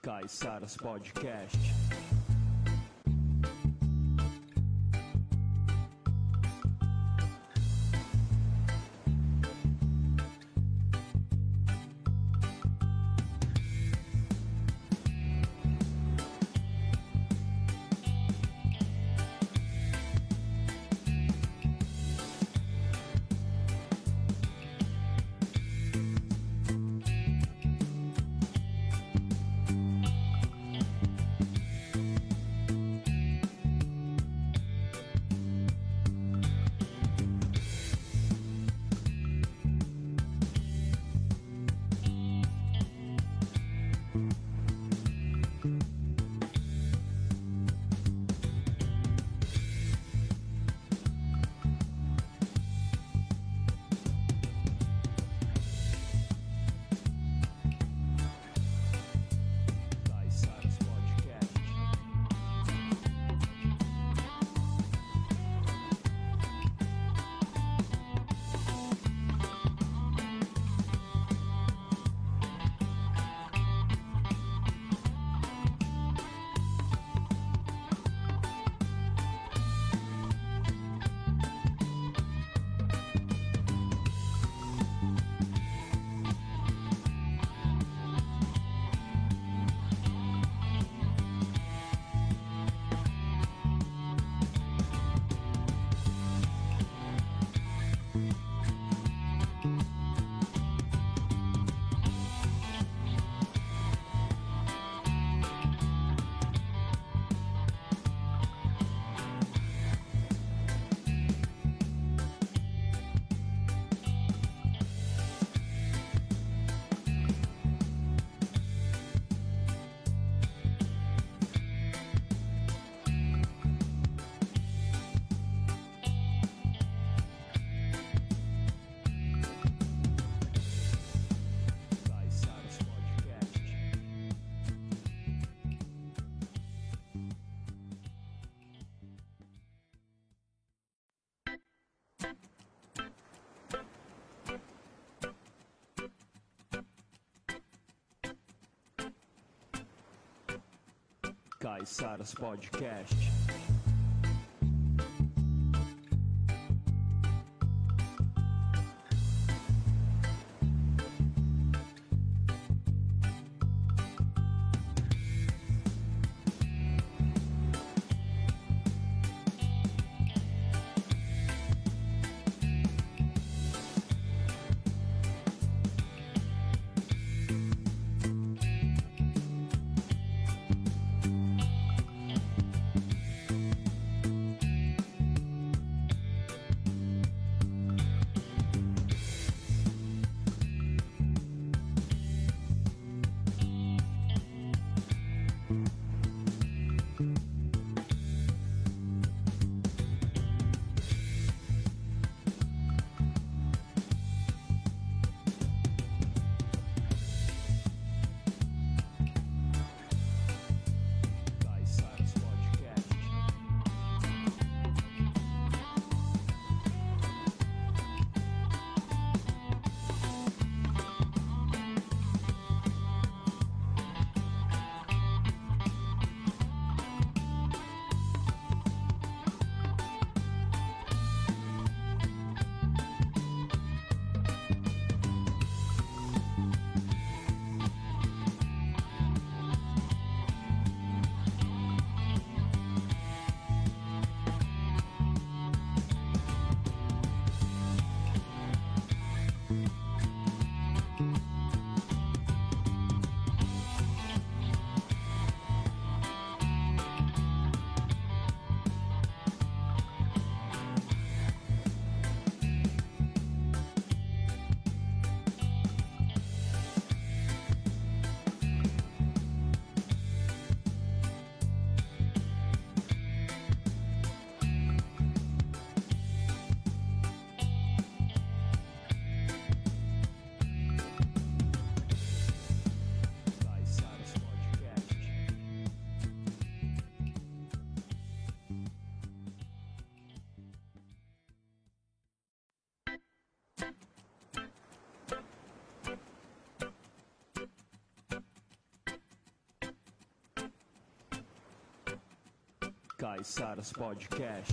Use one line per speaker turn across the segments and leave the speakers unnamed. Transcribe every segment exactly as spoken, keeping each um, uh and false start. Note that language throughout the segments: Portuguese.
Caiçaras Podcast. Caiçaras Podcast. Caiçaras Podcast.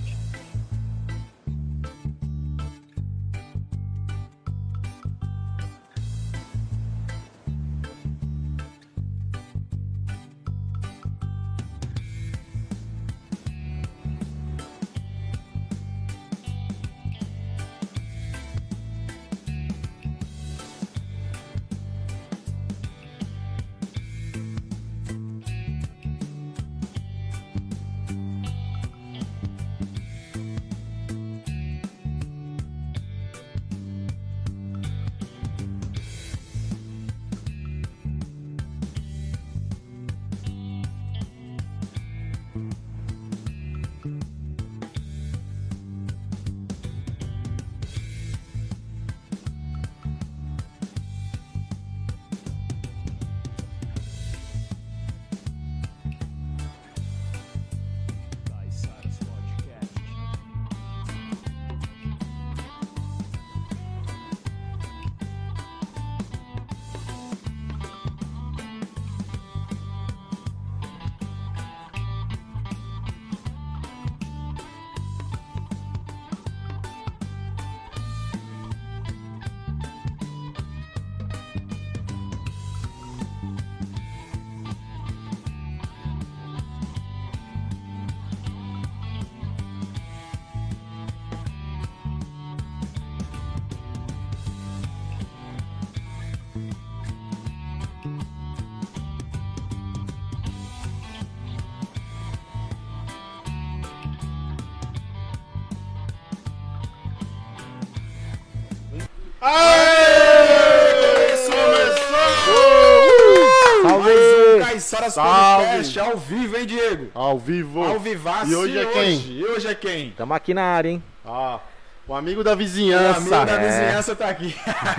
Caiçaras Podcast ao vivo, hein, Diego?
Ao vivo.
Ao vivaço.
E hoje é quem?
E hoje é quem?
Tamo aqui na área, hein?
Ah, o amigo da vizinhança.
O amigo da
É.
vizinhança tá aqui.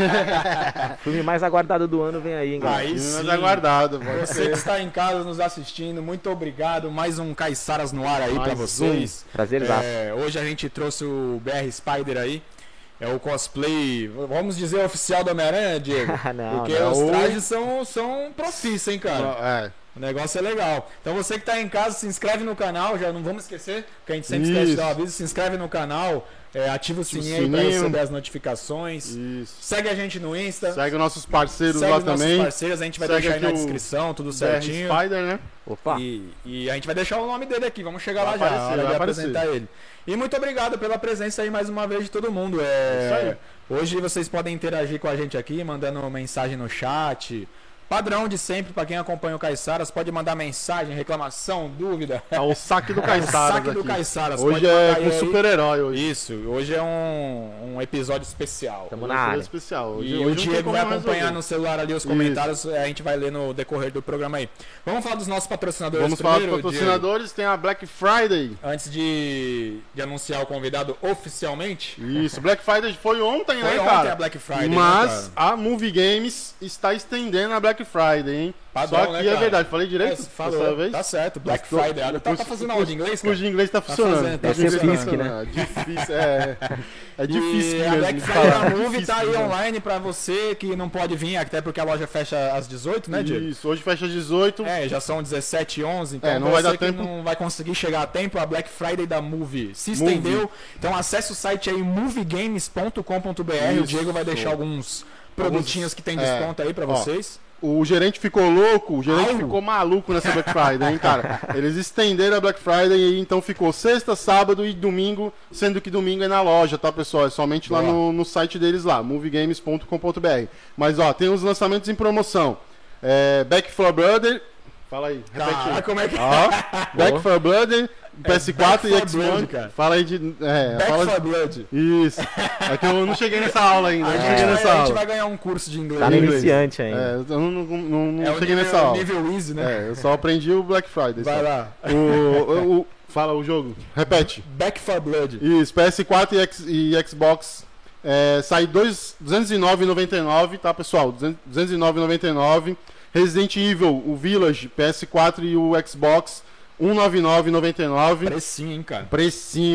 Filme mais aguardado do ano vem aí, hein, galera?
Aí
Mas
sim.
aguardado. pode
Você
ser.
que está em casa nos assistindo, muito obrigado. Mais um Caiçaras no ar aí
Mais
pra vocês.
Prazer,
É, hoje a gente trouxe o B R Spider aí. É o cosplay, vamos dizer, oficial do Homem-Aranha, Diego?
Não,
Porque
não.
os trajes são, são profícios, hein, cara?
É.
O negócio é legal. Então você que tá em casa, se inscreve no canal, já não vamos esquecer, que a gente sempre esquece de dar um aviso, se inscreve no canal, é, ativa o
Ativa o
sininho aí pra
sininho.
receber as notificações.
Isso.
Segue a gente no Insta,
Segue os nossos parceiros
segue
lá
os nossos
também.
parceiros, a gente vai
Segue
deixar aí na
aqui o
descrição, tudo
B R
certinho.
Spider, né?
Opa!
E, e a gente vai deixar o nome dele aqui, vamos chegar
Vai
lá já,
aparecer,
a hora
vai
de
aparecer.
apresentar ele. E muito obrigado pela presença aí mais uma vez de todo mundo. É,
Isso aí.
Hoje vocês podem interagir com a gente aqui, mandando mensagem no chat. Padrão de sempre, para quem acompanha o Caiçaras, pode mandar mensagem, reclamação, dúvida.
É o saque do
É o
Caiçaras
saque do
aqui.
Caiçaras.
Hoje
pode
é
mandar
com
aí.
super-herói hoje.
Isso, hoje é um, um episódio especial.
Tamo
Hoje
na
é
área.
especial. Hoje,
E
hoje
o
não tem
Diego
como
vai
não
acompanhar
resolver.
no celular ali os
Isso.
comentários, a gente vai ler no decorrer do programa aí. Vamos falar dos nossos patrocinadores
Vamos falar
primeiro,
dos patrocinadores. Tem a Black Friday.
Diego? Antes de, de anunciar o convidado oficialmente.
Isso, Black Friday foi ontem,
Foi
né,
ontem
cara?
a Black Friday, né,
Mas
cara?
a Movie Games está estendendo a Black Friday, hein?
Padrão,
Só que
né,
é
cara?
verdade, falei direito?
É,
dessa
falou,
vez?
tá certo, Black
Mas tô-
Friday. Ah, Tá, tá fazendo aula de inglês,
O
cara?
curso de inglês tá funcionando.
fazendo, tá
O curso de inglês
funcionando.
tá funcionando. Difícil, é. É difícil
E a
mesmo
Black
de
Friday
falar.
da Movie
Difícil
tá aí
mesmo.
online pra você que não pode vir, até porque a loja fecha às dezoito, né, Diego?
Isso, hoje fecha às dezoito.
É, já são dezessete e onze, então
É, não
pra
vai
você
dar
que
tempo.
não vai conseguir chegar a tempo, a Black Friday da Movie se
Movie.
estendeu. Então acesse o site aí movie games ponto com ponto b r, o
Isso.
Diego vai deixar alguns produtinhos que tem
é,
desconto aí pra
ó,
vocês.
O gerente ficou louco, o gerente
Au.
ficou maluco nessa Black Friday, hein, cara? Eles estenderam a Black Friday e então ficou sexta, sábado e domingo, sendo que domingo é na loja, tá, pessoal? É somente lá
Boa.
no, no site deles lá, movie games ponto com ponto b r. Mas, ó, tem os lançamentos em promoção. É, Back for Blood... Fala aí, repete
Cara,
aí.
como é que
Ó, Back for Blood, P S quatro
É Back
e
for Blood,
Xbox.
cara.
Fala aí de... É,
Back
fala
for Blood.
Isso. É que eu não cheguei nessa aula ainda,
A,
eu não
gente
cheguei
vai,
nessa
a gente
aula.
vai ganhar um curso de inglês.
Tá no
inglês.
iniciante
É,
ainda.
eu não, não, não, não
É o
cheguei
nível,
nessa aula.
nível easy, né?
É, eu só aprendi o Black Friday.
Vai
só.
lá.
O, o, o- fala o jogo. Repete.
Back for Blood.
Isso, P S quatro e, X, e Xbox é, sai dois- duzentos e nove reais e noventa e nove centavos, tá, pessoal? duzentos e nove reais e noventa e nove centavos. Resident Evil, o Village, P S quatro e o Xbox, cento e noventa e nove reais e noventa e nove centavos.
Precinho, hein, cara.
Precinho.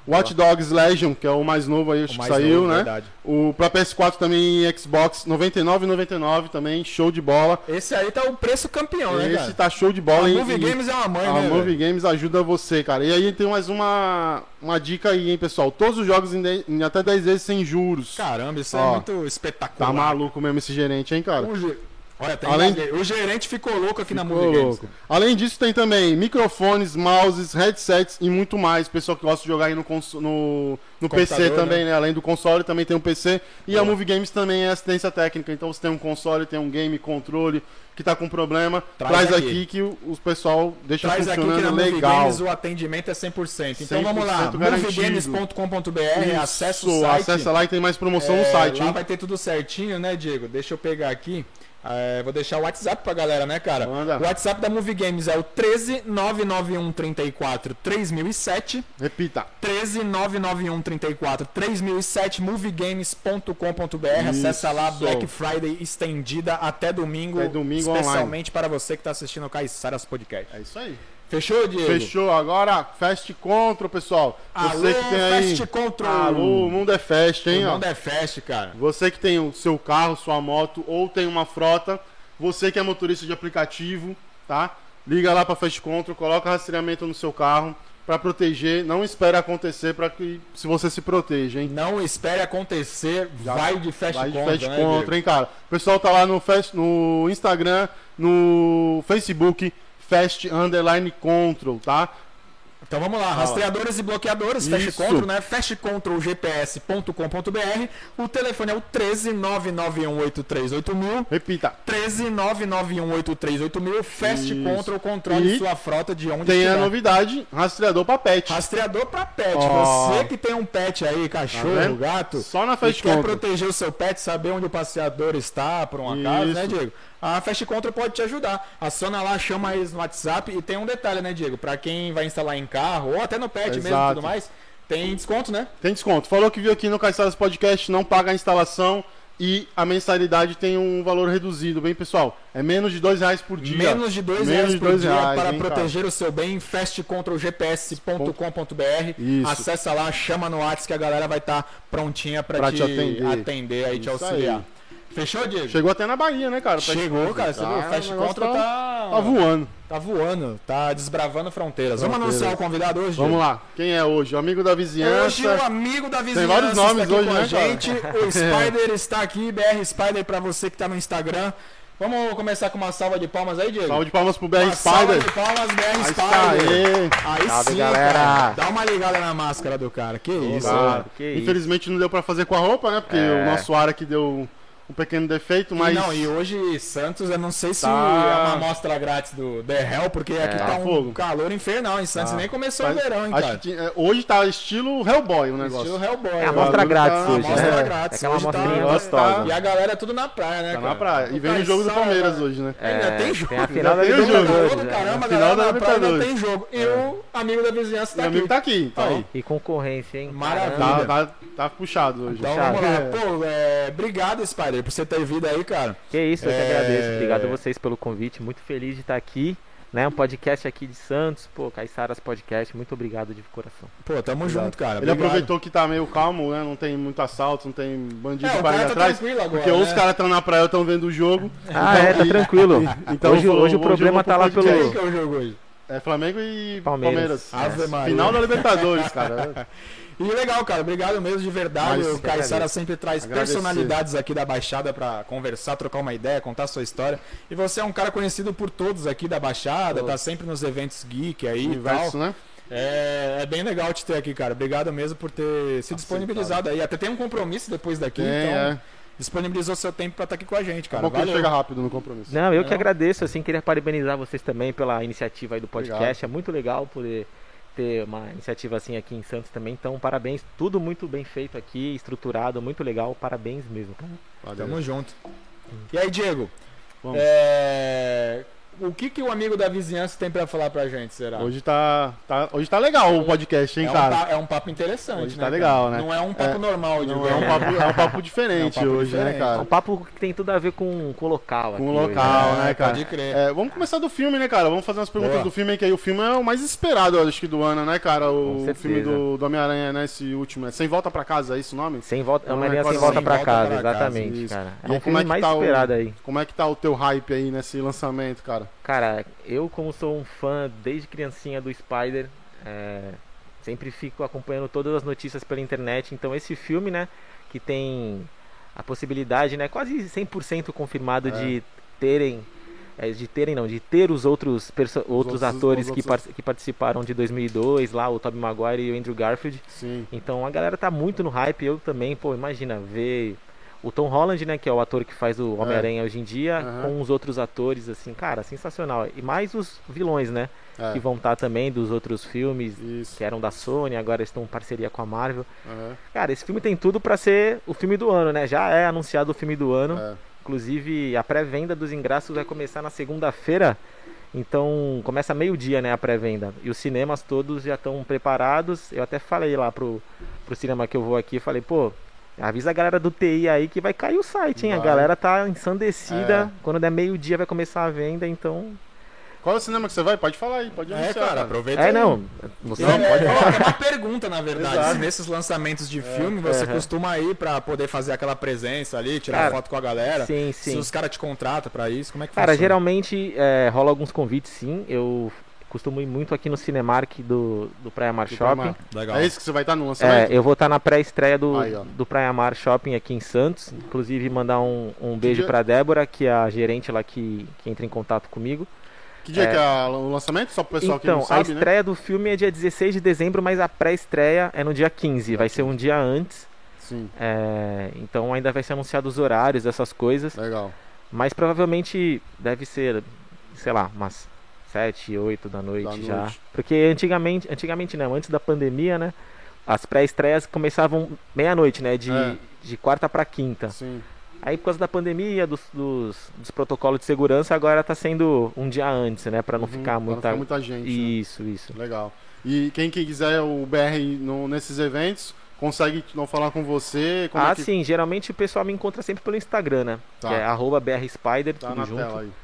Watch Dogs Legion, que é o mais novo aí, acho
O
que
mais
saiu,
novo,
né?
verdade.
O pra P S quatro também e Xbox, noventa e nove reais e noventa e nove centavos também, show de bola.
Esse aí tá o preço campeão, né,
Esse
cara?
tá show de bola.
A
hein?
Movie
E
Games é uma mãe,
a
né,
Movie
velho?
Games ajuda você, cara. E aí tem mais uma, uma dica aí, hein, pessoal. Todos os jogos em, de- em até dez vezes sem juros.
Caramba, isso é
Ó,
muito espetacular.
Tá maluco mesmo esse gerente, hein, cara?
O, ge- Olha, tem
Além-
o gerente ficou louco aqui na
Ficou
Movie Games.
louco. Além disso, tem também microfones, mouses, headsets e muito mais. Pessoal que gosta de jogar aí no, conso- no, no P C
Computador,
também,
né?
né? Além do console, também tem um P C. E
Boa.
a Movie Games também é assistência técnica. Então você tem um console, tem um game, controle que tá com problema.
Traz
Traz,
aqui.
aqui. que o, o pessoal deixa
Traz aqui que na
funcionando
Movie
legal.
Games o atendimento é cem por cento. Então vamos lá,
cem por cento garantido.
movie games ponto com ponto b r, acessa o
Isso,
site.
acessa lá e tem mais promoção
É,
no site,
lá
hein?
vai ter tudo certinho, né, Diego? Deixa eu pegar aqui. É, vou deixar o WhatsApp pra galera, né, cara?
Manda.
O WhatsApp da Movie Games é o treze nove nove um trinta e quatro três mil e sete.
Repita.
treze nove nove um trinta e quatro três mil e sete, movie games ponto com ponto b r. Acessa lá,
Isso.
Black Friday estendida até domingo.
Até domingo
especialmente para você que tá assistindo o Caiçaras Podcast.
É isso aí.
Fechou, Diego?
Fechou. Agora, Fast Control, pessoal.
Alô,
Você que tem aí...
Fast Control.
Alô, o mundo é fast, hein,
O
ó.
mundo é fast, cara.
Você que tem o seu carro, sua moto ou tem uma frota, você que é motorista de aplicativo, tá? Liga lá para Fast Control, coloca rastreamento no seu carro para proteger, não espere acontecer para que se você se proteja, hein?
Não espere acontecer, vai de Fast
Vai de
Control,
Fast
né,
Control,
Diego?
hein, cara? O pessoal tá lá no, Fast, no Instagram, no Facebook, Fast Underline Control, tá?
Então vamos lá, rastreadores e bloqueadores, Fast
Isso.
Control, né? fast control g p s ponto com ponto b r. O telefone é o treze nove nove um oito três oito mil.
Repita.
treze nove nove um oito três oito mil. Fast
Isso.
Control, controle
E
sua frota de onde
Tem a
estiver.
novidade, rastreador para pet.
Rastreador pra pet.
Ó.
Você que tem um pet aí, cachorro,
vendo?
gato,
Só na
e
Fast
quer
Control.
proteger o seu pet, saber onde o passeador está, por um acaso,
Isso.
né, Diego? A Fast Control pode te ajudar. Aciona lá, chama eles no WhatsApp. E tem um detalhe, né, Diego? Pra quem vai instalar em carro, ou até no pet mesmo e
Exato.
tudo mais, tem desconto, né?
Tem desconto. Falou que viu aqui no Caiçaras Podcast, não paga a instalação e a mensalidade tem um valor reduzido, bem, pessoal? É menos de dois reais por dia.
Menos de dois
Menos
reais
de
por
dois
dia
reais,
para
hein,
proteger o seu bem. fast control g p s ponto com ponto b r.
Isso.
Acessa lá, chama no WhatsApp que a galera vai estar prontinha pra,
Pra
te,
te atender.
atender aí, te
Isso
auxiliar.
aí.
Fechou, Diego?
Chegou até na Bahia, né, cara? o Fast
Chegou,
Control.
cara. Você
Tá,
viu? O Fast
o negócio
Control tá...
Tá voando.
Tá voando, tá desbravando fronteiras. Vamos
Fronteiras.
anunciar o convidado hoje?
Vamos lá. Quem é hoje? O amigo da vizinhança.
Hoje o amigo da vizinhança
vários nomes
está aqui
hoje,
com a
né, cara?
gente. O Spider está aqui, B R Spider pra você que tá no Instagram. Vamos começar com uma salva de palmas aí, Diego?
Salve de palmas pro B R
Uma salva
Spider.
de palmas, B R
Aí
Spider.
está aí.
Aí
Salve,
sim,
galera.
cara. Dá uma ligada na máscara do cara. Que isso,
Cara,
cara.
que isso.
Infelizmente não deu pra fazer com a roupa, né? Porque
É.
o nosso ar aqui deu um pequeno defeito,
E
mas...
Não, e hoje Santos, eu não sei se
Tá.
é uma amostra grátis do The Hell, porque aqui
Tá
tá um
fogo.
calor infernal em Santos.
Tá.
Nem começou
Faz-
o verão, hein,
acho
cara.
que tinha- é, hoje tá estilo Hellboy o negócio.
Estilo Hellboy.
É a
né?
amostra
Tá-
grátis
tá-
hoje,
amostra
né?
grátis.
É aquela
Hoje tá-
amostrinha
tá-
gostosa.
E a galera tudo na praia, né,
Tá
cara?
na praia. E
O
vem no jogo do
Caiçara-
Palmeiras hoje, né?
Ainda tem jogo.
Tem a final da
Ainda tem o jogo.
Libertadores.
Calor do
né?
caramba, a
Final
galera
da
na praia ainda
Libertadores.
tem jogo. E o amigo da vizinhança
E
tá
o amigo
aqui.
tá aqui. Então,
Aí.
E concorrência, hein?
Maravilha.
Caramba.
tá, tá, tá puxado hoje.
Então
Puxado.
vamos lá.
É.
Pô, é, obrigado, Spider, por você ter vindo aí, cara.
Que isso, eu que
É.
agradeço. Obrigado a vocês pelo convite. Muito feliz de estar aqui. Né? Um podcast aqui de Santos. Pô, Caiçaras Podcast. Muito obrigado de coração.
Pô, tamo junto, cara.
Ele
Obrigado.
aproveitou que tá meio calmo, né? Não tem muito assalto, não tem bandido
É, o
pra ir
cara tá
atrás.
tranquilo agora,
Porque ou
né?
os caras estão na praia, estão vendo o jogo.
Ah,
Então,
é, tá
e-
tranquilo.
Então,
hoje,
vou-
hoje o
hoje
problema
eu vou
tá lá
pro
pelo.
podcast.
Quem que é o jogo hoje?
É Flamengo e
Palmeiras.
Palmeiras.
Ave
É,
Maria.
final da Libertadores, cara.
E legal, cara. Obrigado mesmo, de verdade.
Mas,
o Caiçara
agradeço.
sempre traz
Agradecer.
personalidades aqui da Baixada pra conversar, trocar uma ideia, contar sua história. E você é um cara conhecido por todos aqui da Baixada,
Todos.
tá sempre nos eventos geek aí e
Universo,
tal.
né?
É, é bem legal te ter aqui, cara. Obrigado mesmo por ter se disponibilizado aí. Até tem um compromisso depois daqui,
Tem,
então
é.
disponibilizou seu tempo pra estar aqui com a gente, cara.
Bom que ele
Valeu.
chega rápido no compromisso.
Não, eu que
Não.
agradeço, assim, queria parabenizar vocês também pela iniciativa aí do podcast.
Obrigado.
É muito legal poder ter uma iniciativa assim aqui em Santos também. Então, parabéns, tudo muito bem feito aqui, estruturado, muito legal. Parabéns mesmo, cara.
Valeu.
Tamo junto. E aí, Diego?
Vamos.
É, o que, que o amigo da vizinhança tem pra falar pra gente, será?
Hoje tá, tá, hoje tá legal o podcast, hein,
é, um
cara?
pa- é um papo interessante,
Hoje
né?
tá legal,
cara?
né?
Não é um papo
É,
normal,
Não,
digo.
é, um papo, é um papo diferente
É um papo
hoje,
diferente.
né,
É
cara?
um papo que tem tudo a ver com, com o local.
Com
aqui
o local,
hoje,
né, cara?
Pode crer.
É, vamos começar do filme, né, cara? Vamos fazer umas perguntas
Boa.
do filme, que aí o filme é o mais esperado, eu acho que do ano, né, cara?
Com
O
certeza.
filme do, do Homem-Aranha, né? Esse último. É Sem Volta Pra Casa, é esse o nome?
Sem volta, é
Não,
uma
é
linha
quase
sem volta
sem
pra
volta
casa,
pra casa,
exatamente,
isso.
cara.
E
É
aí,
um
como é
filme
que
mais
tá o-
esperado aí.
Como é que tá o teu hype aí nesse lançamento, cara?
Cara, eu como sou um fã desde criancinha do Spider, é, sempre fico acompanhando todas as notícias pela internet, então esse filme, né, que tem a possibilidade, né, quase cem por cento confirmado
É.
de terem, é, de terem não, de ter os outros, perso- outros
outros-
atores
os
que,
outros-
par- que participaram de dois mil e dois, lá o Tobey Maguire e o Andrew Garfield,
Sim.
então a galera tá muito no hype, eu também, pô, imagina, ver o Tom Holland, né, que é o ator que faz o Homem-Aranha hoje em dia,
Aham.
com os outros atores, assim, cara, sensacional. E mais os vilões, né,
É.
que vão estar também dos outros filmes,
Isso.
que eram da Sony, agora estão em parceria com a Marvel.
Aham.
Cara, esse filme tem tudo pra ser o filme do ano, né, já é anunciado o filme do ano.
É.
Inclusive, a pré-venda dos ingressos vai começar na segunda-feira. Então, começa meio-dia, né, a pré-venda. E os cinemas todos já estão preparados. Eu até falei lá pro, pro cinema que eu vou aqui, falei, pô, avisa a galera do T I aí que vai cair o site, hein? A
Vai.
galera tá ensandecida.
É.
Quando der meio-dia vai começar a venda, então...
Qual é o cinema que você vai? Pode falar aí, pode
É,
anunciar,
cara, aproveita
É,
aí.
não, você
Não,
não pode...
Ó, tem uma pergunta, na verdade.
Exato.
Se nesses lançamentos de filme você
Aham.
costuma ir pra poder fazer aquela presença ali, tirar
Cara,
foto com a galera?
Sim,
Se
sim.
os caras te contratam pra isso, como é que
Cara,
funciona?
geralmente é, rola alguns convites, sim. Eu costumo ir muito aqui no Cinemark do, do Praia Mar
Do
Shopping.
Primark.
Legal.
É esse que você vai estar no
É,
lançamento?
eu vou estar na pré-estreia do,
Aí, ó.
do Praia Mar Shopping aqui em Santos. Inclusive, mandar um, um beijo
dia-
pra Débora, que é a gerente lá que, que entra em contato comigo.
Que dia
É.
que é a- o lançamento? Só pro pessoal que
Então,
não sabe,
a
né?
estreia do filme é dia dezesseis de dezembro, mas a pré-estreia é no dia quinze. Vai ser um dia antes.
Sim,
É, então, ainda vai ser anunciado os horários, essas coisas.
legal.
Mas provavelmente deve ser, sei lá, umas sete, oito da noite
Da
já.
noite.
Porque antigamente, antigamente não, antes da pandemia, né? As pré-estreias começavam meia-noite, né? De,
É.
de quarta pra quinta.
Sim.
Aí por causa da pandemia, dos, dos, dos protocolos de segurança, agora tá sendo um dia antes, né? Pra não
Uhum,
ficar
pra não
muita...
ficar muita gente. né?
Isso, isso.
Legal. E quem que quiser o B R no- nesses eventos, consegue não falar com você? Como
ah,
é que
sim, geralmente o pessoal me encontra sempre pelo Instagram, né?
Tá.
Que é arroba brspider,
tá
tudo
na
junto.
tela aí?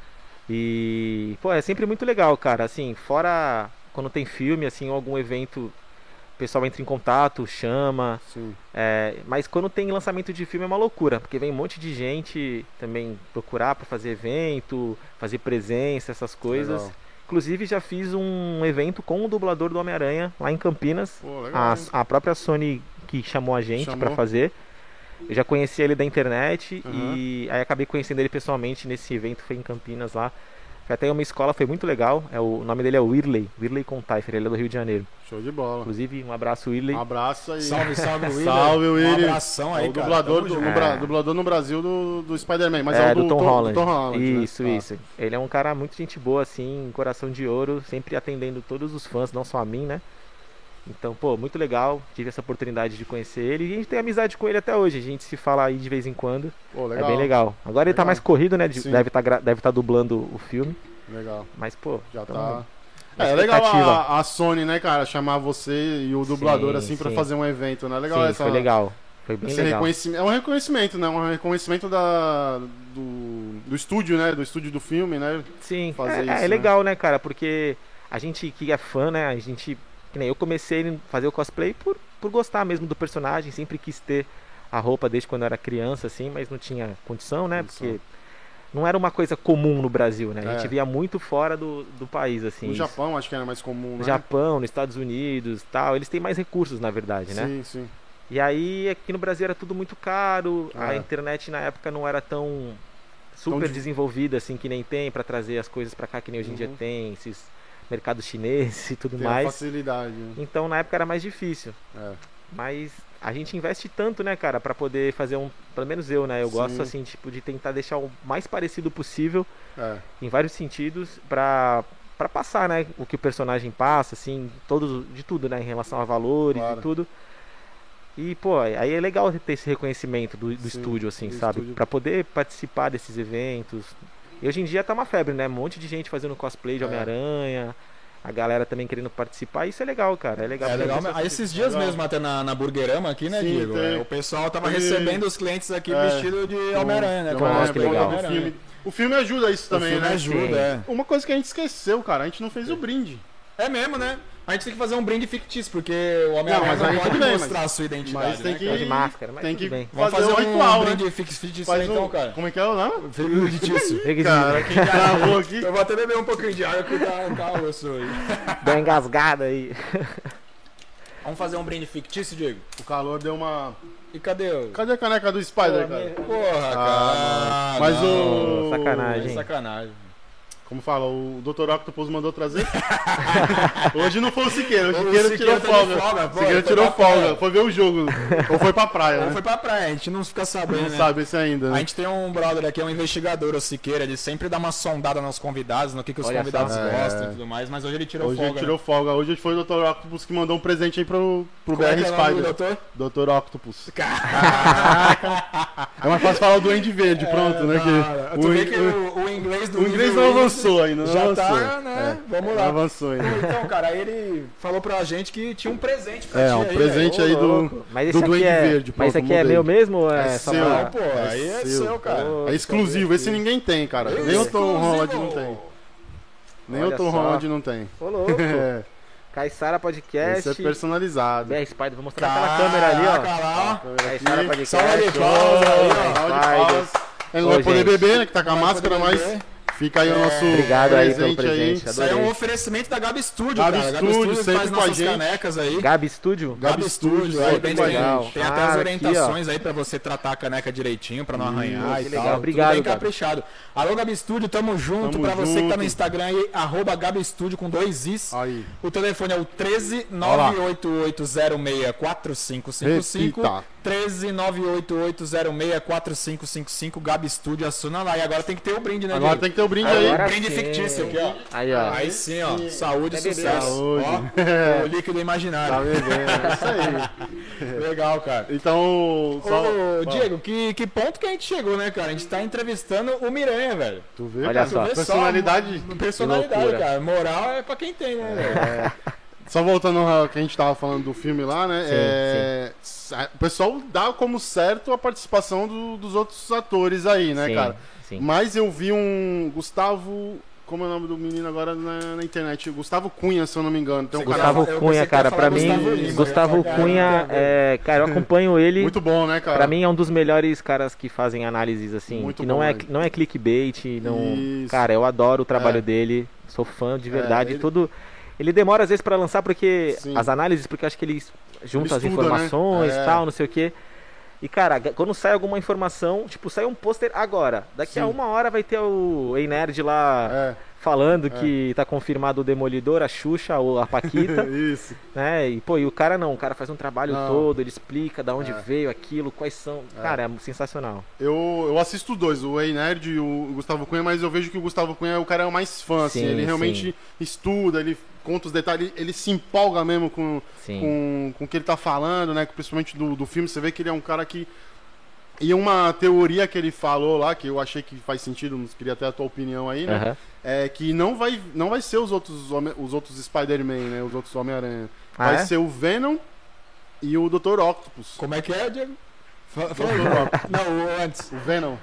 E, pô, é sempre muito legal, cara. Assim, fora quando tem filme, assim, ou algum evento, o pessoal entra em contato, chama.
Sim.
É, mas quando tem lançamento de filme é uma loucura, porque vem um monte de gente também procurar pra fazer evento, fazer presença, essas coisas.
Legal.
Inclusive já fiz um evento com o dublador do Homem-Aranha lá em Campinas.
Pô, legal.
A,
hein?
a própria Sony que chamou a gente
Chamou.
pra fazer. Eu já conheci ele da internet
Uhum.
e aí acabei conhecendo ele pessoalmente nesse evento, foi em Campinas lá. Foi até uma escola, foi muito legal. É, o nome dele é Whirley, Whirley Contaifer, ele é do Rio de Janeiro.
Show de bola.
Inclusive, um abraço, Whirley.
Um abraço aí.
Salve, salve, William.
Salve,
Um
William.
abração aí,
É o
cara.
dublador,
Tamo
do,
junto.
no, Bra-
É.
dublador no Brasil do, do Spider-Man, mas é,
é,
o do,
do Tom Holland.
do Tom Holland, né?
Isso,
Tá.
isso. Ele é um cara muito gente boa, assim, coração de ouro, sempre atendendo todos os fãs, não só a mim, né? Então, pô, muito legal. Tive essa oportunidade de conhecer ele e a gente tem amizade com ele até hoje. A gente se fala aí de vez em quando.
Pô, legal.
É bem legal. Agora ele tá
Legal.
mais corrido, né? de-
Sim.
Deve estar deve tá dublando o filme.
Legal.
Mas, pô,
Já
tamo
tá.
na
É, é legal
expectativa.
a, a Sony, né, cara, chamar você e o dublador
Sim,
assim pra
sim.
fazer um evento, né? Legal
Sim,
essa.
foi legal. Foi bem
esse
legal.
reconhecimento. É um reconhecimento, né? Um reconhecimento da, do, do estúdio, né? Do estúdio do filme, né?
Sim,
fazer
é,
isso,
é
né?
legal, né, cara? Porque a gente que é fã, né? A gente. Que nem eu comecei a fazer o cosplay por, por gostar mesmo do personagem, sempre quis ter a roupa desde quando eu era criança, assim, mas não tinha condição, né?
Condição.
Porque não era uma coisa comum no Brasil, né? A gente
É.
via muito fora do, do país, assim.
No
isso.
Japão, acho que era mais comum,
No
né?
Japão, nos Estados Unidos, tal, eles têm mais recursos, na verdade, né?
Sim, sim.
E aí aqui no Brasil era tudo muito caro, a
É.
internet na época não era tão super
de-
desenvolvida assim que nem tem pra trazer as coisas pra cá que nem hoje em dia
Uhum.
tem, esses mercados chineses e tudo
Tem a
mais.
facilidade. né?
Então na época era mais difícil,
É.
mas a gente investe tanto, né, cara, pra poder fazer um, pelo menos eu, né, eu
Sim.
gosto assim, tipo de tentar deixar o mais parecido possível
É.
em vários sentidos pra para passar, né, o que o personagem passa, assim, todos de tudo, né, em relação a valores
Claro.
e tudo. E, pô, aí é legal ter esse reconhecimento do, do
Sim,
estúdio, assim,
do
sabe?
estúdio.
Pra poder participar desses eventos. E hoje em dia tá uma febre, né? Um monte de gente fazendo cosplay de
É.
Homem-Aranha. A galera também querendo participar. Isso é legal, cara. É legal.
É
pra
legal.
pessoa
Aí
assistir.
esses dias
Legal.
mesmo, até na, na Burgerama aqui, né,
Sim,
Diego?
tem.
É, o pessoal tava
Tem-
recebendo os clientes aqui
É.
vestido de Homem-Aranha, né?
Tem
com
uma
a
Nossa, que
época
legal.
do
Homem-Aranha.
filme. O filme ajuda isso
O
também,
filme
né?
ajuda, é.
Uma coisa que a gente esqueceu, cara, a gente não fez o brinde.
É mesmo, né? A gente tem que fazer um brinde fictício, porque o Homem-Aranha
Não, mas
não,
aí
pode
tudo bem,
mostrar
mas-
a sua identidade,
mas tem
né,
que-
cara?
Tá de máscara, mas
Tem
tudo
que
bem.
Vamos
fazer,
fazer,
o ritual,
um
né?
brinde fix- fictício
Faz
então,
um-
cara.
Como é que é o nome?
Fictício.
Cara, quem gravou aqui.
Eu vou até beber um pouquinho de água que tá, tá osso aí.
Dá uma engasgada aí.
Vamos fazer um brinde fictício, Diego?
O calor deu uma.
E cadê o...
Cadê a caneca do Spider, cara?
Porra,
Ah,
cara.
mas
não.
o.
Sacanagem.
Sacanagem.
Como fala, o doutor Octopus mandou trazer. Hoje não foi o Siqueira, o
O
Siqueira
Siqueira
tirou
tá de
folga.
folga,
O
pô,
Siqueira
ele foi
tirou
pra praia.
folga, foi ver o jogo. Ou foi pra praia,
Ou
né?
foi pra praia, a gente não fica sabendo,
Não
né?
sabe esse ainda,
A
né?
gente tem um brother aqui, é um investigador, o Siqueira, ele sempre dá uma sondada nos convidados, no que, que os
Olha
convidados
só.
gostam
É.
e tudo mais, mas hoje ele tirou
Hoje
folga.
ele tirou folga. Hoje foi o doutor Octopus que mandou um presente aí pro, pro
Como é
B R
que é o nome do
Spider.
doutor?
doutor Octopus.
Caraca,
É mais fácil falar o Duende Verde, pronto, né?
cara,
Que
tu
o,
vê que
o-
o, o inglês do
o inglês
nível
não
Índice
avançou ainda, não
já
avançou.
tá, né? Vamos
Não
lá.
avançou ainda.
Então, cara, aí ele falou pra gente que tinha um presente pra
É,
ti
um
aí,
presente
velho.
aí
Ô,
do,
louco.
Mas
do
esse aqui
Duende
é,
Verde.
mas esse
pronto,
aqui é
mudei.
meu mesmo? Ou é,
É
só
seu.
pra-
Não, pô, aí é
seu.
seu, cara.
É exclusivo, esse ninguém tem, cara. Nem o Tom Holland não tem. Nem o
Olha
Tom
só.
Holland não tem.
Ô, louco.
É,
Caissara Podcast.
esse é personalizado.
B R Spider, vou mostrar aquela câmera ali, ó.
Caraca, lá.
Caissara Podcast.
Salva de
Ô,
palmas aí, ó.
Spider.
Salve de palmas. Ele não
Ô,
vai poder
gente.
beber, né? Que tá com a
Não vai
máscara,
poder
mas
beber.
fica aí o nosso
Obrigado aí pelo
presente aí.
presente.
Isso aí é
Adorei.
um oferecimento da Gabi Studio,
Gabi
cara.
Studio, sempre
faz
com a
nossas
gente.
canecas aí.
Gabi Studio?
Gabi
Gabi
Studio,
Studio, aí
sempre
bem
com a
legal.
gente.
Tem até
Ah,
as
aqui,
orientações aí pra você tratar a caneca direitinho, pra não arranhar
que
e
legal.
tal.
Obrigado,
Tudo bem
Gabi.
caprichado. Alô, Gabi Studio, tamo junto.
Tamo
pra você que tá
junto.
no Instagram aí, arroba Gabi Studio com dois Is.
Aí.
O telefone é o treze nove oito oito zero seis quatro cinco cinco cinco.
Repita.
treze nove oito oito zero seis quatro cinco cinco cinco. Gabi Studio, assina lá. E agora tem que ter o brinde, né,
Agora
Diego?
tem que ter o brinde aí.
Agora
Brinde
sim.
fictício aqui, ó.
Aí, ó.
Aí sim, ó. Saúde e
Quer beber?
sucesso.
Saúde.
Ó, o líquido imaginário.
Tá bebendo, é isso aí.
Legal, cara.
Então, só...
Ô, Diego, que, que ponto que a gente chegou, né, cara? A gente tá entrevistando o Miranha, velho.
Tu vê,
Olha
cara,
só.
Tu vê
personalidade.
Só, personalidade,
loucura.
cara. Moral é pra quem tem, né, velho?
Só voltando ao que a gente tava falando do filme lá, né?
Sim,
é, sa- O pessoal dá como certo a participação do- dos outros atores aí, né,
Sim,
cara?
sim.
Mas eu vi um Gustavo. Como é o nome do menino agora na, na internet? Gustavo Cunha, se eu não me engano. Tem um
Você
cara
Gustavo
Eu pensei
Cunha,
que ia
cara,
falar
pra mim,
Gustavo Lima,
Gustavo
eu ia falar,
Cunha,
cara,
é, cara, eu acompanho ele.
muito bom, né, cara?
Pra mim é um dos melhores caras que fazem análises assim,
Muito
que não
bom,
é
né?
não é clickbait, não,
Isso.
cara, eu adoro o trabalho
É.
dele, sou fã de verdade,
ele-
tudo. Ele demora às vezes pra lançar porque
Sim.
as análises, porque eu acho que ele junta as
Ele estuda, né?
informações,
É.
e tal, não sei o quê. E cara, g- quando sai alguma informação, tipo, sai um pôster agora, daqui a
Sim.
uma hora vai ter o Ei Nerd lá
É,
falando que tá confirmado o Demolidor, a Xuxa ou a Paquita.
isso.
né? E, pô, e o cara não, o cara faz um trabalho
Não.
todo, ele explica da onde
É.
veio aquilo, quais são. Cara, é sensacional.
Eu, eu assisto os dois, o Ei Nerd e o Gustavo Cunha, mas eu vejo que o Gustavo Cunha é o cara mais fã, assim.
Sim,
Ele realmente
sim.
estuda, ele conta os detalhes, ele, ele se empolga mesmo com,
Sim.
com, com o que ele tá falando, né? Principalmente do, do filme, você vê que ele é um cara que. E uma teoria que ele falou lá, que eu achei que faz sentido, não queria ter a tua opinião aí, né?
Aham.
É que não vai, não vai ser os outros, Home- os outros Spider-Man, né? Os outros Homem-Aranha.
Ah,
vai
é?
ser o Venom e o doutor Octopus.
Como é que é, Diego? Fala, fala
doutor
aí.
Octopus.
Não, o antes.
O Venom.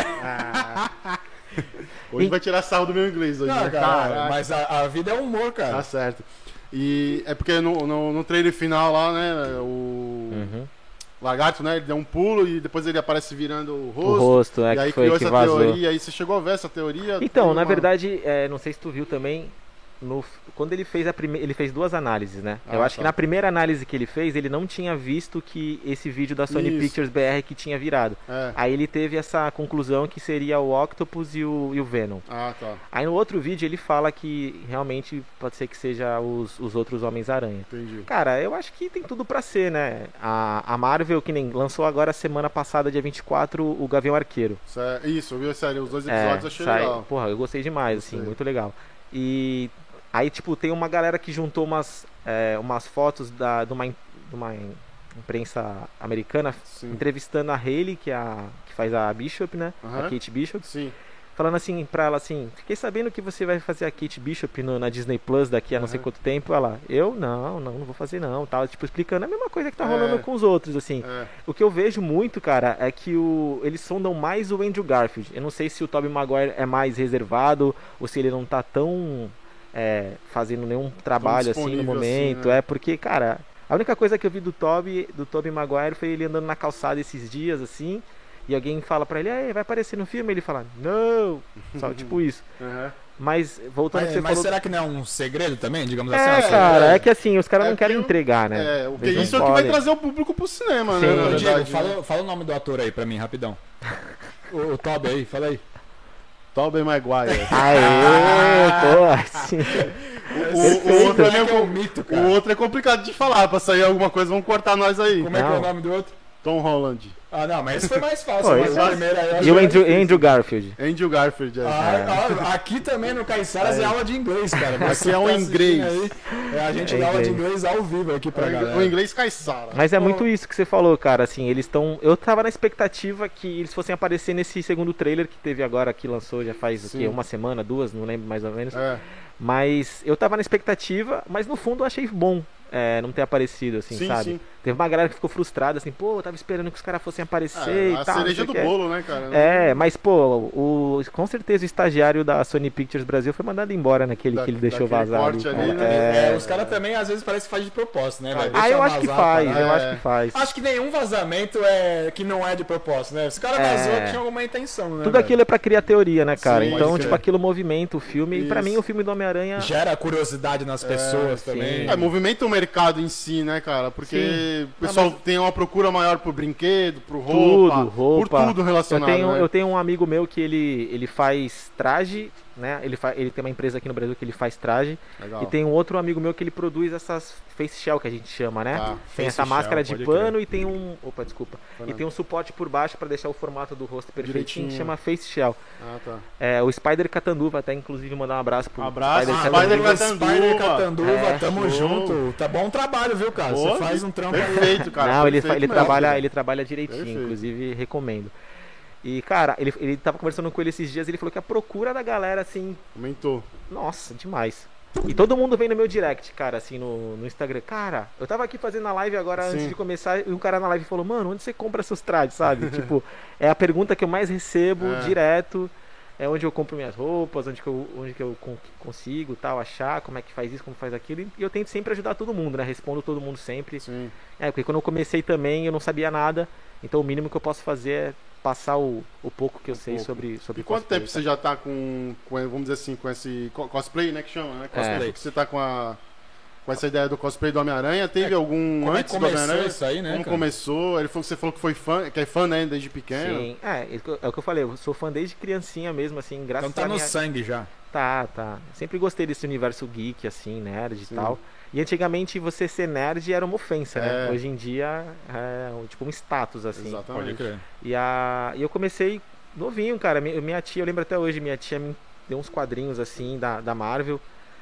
Hoje vai tirar sarro do meu inglês hoje.
Não,
né?
cara,
Caraca.
mas a, a vida é humor, cara.
Tá certo. E é porque no, no, no trailer final lá, né, o
Uhum.
lagarto, né, ele deu um pulo e depois ele aparece virando o
O
rosto.
rosto, é
e aí
que foi
criou
que
essa
vazou.
teoria, aí você chegou a ver essa teoria?
Então,
Foi
na
uma-
verdade, é, não sei se tu viu também, no, quando ele fez a primeira, ele fez duas análises, né? Eu
Ah,
acho
tá.
que na primeira análise que ele fez, ele não tinha visto que esse vídeo da Sony
Isso.
Pictures B R que tinha virado.
É.
Aí ele teve essa conclusão que seria o Octopus e o, e o Venom.
Ah, tá.
Aí no outro vídeo ele fala que realmente pode ser que seja os, os outros Homens-Aranha.
Entendi.
Cara, eu acho que tem tudo pra ser, né? A, a Marvel, que nem lançou agora semana passada, dia vinte e quatro, o Gavião Arqueiro.
Isso, é- isso, eu vi a série, os dois episódios eu achei
sai-
legal.
Porra, eu gostei demais, assim,
Gostei.
muito legal. E aí, tipo, tem uma galera que juntou umas, é, umas fotos da, de, uma, im- de uma im- imprensa americana
Sim.
entrevistando a Hayley, que, é a, que faz a Bishop, né?
Aham.
A Kate Bishop.
Sim.
falando assim pra ela assim, fiquei sabendo que você vai fazer a Kate Bishop no, na Disney Plus daqui a não sei quanto tempo. Ela, eu não, não, não vou fazer não, tal, tipo, explicando a mesma coisa que tá rolando
É.
com os outros, assim.
É.
O que eu vejo muito, cara, é que o, eles sondam mais o Andrew Garfield. Eu não sei se o Tobey Maguire é mais reservado ou se ele não tá tão é, fazendo nenhum trabalho assim no
disponível
momento.
assim, né?
É porque, cara, a única coisa que eu vi do Tobey, do Tobey Maguire foi ele andando na calçada esses dias, assim, e alguém fala pra ele, "Ei, vai aparecer no filme?" Ele fala, não, só tipo isso.
Aham.
Mas, voltando ao que
Mas,
você
mas
falou...
será que não é um segredo também, digamos assim?
É,
uma
cara,
é.
é que assim, os caras
É
não querem
que o-
entregar, né?
É, o que
Eles não
isso é o que vai
podem.
trazer o público pro cinema,
Sim.
né? Na
Ô,
verdade,
Diego,
né?
fala, fala o nome do ator aí pra mim, rapidão. O, o Toby aí, fala aí.
Tobey Maguire.
Aê, pô, assim...
O, o- o outro é
Como é que é
meio-
um mito,
o
cara?
outro é complicado de falar, pra sair alguma coisa, vão cortar nós aí.
Como é que é
Não.
o nome do outro?
Tom Holland.
Ah, não, mas esse foi mais fácil.
Pô,
mas
esse
a
é-
primeira aí eu
E o
achei
Andrew,
difícil.
Andrew Garfield?
Andrew Garfield. É.
Ah, ah, aqui também no Caiçaras é. aula de inglês, cara. Você
Aqui é um
que tá assistindo
inglês.
aí, é, a gente
É
dá aula de
inglês.
inglês ao vivo aqui pra galera.
O inglês Caissara.
Mas é
Pô.
muito isso que você falou, cara, assim, eles estão... Eu tava na expectativa que eles fossem aparecer nesse segundo trailer que teve agora, que lançou já faz, o quê,
Sim.
uma semana, duas, não lembro mais ou menos.
É.
Mas eu tava na expectativa, mas no fundo eu achei bom é, não ter aparecido, assim,
Sim,
sabe?
sim.
Teve uma galera que ficou frustrada, assim, pô, eu tava esperando que os caras fossem aparecer
É,
e
a
tal. não
cereja
sei
do
o quê.
bolo, né, cara?
É, mas pô, o, com certeza o estagiário da Sony Pictures Brasil foi mandado embora naquele
Da-
que ele deixou
daquele
vazar
corte
ali.
ali,
cara.
né?
É.
É, os caras também às vezes parece que faz de propósito, né, velho?
Ah,
Deixa
eu acho que
vazar a
faz,
parada.
eu
É.
acho que faz.
Acho que nenhum vazamento é que não é de propósito, né? Se o cara
É.
vazou, tinha alguma intenção, né?
Tudo
velho?
aquilo é pra criar teoria, né, cara?
Sim,
Então,
pode
tipo,
crer.
aquilo movimenta o filme. E pra
Isso.
mim, o filme do Homem-Aranha.
Gera curiosidade nas pessoas
sim.
também.
É, movimenta o mercado em si, né, cara? Porque
Sim.
o pessoal
Não, mas-
tem uma procura maior por brinquedo, por
Tudo,
roupa,
roupa.
por tudo relacionado.
Eu tenho,
né?
eu tenho um amigo meu que ele, ele faz traje, né? Ele, fa, ele tem uma empresa aqui no Brasil que ele faz traje.
Legal.
E tem um outro amigo meu que ele produz essas face shell que a gente chama, né?
Tá,
tem
face
essa máscara
shell,
de
pode
pano e tem um. Opa, desculpa.
Foi
E
não.
tem um suporte por baixo pra deixar o formato do rosto perfeitinho,
Direitinho.
que chama face shell.
Ah, tá.
É, o Spider Catanduva, até inclusive mandar um abraço pro
Abraço,
Spider
Spider
Catanduva.
Catanduva.
Spider Catanduva,
É,
tamo
show.
junto. Tá bom trabalho, viu, cara?
Pô,
Você faz um trampo aí.
Perfeito, cara.
Não, ele, fa-
perfeito
ele,
mesmo.
trabalha, ele trabalha direitinho,
Perfeito.
inclusive recomendo. E, cara, ele, ele tava conversando com ele esses dias, ele falou que a procura da galera, assim,
Aumentou.
nossa, demais. E todo mundo vem no meu direct, cara, assim, no, no Instagram. Cara, eu tava aqui fazendo a live agora
Sim.
antes de começar, e um cara na live falou, mano, onde você compra seus trajes, sabe? Tipo, é a pergunta que eu mais recebo
É.
direto. É onde eu compro minhas roupas, onde que eu, onde que eu con- consigo, tal, achar, como é que faz isso, como faz aquilo. E eu tento sempre ajudar todo mundo, né? Respondo todo mundo sempre.
Sim.
É, porque quando eu comecei também eu não sabia nada, então o mínimo que eu posso fazer é passar o, o pouco que eu sei
pouco.
sobre, sobre
E quanto
cosplay,
tempo
tá?
você já tá com, com, vamos dizer assim, com esse co- cosplay, né, que chama, né? Cosplay.
É.
Que você tá com a com essa ideia do cosplay do Homem-Aranha. Teve algum
Como é que
antes do
começou
Homem-Aranha?
isso aí, né,
Como
cara?
começou? Ele falou que você falou que foi fã, que é fã, né, desde pequeno.
Sim, é, é o que eu- é o que eu falei, eu sou fã desde criancinha mesmo, assim, graças
Então tá
a
no
minha...
sangue já.
Tá, tá. Sempre gostei desse universo geek, assim, nerd e
Sim.
tal. E antigamente você ser nerd era uma ofensa, né?
É.
Hoje em dia é um- tipo um status, assim.
Pode
Exatamente.
crer.
E, a... e eu comecei novinho, cara. Mi- Minha tia, eu lembro até hoje, minha tia me deu uns quadrinhos assim da, da Marvel.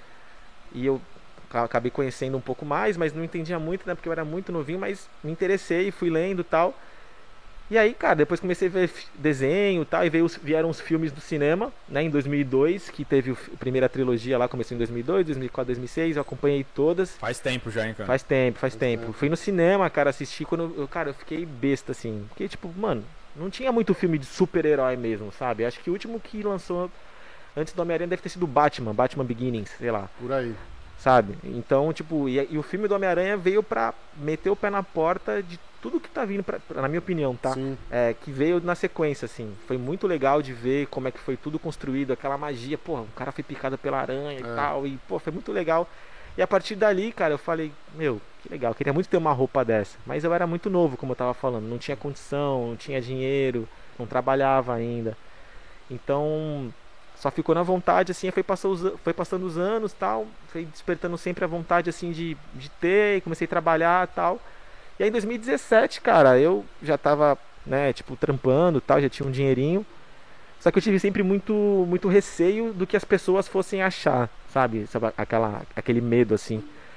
E eu ca- acabei conhecendo um pouco mais, mas não entendia muito, né? Porque eu era muito novinho, mas me interessei, fui lendo e tal. E aí, cara, depois comecei a ver fi- desenho e tal, e veio os- vieram os filmes do cinema, né? Em dois mil e dois, que teve o fi- a primeira trilogia lá, começou em dois mil e dois, dois mil e quatro, dois mil e seis, eu acompanhei todas.
Faz tempo já, hein, cara?
Faz tempo, faz
Faz
tempo.
tempo.
Fui no cinema, cara, assisti quando eu, cara, eu fiquei besta assim. Porque tipo, mano, não tinha muito filme de super-herói mesmo, sabe? Acho que o último que lançou antes do Homem-Aranha deve ter sido Batman, Batman Beginnings, sei lá,
Por aí.
sabe? Então, tipo, e, e o filme do Homem-Aranha veio pra meter o pé na porta de tudo que tá vindo, pra, pra- na minha opinião, tá?
Sim.
É, que veio na sequência, assim. Foi muito legal de ver como é que foi tudo construído, aquela magia, pô, o cara foi picado pela aranha e
É.
tal, e pô, foi muito legal. E a partir dali, cara, eu falei, meu, que legal, eu queria muito ter uma roupa dessa. Mas eu era muito novo, como eu tava falando, não tinha condição, não tinha dinheiro, não trabalhava ainda. Então, só ficou na vontade, assim, foi, passou os an- foi passando os anos tal, foi despertando sempre a vontade, assim, de, de ter, e comecei a trabalhar tal. E aí em dois mil e dezessete, cara, eu já tava, né, tipo, trampando tal, já tinha um dinheirinho. Só que eu tive sempre muito, muito receio do que as pessoas fossem achar, sabe? Sabe, aquela, aquele medo, assim.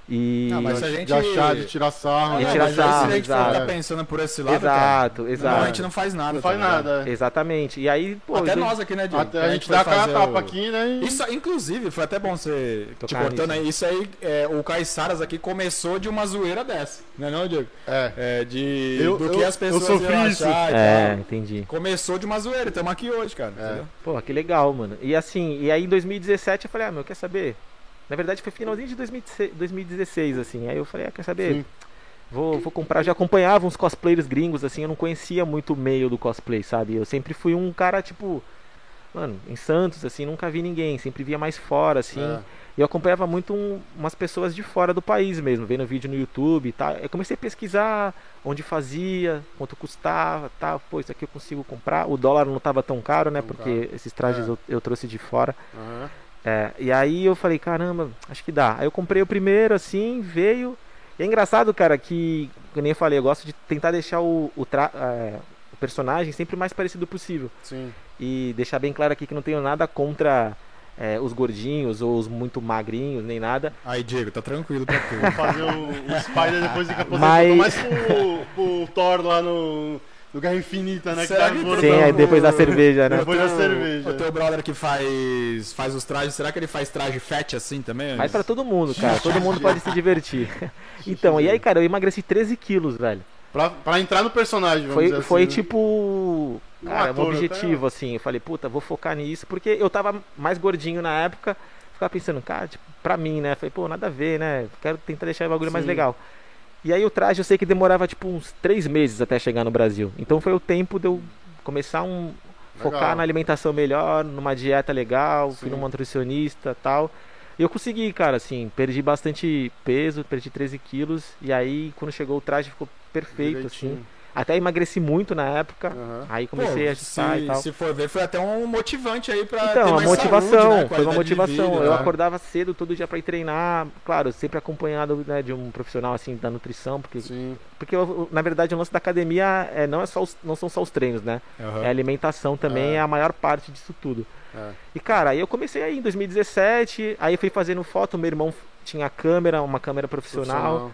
E
Não, mas
de,
se a gente-
de achar, de tirar sarro.
De
né?
tirar
mas
sarro,
se a gente for
exato.
ficar pensando por esse lado,
exato,
cara,
exato.
a gente não faz nada.
Não faz
tá ligado?
nada. é.
Exatamente. E aí, pô,
Até
eu-
nós aqui, né, Diego?
Até
Que
a gente
foi
dá aquela
fazer
tapa
o-
aqui, né? e-
Isso, inclusive, foi até bom você te
Tocar
cortando
nisso.
aí. Isso aí, é, o Caiçaras aqui começou de uma zoeira dessa, não é não, Diego?
É.
É, de
Eu-
do que
eu-
as pessoas
eu sofri
iam
isso.
achar e
É,
tal.
entendi.
Começou de uma zoeira, estamos aqui hoje, cara.
É.
entendeu?
Pô, que legal, mano. E assim, e aí em dois mil e dezessete eu falei, ah, meu, quer saber? Na verdade foi finalzinho de dois mil e dezesseis, assim. Aí eu falei, ah, quer saber?
Sim.
Vou, vou comprar. Já acompanhava uns cosplayers gringos, assim, eu não conhecia muito o meio do cosplay, sabe? Eu sempre fui um cara, tipo, mano, em Santos, assim, nunca vi ninguém, sempre via mais fora, assim.
É.
E eu acompanhava muito um- umas pessoas de fora do país mesmo, vendo vídeo no YouTube e tal. Eu comecei a pesquisar onde fazia, quanto custava, tal. Pô, isso aqui eu consigo comprar. O dólar não tava tão caro, né?
Tão
Porque
caro.
esses trajes
É.
eu, eu trouxe de fora.
Aham.
É, e aí eu falei, caramba, acho que dá. Aí eu comprei o primeiro, assim, veio. E é engraçado, cara, que, que eu nem falei, eu gosto de tentar deixar o, o, tra- é, o personagem sempre o mais parecido possível.
Sim.
E deixar bem claro aqui que não tenho nada contra é, os gordinhos ou os muito magrinhos, nem nada.
Aí, Diego, tá tranquilo pra tu.
Vou fazer o, o Spider depois de que aposentou.
Mas-
Mais pro, pro Thor lá no, no Guerra Infinita, né?
Será
tá
que
gordão
Sim, aí
no-
depois da cerveja, né?
Depois da
O teu-
cerveja.
O teu brother que faz, faz os trajes, será que ele faz traje fat assim também?
Mas pra todo mundo, cara. Todo mundo pode se divertir. Então, e aí, cara, eu emagreci treze quilos, velho.
Pra, pra entrar no personagem, vamos
Foi,
dizer
foi
assim, né?
tipo.
Um
Cara, um
ator,
objetivo, assim. Eu falei, puta, vou focar nisso. Porque eu tava mais gordinho na época. Ficava pensando, cara, tipo, pra mim, né? Falei, pô, nada a ver, né? Quero tentar deixar o bagulho mais
Sim.
legal. E aí o traje eu sei que demorava tipo uns três meses até chegar no Brasil. Então foi o tempo de eu começar um. Focar
Legal.
na alimentação melhor, numa dieta legal, fui
Sim.
numa nutricionista e tal. E eu consegui, cara, assim, perdi bastante peso, perdi treze quilos. E aí, quando chegou o traje, ficou perfeito,
Direitinho.
assim. Até emagreci muito na época.
Aham.
Aí
Pô,
comecei a ajustar
se,
e tal.
se for ver, foi até um motivante aí pra ter
Então, a
mais
motivação,
saúde, né?
foi uma
Qualidade de
motivação.
vida,
eu
né?
acordava cedo todo dia pra ir treinar, claro, sempre acompanhado, né, de um profissional assim da nutrição, porque,
Sim.
porque o- na verdade o lance da academia é, não, é só os- não são só os treinos, né?
Aham.
É a alimentação também,
É.
é a maior parte disso tudo.
É.
E cara, aí eu comecei aí em dois mil e dezessete, aí eu fui fazendo foto, meu irmão tinha câmera, uma câmera profissional,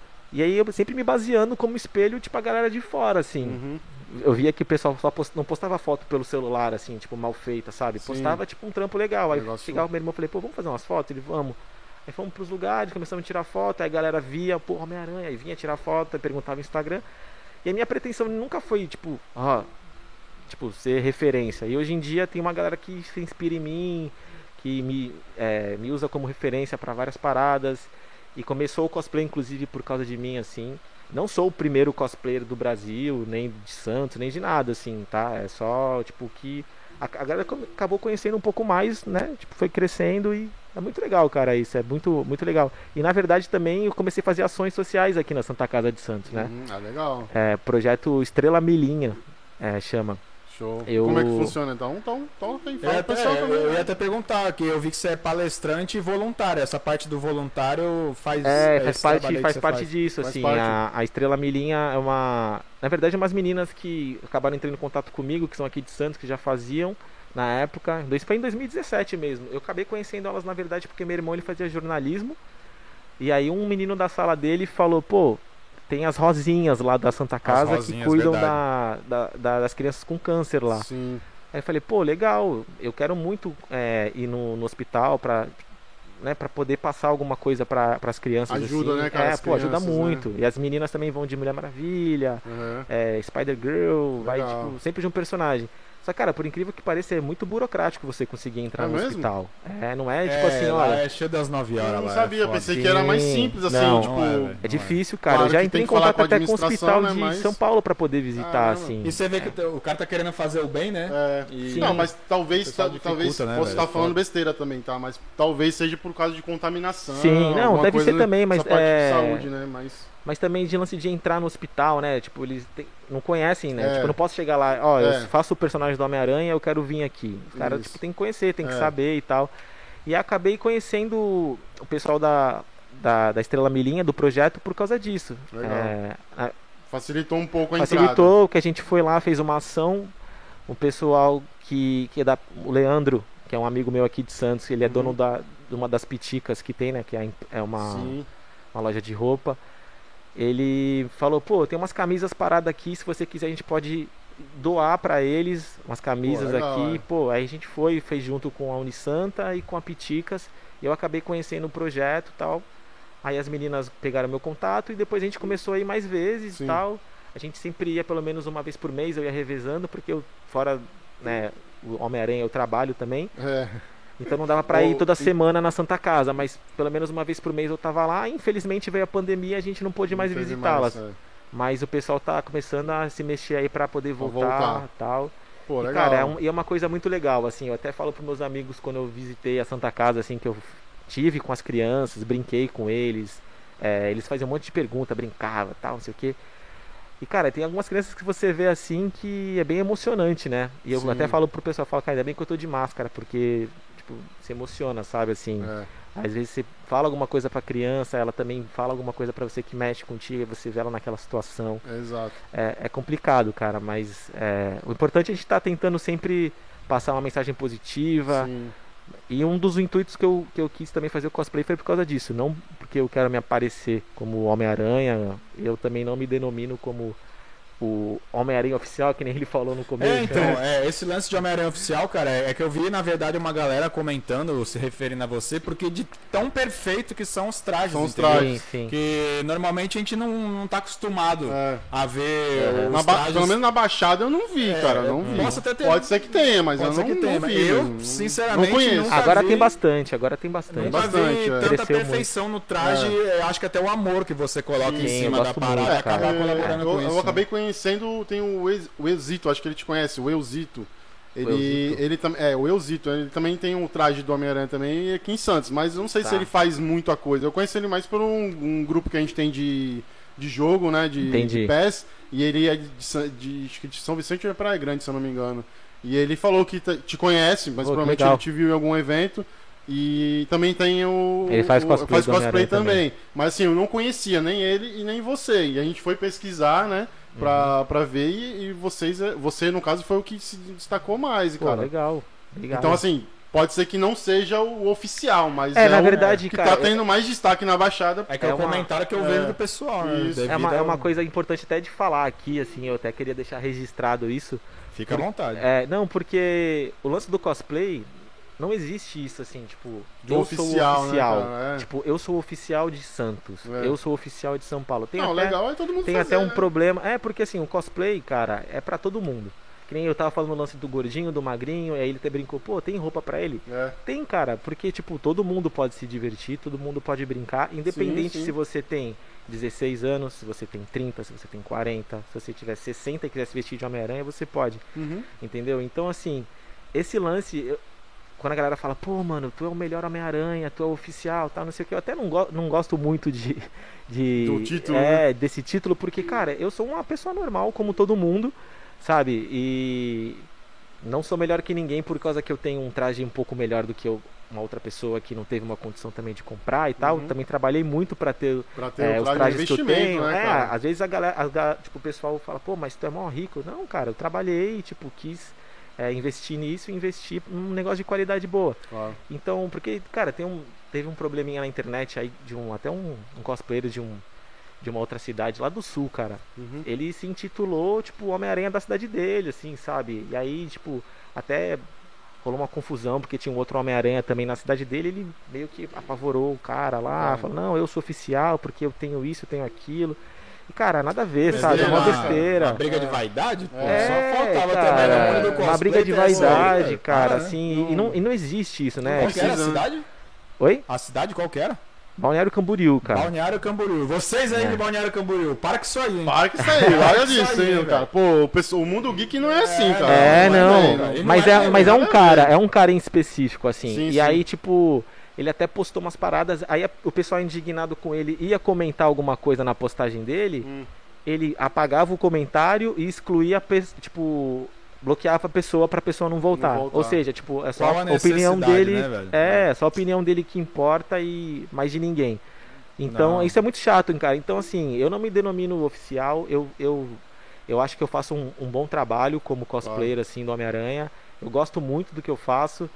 e aí eu sempre me baseando como espelho, tipo, a galera de fora, assim.
Uhum.
Eu via que o pessoal só post... não postava foto pelo celular, assim, tipo, mal feita, sabe?
Sim.
Postava, tipo, um trampo legal. Aí
Negócio-
chegava o meu irmão e falei, pô, vamos fazer umas fotos? Ele, vamos. Aí fomos pros lugares, começamos a tirar foto, aí a galera via, pô, Homem-Aranha, aí vinha tirar foto, aí perguntava no Instagram. E a minha pretensão nunca foi, tipo, ó, tipo, ser referência. E hoje em dia tem uma galera que se inspira em mim, que me, é, me usa como referência pra várias paradas. E começou o cosplay, inclusive, por causa de mim, assim. Não sou o primeiro cosplayer do Brasil, nem de Santos, nem de nada, assim, tá? É só, tipo, que a, a galera come- acabou conhecendo um pouco mais, né? Tipo, foi crescendo e é muito legal, cara, isso. É muito, muito legal. E, na verdade, também eu comecei a fazer ações sociais aqui na Santa Casa de Santos, né?
Uhum. Ah, legal.
É, projeto Estrela Milinha, é, chama.
Show.
Eu-
Como é que funciona então? Então, então tem
Eu
fala
ia,
pro
até,
pessoal também.
eu ia
né?
até perguntar, que eu vi que você é palestrante e voluntário. Essa parte do voluntário faz.
É,
esse
faz
trabalho
parte,
aí
faz
que você
parte
faz.
disso,
Faz
assim.
parte.
A, a Estrela Milinha é uma. Na verdade, umas meninas que acabaram entrando em contato comigo, que são aqui de Santos, que já faziam na época. Dois- Foi em dois mil e dezessete mesmo. Eu acabei conhecendo elas, na verdade, porque meu irmão ele fazia jornalismo. E aí um menino da sala dele falou, pô, tem as rosinhas lá da Santa Casa que
rosinhas,
cuidam da, da- da- das crianças com câncer lá.
Sim.
Aí eu falei, pô, legal, eu quero muito é, ir no, no hospital pra, né, pra poder passar alguma coisa pra, pras crianças.
Ajuda,
assim.
né, cara,
É,
as
pô, ajuda
crianças, né?
muito. E as meninas também vão de Mulher Maravilha,
Uhum.
é, Spider-Girl, vai,
Legal.
tipo, sempre de um personagem. Só que, cara, por incrível que pareça, é muito burocrático você conseguir entrar
É
no
mesmo?
hospital. É, não é,
É,
tipo assim,
lá
olha...
É cheio das nove horas.
Eu não
lá,
sabia,
é foda.
pensei que era mais
Sim.
simples assim,
Não.
tipo.
Não é, velho.
É difícil, cara.
Claro
eu já
que
entrei
tem
em
que falar
contato
com a
até com o
administração,
hospital
né,
de
mas-
São Paulo pra poder visitar,
Caramba.
assim.
E você vê que o cara tá querendo fazer o bem, né?
É.
E-
Não, mas talvez,
O pessoal
ta- talvez
dificulta, né,
posso
velho?
estar falando
Foda.
besteira também, tá? Mas talvez seja por causa de contaminação.
Sim, não,
alguma
deve
coisa
ser também, mas
essa parte
é-
de saúde, né? Mas
Mas também de lance de entrar no hospital, né? Tipo, eles tem- não conhecem, né?
É.
Tipo, eu não posso chegar lá, ó,
É.
eu faço o personagem do Homem-Aranha, eu quero vir aqui. Os caras,
Isso.
tipo, tem que conhecer, tem que
É.
saber e tal. E acabei conhecendo o pessoal da, da, da Estrela Milinha, do projeto, por causa disso.
Legal.
É, a-
facilitou um pouco a
facilitou que a gente foi lá, fez uma ação. O pessoal que, que é da. O Leandro, que é um amigo meu aqui de Santos, ele é
Uhum.
dono da, de uma das piticas que tem, né? Que é, a em- é
entrada.
uma.
Sim.
uma loja de roupa. Ele falou, pô, tem umas camisas paradas aqui, se você quiser a gente pode doar pra eles umas camisas. Pô, legal, aqui. É. Pô, aí a gente foi, fez junto com a Unisanta e com a Piticas. Eu acabei conhecendo o projeto e tal. Aí as meninas pegaram meu contato e depois a gente começou a ir mais vezes e tal. A gente sempre ia pelo menos uma vez por mês, eu ia revezando, porque eu, fora, né, o Homem-Aranha eu trabalho também. É. Então não dava pra ir toda semana na Santa Casa, mas pelo menos uma vez por mês eu tava lá. Infelizmente veio a pandemia e a gente não pôde mais visitá-las. É. Mas o pessoal tá começando a se mexer aí pra poder voltar e tal. Pô, e, legal. Cara, é, um, e é uma coisa muito legal, assim, eu até falo pros meus amigos quando eu visitei a Santa Casa, assim, que eu tive com as crianças, brinquei com eles, é, eles faziam um monte de pergunta, brincava, tal, não sei o quê. E, cara, tem algumas crianças que você vê, assim, que é bem emocionante, né? E eu Sim. até falo pro pessoal, falo, cara, ainda bem que eu tô de máscara, porque, tipo, se emociona, sabe, assim. É. Às vezes você fala alguma coisa pra criança, ela também fala alguma coisa pra você que mexe contigo, e você vê ela naquela situação.
Exato.
É, é complicado, cara, mas é, o importante é a gente estar tá tentando sempre passar uma mensagem positiva. Sim. E um dos intuitos que eu, que eu quis também fazer o cosplay foi por causa disso. Não porque eu quero me aparecer como Homem-Aranha, eu também não me denomino como o Homem-Aranha oficial, que nem ele falou no começo.
É, então, é, esse lance de Homem-Aranha oficial, cara, é que eu vi, na verdade, uma galera comentando, se referindo a você, porque de tão perfeito que são os trajes,
são os trajes.
Sim, sim.
Que normalmente a gente não, não tá acostumado é. a ver
é.
os
na
trajes...
Pelo menos na Baixada eu não vi, é, cara, não vi.
Posso até ter...
Pode ser que tenha, mas
Pode
eu não,
que tenha,
não vi.
Eu, sinceramente,
não conheço.
nunca
Agora
vi...
tem bastante, agora tem bastante.
Nunca
bastante,
vi
é.
tanta
Cresceu
perfeição
muito.
no traje, é. acho que até o amor que você coloca
Sim,
em cima da parada
muito,
acaba
cara.
colaborando
é.
com
eu,
isso.
Eu acabei conhecendo, tem o, Ex, o Eusito, acho que ele te conhece, o Eusito. Ele,
Eusito.
ele também, é, o Eusito, ele também tem um traje do Homem-Aranha também aqui em Santos, mas eu não sei tá. se ele faz muita coisa. Eu conheci ele mais por um, um grupo que a gente tem de, de jogo, né, de, de P E S, e ele é de, de, de, de São Vicente ou é Praia Grande, se eu não me engano. E ele falou que te conhece, mas Pô, provavelmente ele te viu em algum evento. E também tem o.
Ele faz cosplay,
o, faz cosplay
também.
também. Mas assim, eu não conhecia nem ele e nem você. E a gente foi pesquisar, né? Pra, uhum. pra ver e, e vocês, você, no caso, foi o que se destacou mais,
Pô,
cara.
Legal, legal.
Então, assim, pode ser que não seja o oficial, mas
é,
é
na
o
verdade,
que
cara,
tá tendo mais destaque na Baixada.
É que é, é o uma... comentário que eu
é,
vejo do pessoal, né?
É uma, é uma coisa importante até de falar aqui, assim, eu até queria deixar registrado isso.
Fica à vontade.
É, não, porque o lance do cosplay, não existe isso, assim, tipo,
do
eu
oficial,
sou oficial.
Né, cara? É.
Tipo, eu sou oficial de Santos, é. eu sou oficial de São Paulo. Tem
não,
até,
legal é todo mundo
Tem
fazer,
até um
né?
problema, é porque assim, o cosplay, cara, é pra todo mundo. Que nem eu tava falando no lance do gordinho, do magrinho, e aí ele até brincou, pô, tem roupa pra ele?
É.
Tem, cara, porque, tipo, todo mundo pode se divertir, todo mundo pode brincar, independente
sim, sim.
se você tem dezesseis anos, se você tem trinta, se você tem quarenta, se você tiver sessenta e quiser se vestir de Homem-Aranha, você pode,
uhum.
entendeu? Então, assim, esse lance, eu, quando a galera fala, pô, mano, tu é o melhor Homem-Aranha, tu é o oficial, tal, não sei o que, eu até não, go não gosto muito de... de
Do título,
é,
né?
desse título, porque, cara, eu sou uma pessoa normal, como todo mundo, sabe? E não sou melhor que ninguém por causa que eu tenho um traje um pouco melhor do que eu, uma outra pessoa que não teve uma condição também de comprar e tal. Também trabalhei muito pra ter,
pra ter
é,
o
os trajes que eu tenho.
Né,
é,
cara?
às vezes a galera, a, tipo, o pessoal fala, pô, mas tu é mó rico. Não, cara, eu trabalhei, tipo, quis é, investir nisso e investir num negócio de qualidade boa.
Claro.
Então, porque, cara, tem um, teve um probleminha na internet aí de um, até um, um cosplayer de um de uma outra cidade lá do sul, cara.
Uhum.
Ele se intitulou, tipo, Homem-Aranha da cidade dele, assim, sabe? E aí, tipo, até rolou uma confusão, porque tinha um outro Homem-Aranha também na cidade dele, ele meio que apavorou o cara lá, uhum. falou, não, eu sou oficial, porque eu tenho isso, eu tenho aquilo. E, cara, nada a ver,
Mas
sabe? É uma
uma,
besteira.
Uma briga de vaidade? Pô,
é,
só faltava
cara,
também no mundo do cosplay.
uma briga de vaidade,
aí,
cara,
ah,
assim,
não...
E, não, e não existe isso, né?
Qual que era a cidade?
Oi?
A cidade qual que era?
Balneário Camboriú, cara.
Balneário Camboriú. Vocês aí
é.
de Balneário Camboriú, para com isso aí, hein?
Para com isso aí, olha disso, hein, cara. Pô, o, pessoal, o mundo geek não é assim, cara.
É, não.
não, é,
mas
não
é,
é,
mas é um
é
cara, é um cara em específico, assim.
Sim,
e
sim.
aí, tipo, ele até postou umas paradas, aí a- o pessoal indignado com ele ia comentar alguma coisa na postagem dele,
Hum.
ele apagava o comentário e excluía, a pe- tipo, bloqueava a pessoa pra pessoa não voltar.
Não voltar.
Ou seja, tipo, é só
Qual a
a opinião
necessidade,
dele,
né, velho?
é, só a opinião dele que importa e mais de ninguém. Então,
Não.
isso é muito chato, hein, cara. Então, assim, eu não me denomino oficial, eu, eu, eu acho que eu faço um, um bom trabalho como cosplayer, assim, do Homem-Aranha. Eu gosto muito do que eu faço.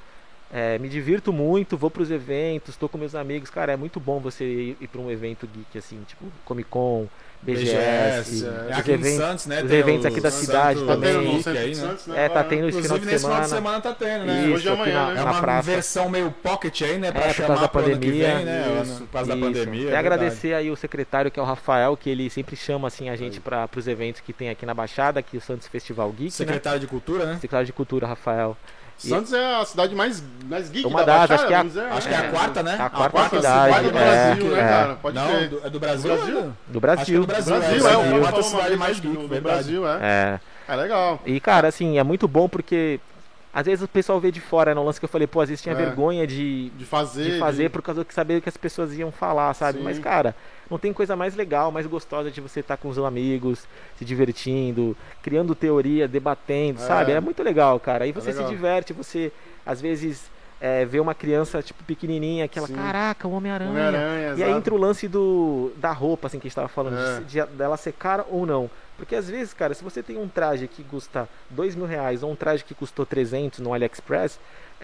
É, me divirto muito, vou pros eventos, tô com meus amigos. Cara, é muito bom você ir, ir pra um evento geek, assim, tipo Comic Con, B G S.
B G S, é.
Os
Aqui em
eventos,
Santos, né,
os
tem
eventos
o
aqui da
Santos
cidade
Tá
também.
tendo no
Geek
centro
aí,
de
né?
Santos, né,
É, tá
agora,
tendo esse final
Inclusive
de
nesse final de
semana.
semana tá tendo, né?
Isso,
Hoje e
aqui
amanhã,
na,
né?
É
na
uma
praça.
versão meio pocket aí, né? Pra
É, por
chamar
causa da
pro ano que
pandemia.
vem, né?
Isso.
Por causa da
Isso.
pandemia.
E
é verdade.
agradecer aí o secretário, que é o Rafael, que ele sempre chama assim a gente para os eventos que tem aqui na Baixada, aqui o Santos Festival Geek, né?
Secretário de Cultura, né?
Secretário de Cultura, Rafael.
Santos é a cidade mais, mais geek
Uma
da
das,
Baixada,
acho que é a-
vamos dizer.
Acho que é a quarta, né?
A
A
quarta
quarta
cidade,
cidade do
é,
Brasil, né,
é.
cara? Pode
Não,
crer.
do- é do Brasil?
Do Brasil?
né?
Do
Acho que é
Brasil.
do Brasil.
Brasil,
é,
é, o
é
Paulo
outra
falou uma
cidade
vez
mais
que
geek,
no- no
verdade.
Brasil, é.
É.
É legal.
E, cara, assim, é muito bom porque às vezes o pessoal vê de fora, no lance que eu falei, pô, às vezes tinha
É.
vergonha de,
De fazer.
de fazer
de-
por causa que sabia o que as pessoas iam falar, sabe?
Sim.
Mas, cara, não tem coisa mais legal, mais gostosa de você estar com os amigos, se divertindo, criando teoria, debatendo,
É.
sabe? É muito legal, cara. Aí você se
legal.
diverte, você, às vezes, é, vê uma criança, tipo, pequenininha, aquela,
Sim.
caraca, o Homem-Aranha.
Homem-Aranha,
E aí
exato.
entra o lance do, da roupa, assim, que a gente tava falando,
É.
de, de- dela ser cara ou não. Porque às vezes, cara, se você tem um traje que custa dois mil reais ou um traje que custou trezentos no AliExpress,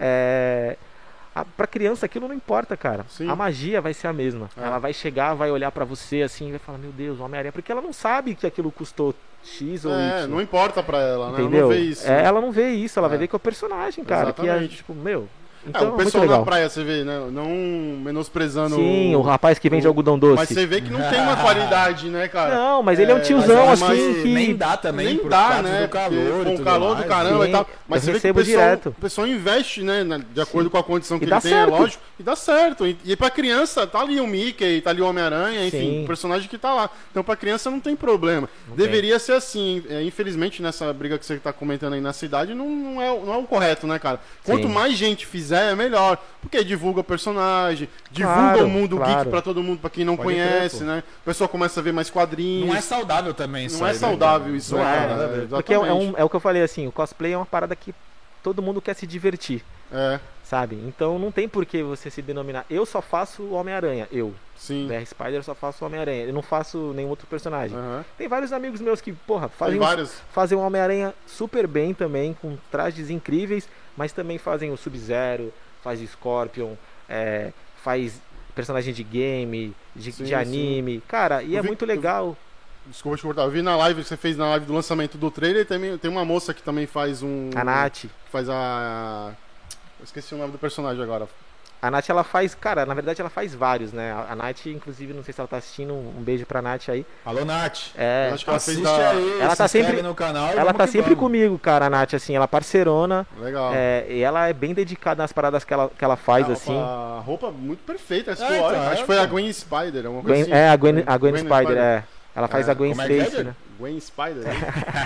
é... a- pra criança aquilo não importa, cara.
Sim.
A magia vai ser a mesma.
É.
Ela vai chegar, vai olhar pra você assim e vai falar, meu Deus, o Homem-Aranha. Porque ela não sabe que aquilo custou X ou
É,
Y.
não importa pra ela, né? Ela
Entendeu?
não vê isso.
É, ela não vê isso, ela vai
É.
ver que é o personagem, cara. Que é,
Exatamente.
tipo, meu.
É,
Então,
o
é muito
pessoal na
legal.
praia, você vê, né? Não menosprezando.
Sim, o rapaz que vende
o-
algodão doce.
Mas você vê que não tem uma qualidade, né, cara?
Não, mas ele é um
É,
tiozão
mas-
assim
mas
que.
Nem dá também,
Nem
por
dá,
causa
né?
do calor
Porque
e
com o
tudo
calor
mais.
do caramba
Sim,
e tal. Mas
eu
você vê que o
recebo
pessoal,
direto.
o pessoal investe, né? na- De acordo com a condição que
E
ele
dá
tem,
certo.
é lógico. E dá certo. E, e pra criança, tá ali o Mickey, tá ali o Homem-Aranha, enfim,
Sim.
o personagem que tá lá. Então pra criança não tem problema.
Não
Deveria ser assim. É, infelizmente, nessa briga que você tá comentando aí na cidade, não, não, é, o- não é o correto, né, cara? Quanto
Sim.
mais gente fizer, é melhor. Porque divulga o personagem, divulga
Claro,
o mundo
claro.
geek pra todo mundo, pra quem não
Pode
conhece,
crer, pô.
né? O pessoal começa a ver mais quadrinhos.
Não é saudável também isso
Não é
aí, né,
saudável
cara?
isso,
Não
né,
é,
cara?
nada a ver.
É,
Porque é, é
exatamente.
um- é o que eu falei assim, o cosplay é uma parada que todo mundo quer se divertir,
É,
sabe? Então não tem por que você se denominar. Eu só faço o Homem-Aranha, eu.
sim.
B R Spider eu só faço o Homem-Aranha. Eu não faço nenhum outro personagem.
Aham.
Tem vários amigos meus que, porra,
Tem
fazem,
vários.
fazem o Homem-Aranha super bem também, com trajes incríveis, mas também fazem o Sub-Zero, faz o Scorpion, é, faz personagem de game, de,
Sim,
de anime. Cara, e
Eu
é
vi-
muito
eu-
legal.
Desculpa te cortar. Eu vi na live que você fez na live do lançamento do trailer. Tem, tem uma moça que também faz um.
A Nath.
Que faz a. Eu esqueci o nome do personagem agora.
A Nath, ela faz, cara, na verdade ela faz vários, né? A a Nath, inclusive, não sei se ela tá assistindo, um beijo pra Nath aí.
Alô, Nath.
É,
Eu acho que ela fez
Assiste
da.
aí,
Ela
se
tá
inscreve
sempre-
no canal e
ela
vamos
tá
que
sempre
vamos.
comigo, cara, a Nath, assim, ela é parceirona,
Legal.
é, e ela é bem dedicada nas paradas que ela, que ela faz,
a,
assim.
A roupa muito perfeita. Se
É,
tu olha,
então,
acho
é,
que foi a
pô.
Gwen Spider. Uma coisa
Gwen-
assim.
é, a Gwen, a Gwen, Spider, é. Ela faz
É,
a Gwen
como é que é,
Stacy,
Diego?
né?
Gwen Spider. né?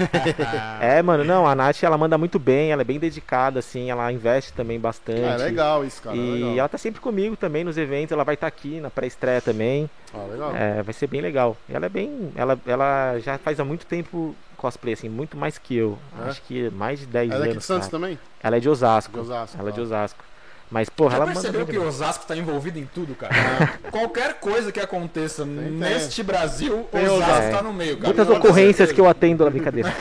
É, mano, não, a Nath, ela manda muito bem, ela é bem dedicada, assim, ela investe também bastante.
É legal isso, cara.
E
legal.
ela tá sempre comigo também nos eventos, ela vai estar aqui na pré-estreia também.
Ah, legal.
É, vai ser bem legal. E ela é bem. Ela, ela já faz há muito tempo cosplay, assim, muito mais que eu.
É?
Acho que mais de dez
Ela é
anos.
aqui de Santos
cara.
também?
Ela é de Osasco.
De Osasco,
Ela é
tá.
de Osasco. Mas, porra,
Já
ela manda
percebeu
bem
que
demais.
Osasco tá envolvido em tudo, cara? Qualquer coisa que aconteça neste Brasil,
Tem
Osasco
Osasco.
tá no meio, cara.
Muitas
Com
ocorrência
certeza.
que eu atendo na brincadeira.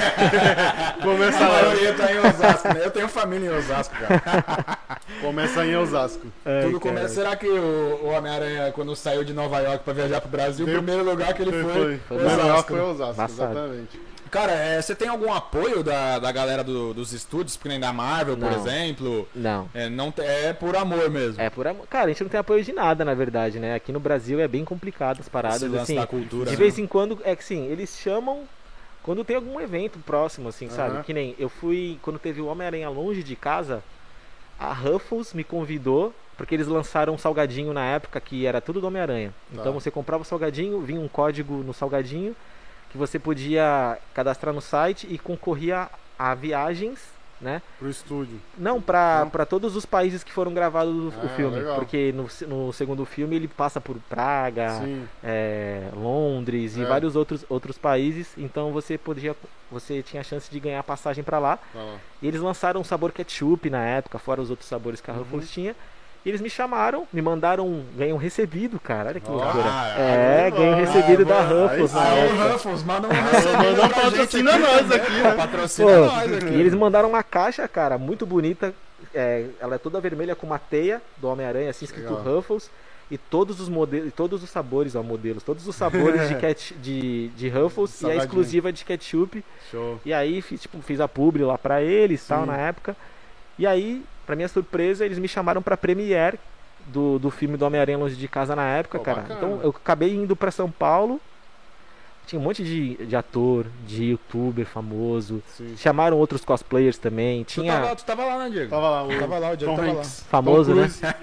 Começa
A
lá.
maioria tá em Osasco, né? Eu tenho família em Osasco, cara.
Começa em Osasco.
Tudo começa. Será que o, o Homem-Aranha, quando saiu de Nova York pra viajar pro Brasil,
Veio-
o primeiro lugar que ele foi,
Foi,
foi
foi. Nova York
Osasco.
foi Osasco,
Embaçado.
exatamente.
Cara, é, você tem algum apoio da, da galera do- dos estúdios, que nem da Marvel, por
Não.
exemplo?
Não.
É, não te- é por amor mesmo.
É por amor. Cara, a gente não tem apoio de nada, na verdade, né? Aqui no Brasil é bem complicado as paradas.
Esse lance
Assim,
da cultura.
de
né?
vez em quando, é que sim, eles chamam quando tem algum evento próximo, assim, sabe?
Aham.
Que nem eu fui, quando teve o Homem-Aranha Longe de Casa, a Ruffles me convidou, porque eles lançaram um salgadinho na época que era tudo do Homem-Aranha.
Tá.
Então você comprava o salgadinho, vinha um código no salgadinho, que você podia cadastrar no site e concorria a viagens, né?
Pro estúdio.
Não, pra,
Não?
pra todos os países que foram gravados o, o
Ah,
filme.
legal.
Porque no, se- no segundo filme ele passa por Praga,
Sim.
é, Londres e
É.
vários outros, outros países. Então você podia, você tinha a chance de ganhar passagem pra lá.
Tá lá.
E eles lançaram um sabor ketchup na época, fora os outros sabores que a Ruffles tinha. E eles me chamaram, me mandaram, um- ganhei um recebido, cara. Olha que
Ah,
loucura.
caralho.
é, ganhei um
Ah,
recebido da
boa.
Ruffles
Aí
na
sim.
Aí,
época.
o Ruffles, manda um recebido
Mandou um
pra gente
patrocina nós aqui, né?
Patrocina
Pô,
nós aqui.
e eles mandaram uma caixa, cara, muito bonita, é, ela é toda vermelha com uma teia do Homem-Aranha, assim, escrito
Legal.
Ruffles. E todos os modelos, todos os sabores, ó, modelos, todos os sabores de, cat, de, de Ruffles e a
Salgadinho.
exclusiva de ketchup.
Show.
E aí fiz, tipo, fiz a publi lá pra eles, tal,
Sim.
na época. E aí, pra minha surpresa, eles me chamaram pra premiere do, do filme do Homem-Aranha Longe de Casa na época,
Pô,
cara.
bacana.
Então eu acabei indo pra São Paulo. Tinha um monte de, de ator, de youtuber famoso.
Sim.
Chamaram outros cosplayers também.
Tu
Tinha
tava, tu tava lá, né, Diego?
Tava lá, o
Tava lá, o Diego
Tom
tava lá.
Hanks.
famoso,
Tom
né?
Cruise.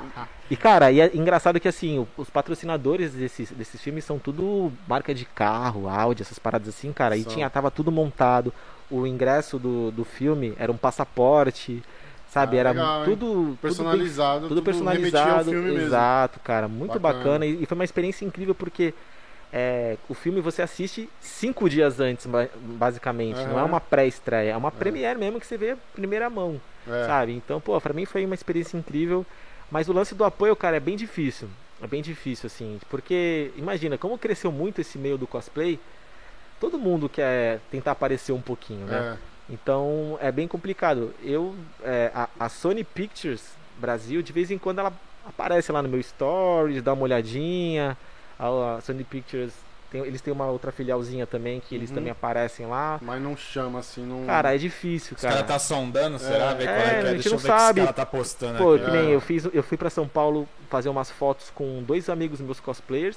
E cara, e é engraçado que assim, o- os patrocinadores desses, desses filmes são tudo marca de carro, Audi, essas paradas assim, cara. E
São.
tinha, tava tudo montado. O ingresso do, do filme era um passaporte, sabe?
Ah,
era
legal, hein?
tudo tudo bem-
Personalizado.
tudo
remetia ao
personalizado,
filme mesmo.
exato, cara, muito
Bacana.
bacana. E, e foi uma experiência incrível porque é, o filme você assiste cinco dias antes, ba- basicamente. Não é
Aham.
uma pré-estreia, é uma premiere mesmo que você vê a primeira mão,
É.
sabe? Então, pô, pra mim foi uma experiência incrível. Mas o lance do apoio, cara, é bem difícil. É bem difícil, assim. Porque, imagina, como cresceu muito esse meio do cosplay, todo mundo quer tentar aparecer um pouquinho, né?
É.
Então é bem complicado. Eu, é, a, a Sony Pictures Brasil, de vez em quando ela aparece lá no meu stories, dá uma olhadinha. A, a Sony Pictures, tem- eles têm uma outra filialzinha também que eles
Uhum.
também aparecem lá.
Mas não chama assim, não.
Cara, é difícil,
Os
cara.
caras tá sondando, será? Ver qual
É,
é que
a
é.
gente
Deixa
não
eu ver o que
sabe.
esse cara tá postando
Pô,
aqui.
que nem eu fiz, eu fui pra São Paulo fazer umas fotos com dois amigos meus cosplayers.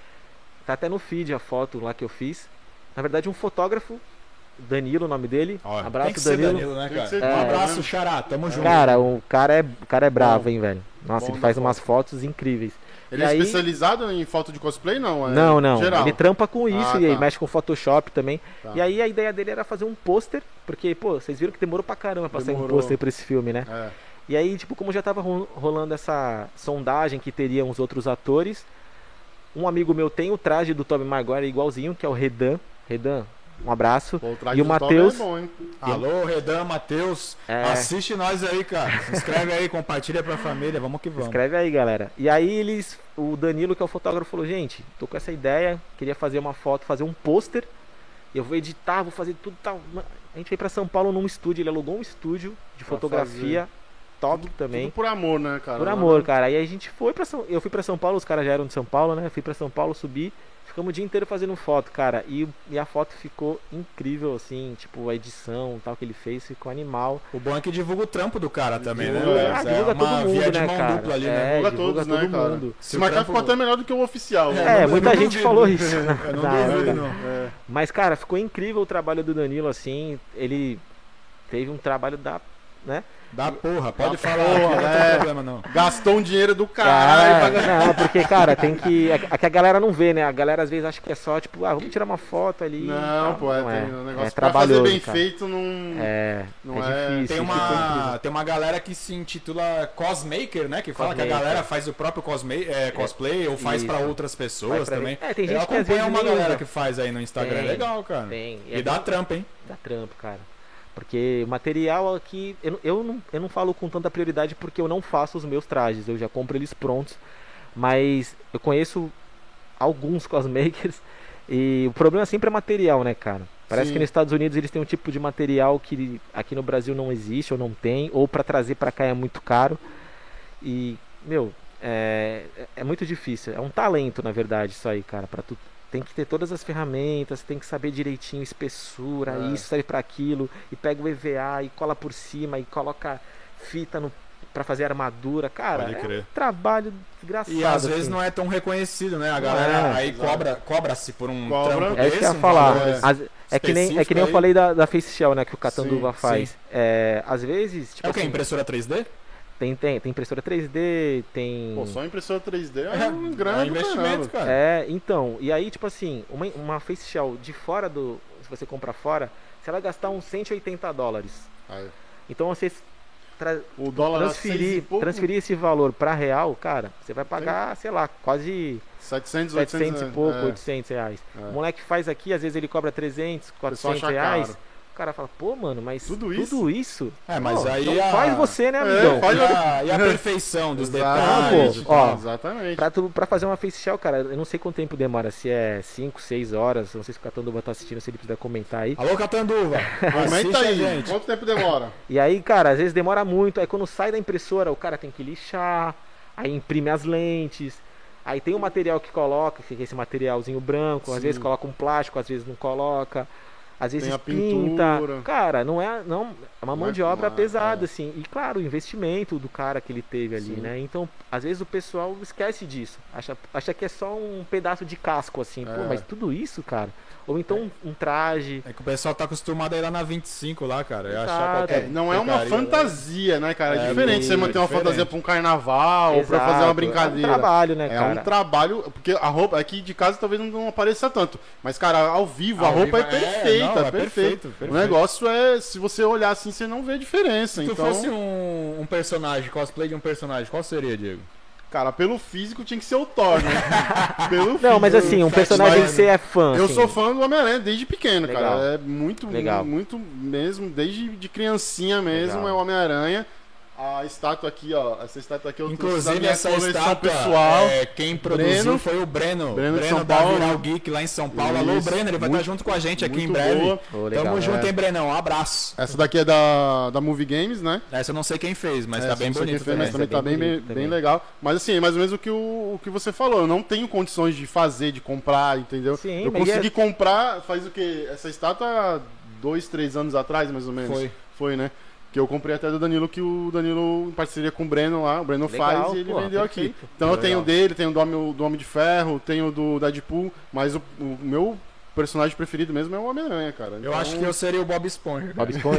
Tá até no feed a foto lá que eu fiz. Na verdade, um fotógrafo, Danilo, o nome dele.
Ó,
Abraço,
tem que ser
Danilo.
Danilo, né,
Tem que
cara?
ser
Um
Danilo,
abraço,
né?
Xará. Tamo junto.
Cara, o cara é, o cara é bravo,
Bom.
hein, velho. Nossa,
Bom
ele
da
faz
foto.
umas fotos incríveis.
Ele
E
é
aí-
especializado em foto de cosplay, não? É
Não, não.
Geral.
Ele trampa com isso
Ah,
e ele
tá.
mexe com Photoshop também.
Tá.
E aí a ideia dele era fazer um pôster, porque, pô, vocês viram que demorou pra caramba pra sair um
Demorou.
pôster pra esse filme, né?
É.
E aí, tipo, como já tava ro- rolando essa sondagem que teria uns outros atores, um amigo meu tem o traje do Tobey Maguire igualzinho, que é o Redan. Redan, um abraço.
Pô, o traje
E o
do Tom
Matheus-
é bom, hein?
Alô, Redan, Matheus.
É.
Assiste nós aí, cara. Se inscreve aí, compartilha pra família. Vamos que vamos.
Escreve aí, galera. E aí eles, o Danilo, que é o fotógrafo, falou: gente, tô com essa ideia, queria fazer uma foto, fazer um pôster. Eu vou editar, vou fazer tudo tal. A gente veio pra São Paulo num estúdio, ele alugou um estúdio de
Pra
fotografia top também.
Tudo por amor, né, cara?
Por
Nada-
amor, cara. Aí a gente foi pra São... Eu fui pra São Paulo, os caras já eram de São Paulo, né? Fui pra São Paulo, subi. Ficamos o dia inteiro fazendo foto, cara. E, e a foto ficou incrível, assim. Tipo, a edição tal que ele fez ficou animal.
O bom é que divulga o trampo do cara também, né?
Divulga,
Mas
ah, divulga
é
todo
uma
mundo,
via de
né,
mão
cara?
dupla ali,
É,
né?
Divulga
divulga
todos, né,
todo
cara?
mundo.
Se
Se o
marcar
trampo-
ficou até melhor do que o oficial.
É,
né?
É,
não-
muita
eu não
gente
duvido.
falou isso.
Eu não
na
duvido,
época.
não.
É.
Mas, cara, ficou incrível o trabalho do Danilo, assim. Ele teve um trabalho da. Né?
Dá porra, pode
Dá
falar.
porra,
aqui, não
é.
tem problema, não.
Gastou um dinheiro do caralho. pra-
Cara, não, porque, cara, tem que. É que a galera não vê, né? A galera às vezes acha que é só, tipo, ah, vamos tirar uma foto ali. e
Não,
tal.
pô, é,
não
tem
é.
um negócio
é
pra fazer
trabalhoso,
bem
cara.
feito, não.
É,
Não
é
é-
difícil.
Tem
ficou incrível.
uma, tem uma galera que se intitula cosmaker, né? Que fala que a
Cosmaker.
galera faz o próprio cosma é, cosplay ou faz
Isso.
pra outras pessoas
Faz pra
também.
ver. É, tem
Eu
gente que às
acompanho
vezes
uma
nem
galera
usa.
que faz aí no Instagram.
Tem,
Legal, cara.
Tem.
E,
é
dá
bem-
trampa, hein?
Dá trampo, cara. Porque o material aqui, eu, não- eu, não, eu não falo com tanta prioridade porque eu não faço os meus trajes, eu já compro eles prontos. Mas eu conheço alguns cosmakers e o problema sempre é material, né, cara? Parece
Sim.
que nos Estados Unidos eles têm um tipo de material que aqui no Brasil não existe ou não tem, ou pra trazer pra cá é muito caro. E, meu, é, é muito difícil. É um talento, na verdade, isso aí, cara. Pra tu tem que ter todas as ferramentas, tem que saber direitinho, espessura,
É.
isso serve pra aquilo, e pega o E V A e cola por cima e coloca fita no para fazer armadura, cara.
Pode crer.
É um trabalho desgraçado.
E às vezes
assim.
não é tão reconhecido, né? A
Não
galera
é,
aí
exato.
cobra, cobra-se por um
Cobra.
trampo
É isso que eu ia
desse, um
falar.
valor
é.
As- é, que nem, é que nem eu
específico
falei da, da Face Shell, né? Que o Catanduva
Sim,
faz.
sim.
É, às vezes, tipo
É o que?
assim,
Impressora três D?
tem, tem, tem impressora três D, tem.
Pô, só impressora três D é
É,
um
é um
grande
investimento, cara.
É, então, e aí, tipo assim, uma, uma Face Shell de fora do. Se você comprar fora, você vai gastar uns cento e oitenta dólares.
Aí,
Então você tra-
o dólar a seis e
transferir,
pouco,
transferir esse valor pra real, cara, você vai pagar, sei lá, quase
setecentos,
setecentos
oitocentos
e pouco,
é.
oitocentos reais.
É.
O moleque faz aqui, às vezes ele cobra trezentos,
pessoal
quatrocentos
acha
reais.
caro.
O cara fala, pô, mano, mas
Tudo
tudo,
isso?
isso?
É, mas
Pô,
aí
então
a-
faz você, né, amigão?
É, faz
E a, e a perfeição dos detalhes.
pô, ó,
exatamente.
Pra, tu, pra fazer uma face shell, cara, eu não sei quanto tempo demora, se é cinco, seis horas, não sei se o Catanduva tá assistindo, se ele precisa comentar aí.
Alô, Catanduva.
Comenta
Assiste a
aí,
gente.
quanto tempo demora?
E aí, cara, às vezes demora muito, aí quando sai da impressora, o cara tem que lixar, aí imprime as lentes, aí tem o material que coloca, que é esse materialzinho branco, às
Sim.
vezes coloca um plástico, às vezes não coloca. Às vezes
Tem a
pinta.
pintura.
Cara, não é, não, é uma mão
Não é
de obra
uma-
pesada,
é.
assim. E claro, o investimento do cara que ele teve ali,
Sim.
né? Então, às vezes o pessoal esquece disso. Acha, acha que é só um pedaço de casco, assim. Pô,
É.
mas tudo isso, cara. Ou então um, um traje.
É que o pessoal tá acostumado a ir lá na vinte e cinco lá, cara. Eu achar
Exato.
qualquer
É, não é uma
porcaria,
fantasia, né, cara? É,
É
diferente você
muito
manter uma
diferente.
fantasia pra um carnaval, ou pra
Exato,
fazer uma
É
brincadeira.
um trabalho, né,
É
cara?
um trabalho, porque a roupa aqui de casa talvez não apareça tanto, mas cara, ao vivo
Ao
a roupa
vivo
é
é-
perfeita,
não, é
é perfeito.
perfeito,
O
perfeito.
negócio é, se você olhar assim, você não vê diferença.
Se tu
então,
fosse um, um personagem, cosplay de um personagem, qual seria, Diego?
cara, pelo físico tinha que ser o Thor, né? Pelo
Não, mas
físico.
assim, um
Fat
personagem
Boy,
que você é fã.
Eu
assim.
sou fã do Homem-Aranha desde pequeno,
Legal.
cara. É muito,
Legal.
muito mesmo, desde de criancinha mesmo,
Legal.
é o Homem-Aranha. A estátua aqui, ó, essa estátua aqui eu trouxe da
Inclusive,
minha
essa
coleção
estátua,
pessoal.
é, quem produziu
Breno.
foi o Breno.
Breno de São
da
Paulo.
Viral Geek lá em São Paulo. Alô,
Isso.
Breno, ele vai
Muito-
estar junto com a gente aqui em
muito
breve.
boa.
Ô, legal,
Tamo
é.
junto, hein, Brenão? Um abraço.
Essa daqui é da, da Movie Games, né?
Essa eu não sei quem fez, mas
É,
tá bem
não sei quem
bonito
fez,
também.
mas também
Essa é
tá
bem
bem,
bonito
bem,
também.
legal. Mas assim, é mais ou menos o que, o, o que você falou. Eu não tenho condições de fazer, de comprar, entendeu?
Sim,
eu
mas
consegui
é-
comprar, faz o quê? Essa estátua há dois, três anos atrás, mais ou menos.
Foi.
Foi, né? Que eu comprei até do Danilo, que o Danilo, em parceria com o Breno lá, o Breno
Legal,
faz e ele
pô,
vendeu
perfeito.
aqui. Então eu tenho
Legal.
dele, tenho do Homem, do Homem de Ferro, tenho do Deadpool, mas o, o meu personagem preferido mesmo é o Homem-Aranha, cara.
Eu
Então,
acho que eu seria o Bob Esponja.
Bob Esponja.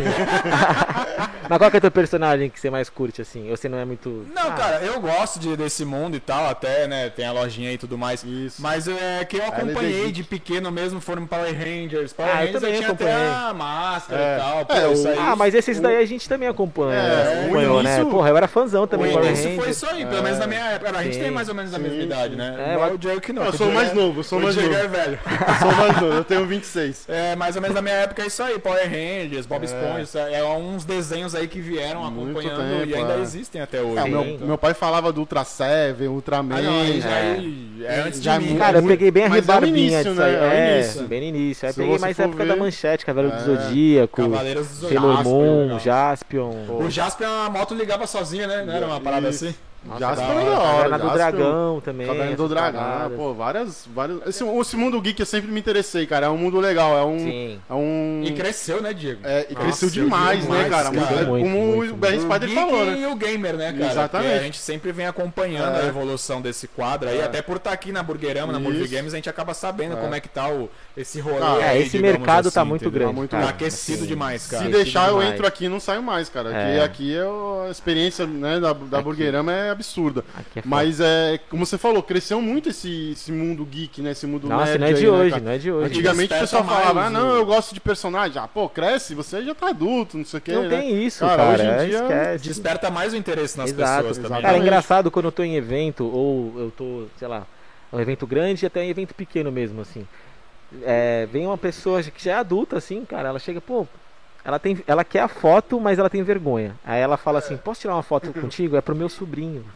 Mas qual que é o teu personagem que você mais curte, assim? Ou você não é muito.
Não,
Ah,
cara, eu gosto de, desse mundo e tal, até, né? Tem a lojinha e tudo mais.
Isso.
Mas é que eu
Ela é
acompanhei
geek.
de pequeno mesmo, foram Power Rangers. Power
Ah, eu
Rangers eu,
também
tinha até
acompanhei.
a máscara
É.
e tal. Pô,
É,
isso
o-
aí.
Ah, mas esses daí a gente também acompanha.
É,
acompanhou,
o
né?
início-
Porra, eu era fãzão também
o
do Power
início foi
Rangers.
isso aí, pelo menos na minha época. A gente
Sim.
tem mais ou menos a mesma
Sim,
idade,
sim.
né?
É,
Igual
mas-
o Diego que não.
Eu
que
sou
o Diego
mais
é-
novo, eu sou
o
mais
Diego
novo.
é velho.
Eu sou mais novo, eu tenho vinte e seis.
É, mais ou menos na minha época é isso aí, Power Rangers, Bob Esponja, é uns desenhos aí que vieram
Muito
acompanhando
tempo,
e ainda
é.
existem até hoje.
É,
Sim.
meu, meu pai falava do Ultra Seven, Ultraman.
Ah, não, aí já
É.
é, é antes
Já
de
é
mim.
Cara, eu
muito-
peguei bem a
mas é o
rebarbinha
início,
disso aí.
né? É o
É,
início.
bem no início. Aí
Se
peguei
você
mais
for
a época
ver-
da Manchete, Cavaleiro do
É.
Zodíaco,
Cavaleiros do
Sailor
Zodíaco,
Moon,
legal.
Jaspion.
O Jasper, a moto ligava sozinha, né? Não era uma parada
Isso.
assim?
Jasper
da
era
hora.
da hora.
Caverna do
Jasper,
Dragão também.
Caverna do
essas
Dragão,
paradas.
pô, várias. várias... Esse, esse mundo geek eu sempre me interessei, cara. É um mundo legal, é um.
Sim.
É um.
E cresceu, né, Diego?
É, e
Nossa,
cresceu demais,
demais,
né, cara?
cara.
Muito- é
Muito,
como
muito,
o B R
O
Spider
geek
falou, né?
e o gamer, né, cara?
Exatamente.
Porque a gente sempre vem acompanhando
É.
a evolução desse quadro aí,
É.
até por estar aqui na Burgerama, na Movie
Isso.
Games, a gente acaba sabendo
É.
como é que tá o, esse rolê.
Cara,
aí,
É, esse
digamos
mercado tá
assim,
muito
entendeu?
grande,
Tá muito
cara.
Tá aquecido
Assim,
demais, cara.
Se
Cara,
deixar, eu
demais.
entro aqui e não saio mais, cara. Aqui,
É.
aqui é o- a experiência né, da, da
Aqui.
Burgerama é absurda.
Aqui é foda.
Mas é, como você falou, cresceu muito esse, esse mundo geek, né? Esse mundo
Nossa,
nerd
não é de
aí, né,
hoje,
cara?
não é de hoje.
Antigamente o
Desperta
pessoal falava,
mais
ah, não,
o-
eu gosto de personagem. Ah, pô, cresce, você já tá adulto, não sei o que.
Não
né?
tem isso,
Cara,
cara.
hoje em dia,
Esquece.
Desperta mais o interesse nas
Exato.
pessoas também.
Exato.
Cara, é
Exatamente.
engraçado quando eu tô em evento, ou eu tô, sei lá, um evento grande e até um evento pequeno mesmo, assim. É, vem uma pessoa que já é adulta, assim, cara, ela chega, pô, ela, tem, ela quer a foto, mas ela tem vergonha. Aí ela fala assim, posso tirar uma foto contigo? É pro meu sobrinho.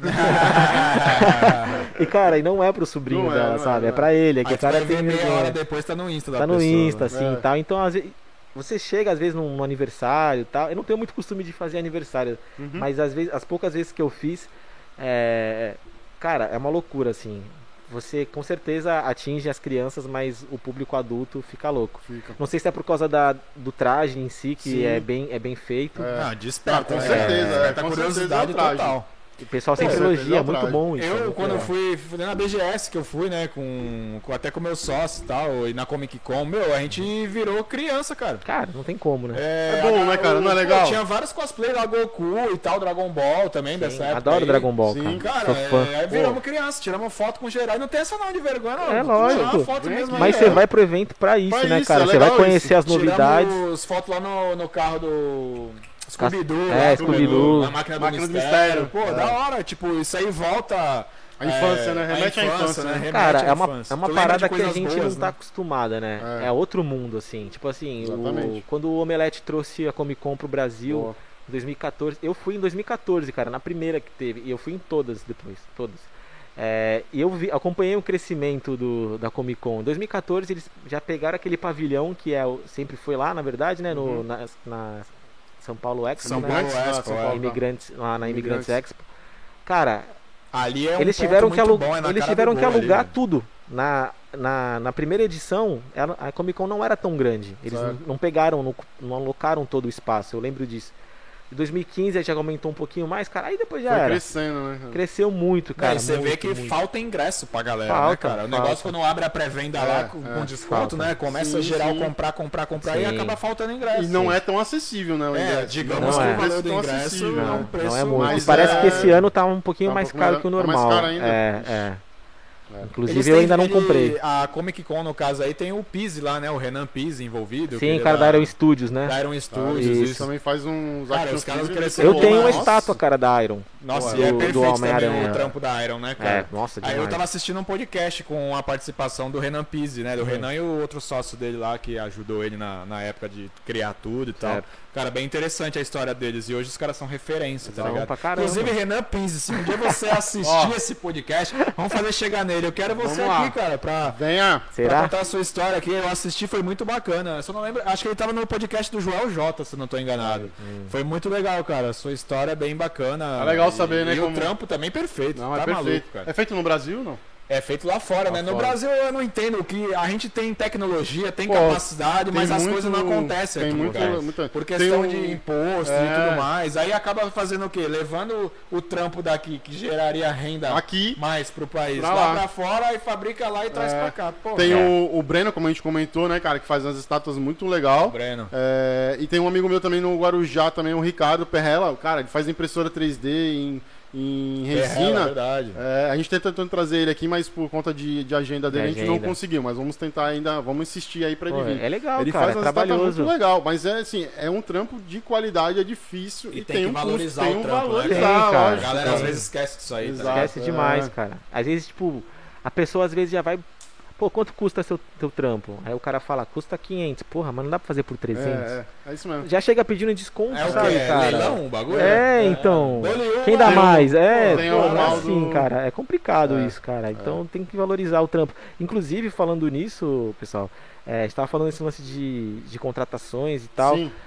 E, cara, e não é pro sobrinho
Não é,
dela,
não é,
sabe?
não
É,
é.
pra ele, é que
Aí
o
tu
cara
vai
tem
ver meia
vergonha.
hora depois tá no Insta da
Tá no
pessoa.
Insta, assim,
É.
e tal. Então, às vezes, você chega, às vezes, num, num aniversário e tal. Eu não tenho muito costume de fazer aniversário,
Uhum.
mas às vezes, as poucas vezes que eu fiz, é... cara, é uma loucura, assim. Você, com certeza, atinge as crianças, mas o público adulto fica louco.
Fica.
Não sei se é por causa da, do traje em si, que
Sim.
é bem, é bem feito.
É.
Ah, desperta.
Ah, com
né?
certeza, é,
Desperta
com
a
certeza
curiosidade
é o traje.
total.
O pessoal sempre
Com certeza,
elogia,
é
é
o
muito
traje.
bom isso. é
Eu,
muito
quando
legal.
fui, fui na B G S que eu fui, né, com, com- até com meus sócios e tal, e na Comic Con, meu, a gente virou criança, cara.
Cara, não tem como, né?
É bom, né, cara? Não é
pô,
legal?
Tinha vários cosplays lá, Goku e tal, Dragon Ball também, dessa época.
Adoro
aí.
Dragon Ball,
Sim,
cara.
Cara,
Sou fã.
é, aí viramos criança, tiramos foto com geral. E não tem essa não de vergonha, não.
É
Tiramos
lógico.
uma foto
Vem
mesmo
aqui.
aí,
Mas
é.
você vai pro evento pra isso,
Pra
né,
isso,
cara?
é
Você vai
legal
conhecer as novidades.
Tiramos fotos lá no, no carro do Scooby-Doo.
É,
lá,
Scooby-Doo.
Na máquina do
Máquina do
mistério.
Mistério.
Pô,
É.
da hora. Tipo, isso aí volta
A infância,
É,
né?
a
Remete à
infância,
infância,
né?
né?
Remete
Cara,
à
é uma,
infância.
é uma
Tu lembra
parada
de
que a
coisas
gente
boas,
não tá
né?
acostumada, né?
É.
É. outro mundo, assim. Tipo assim, o-
Exatamente.
quando o Omelete trouxe a Comic Con pro Brasil
Boa.
em dois mil e quatorze, eu fui em dois mil e quatorze, cara, na primeira que teve, e eu fui em todas depois, todas. É, e eu vi, acompanhei o crescimento do, da Comic Con. Em dois mil e quatorze eles já pegaram aquele pavilhão que é, o- sempre foi lá, na verdade, né? No,
Uhum.
na, na São Paulo Expo,
São
né?
Paulo
Imigrantes, ah,
Expo,
São
é.
Paulo.
Imigrantes, lá na Imigrantes,
Imigrantes.
Expo. Cara,
Ali é um
eles
ponto
tiveram que,
muito
alu-
bom, é na
eles
cara
tiveram
do
que
gol ali,
alugar
velho.
tudo. Na, na, na primeira edição, ela- a Comic Con não era tão grande. Eles
Certo.
não, não pegaram, não, não alocaram todo o espaço. Eu lembro disso. Em dois mil e quinze aí já aumentou um pouquinho mais, cara. Aí depois já
Foi
era.
crescendo, né?
Cresceu muito,
Cara,
cara.
e você vê
muito,
que
muito.
falta ingresso pra galera, né,
Falta,
cara? O
falta.
negócio quando abre a pré-venda
É,
lá com,
é.
com desconto,
Falta.
né? Começa
Sim,
geral
sim.
comprar, comprar, comprar e
Sim.
acaba faltando ingresso.
E não é tão acessível, né? o
É,
ingresso.
digamos
Não
que
é.
o valor do
Tão
ingresso
acessível,
é um
né?
preço
Não é muito.
Mas
E parece
é-
que esse ano tá um pouquinho
tá um
mais
pouco
caro
melhor-
que o
tá mais
normal.
caro ainda?
É, é.
É.
Inclusive
Eles
eu
têm-
ainda não
ele-
comprei.
A Comic Con, no caso aí, tem o Pizzi lá, né? O Renan Pizzi envolvido. que
Sim,
ele
o cara
é
da Iron Studios, né?
da Iron
Ah,
Studios,
isso.
isso.
Também faz uns
Cara,
action
os caras
figures
cresceram
Eu
muito
tenho
bons.
uma
Nossa.
estátua, cara, da Iron.
Nossa,
Do-
e é
do
perfeito também
Homem-Aranha.
o trampo da Iron, né, cara?
É, nossa,
Aí
demais.
eu tava assistindo um podcast com a participação do Renan Pizzi, né? Do Renan e o outro sócio dele lá que ajudou ele na, na época de criar tudo e tal.
Certo.
Cara, bem interessante a história deles. E hoje os caras são referência, tá
São
ligado?
pra caramba.
Inclusive, Renan Pizzi, se um dia você assistir
Ó.
esse podcast, vamos fazer chegar nele. Eu quero você
Vamos lá.
aqui, cara, pra,
Venha.
pra
Será?
contar a sua história aqui. Eu assisti, foi muito bacana. Eu só não lembro. Acho que ele tava no podcast do Joel J, se eu não tô enganado. Foi muito legal, cara. A sua história é bem bacana.
É legal
E-
saber, né,
E
como-
o trampo também perfeito.
Não,
tá
é perfeito.
maluco, cara.
É feito no Brasil, não?
É feito lá fora,
Lá
né? No
fora.
Brasil eu não entendo que a gente tem tecnologia, tem
Pô,
capacidade,
tem
mas as
muito-
coisas não acontecem
tem
aqui.
muito-
cara.
muita-
Por
tem
questão
um-
de imposto
É.
e tudo mais. Aí acaba fazendo o quê? Levando o trampo daqui, que geraria renda
Aqui.
mais pro país,
Pra
lá,
lá.
pra fora e fabrica lá e traz
É.
pra cá. Pô,
Tem
é.
o, o Breno, como a gente comentou, né, cara, que faz umas estátuas muito legal.
Breno.
É, e tem um amigo meu também no Guarujá, também, o Ricardo Perrella. Cara, ele faz impressora três D em, em
Perrela,
resina.
verdade.
É, a gente tenta tentando trazer ele aqui, mas por conta de, de agenda dele
De
a gente não
agenda.
conseguiu. Mas vamos tentar ainda, vamos insistir aí pra ele
Pô,
vir.
é legal,
Ele
cara,
faz
é
umas estátuas
trabalhoso.
muito legal, mas é assim, é um trampo de qualidade, é difícil
E
e,
tem
tem,
que
um
valorizar
custo, tem
o
um
trampo, né,
valorizar,
cara? Tem, cara.
A
lógico.
galera às
Sim.
vezes esquece disso aí, tá
Exato.
ligado?
Esquece
é.
demais, cara. Às vezes, tipo, a pessoa às vezes já vai. Pô, quanto custa seu teu trampo? Aí o cara fala, custa quinhentos. Porra, mas não dá pra fazer por trezentos.
É, é, é isso mesmo.
Já chega pedindo desconto,
É o
sabe,
quê? É
cara?
leilão o bagulho?
É, então.
Dole uma,
Quem dá
Tem o-
mais? É,
tem
pô,
o
não é
mal
assim,
do-
cara. É complicado
É,
isso, cara. Então tem que valorizar o trampo. Inclusive, falando nisso, pessoal, é, a gente tava falando desse lance de, de contratações e tal.
Sim.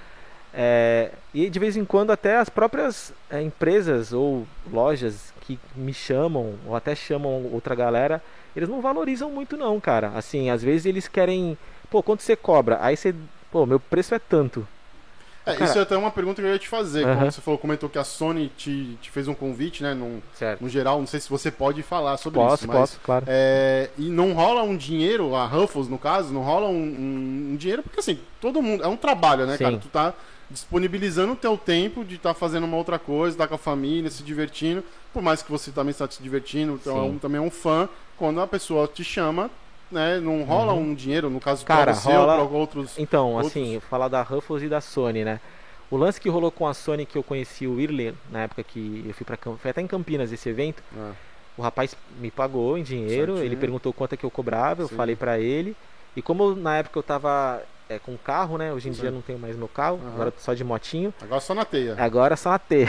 É, e de vez em quando até as próprias é, empresas ou lojas que me chamam, ou até chamam outra galera, eles não valorizam muito não, cara. Assim, às vezes eles querem, pô, quanto você cobra? Aí você, pô, meu preço é tanto.
É,
Cara-
isso é até uma pergunta que eu ia te fazer.
Aham.
Como você falou, comentou que a Sony te, te fez um convite, né? Num,
Certo.
no geral, não sei se você pode falar sobre
Posso,
isso, mas
posso, claro.
é, e não rola um dinheiro, a Ruffles no caso, não rola um, um- um dinheiro, porque assim, todo mundo, é um trabalho, né,
Sim.
cara? Tu tá disponibilizando o teu tempo de estar fazendo uma outra coisa, estar com a família, se divertindo, por mais que você também está se divertindo, então é
Sim.
um- também é um fã, quando a pessoa te chama, né, não rola um dinheiro, no caso
Cara,
pra você
rola-
ou pra outros...
Então,
outros-
assim, falar da Ruffles e da Sony, né? O lance que rolou com a Sony, que eu conheci o Irley, na época que eu fui para foi até em Campinas esse evento,
Ah,
o rapaz me pagou em dinheiro,
Certinho.
ele perguntou quanto é que eu cobrava, eu
Sim.
falei pra ele, e como na época eu tava é, com carro, né? Hoje em
Sim.
dia eu não tenho mais meu carro,
Aham.
agora eu tô só de motinho,
agora só na teia.
agora só na T.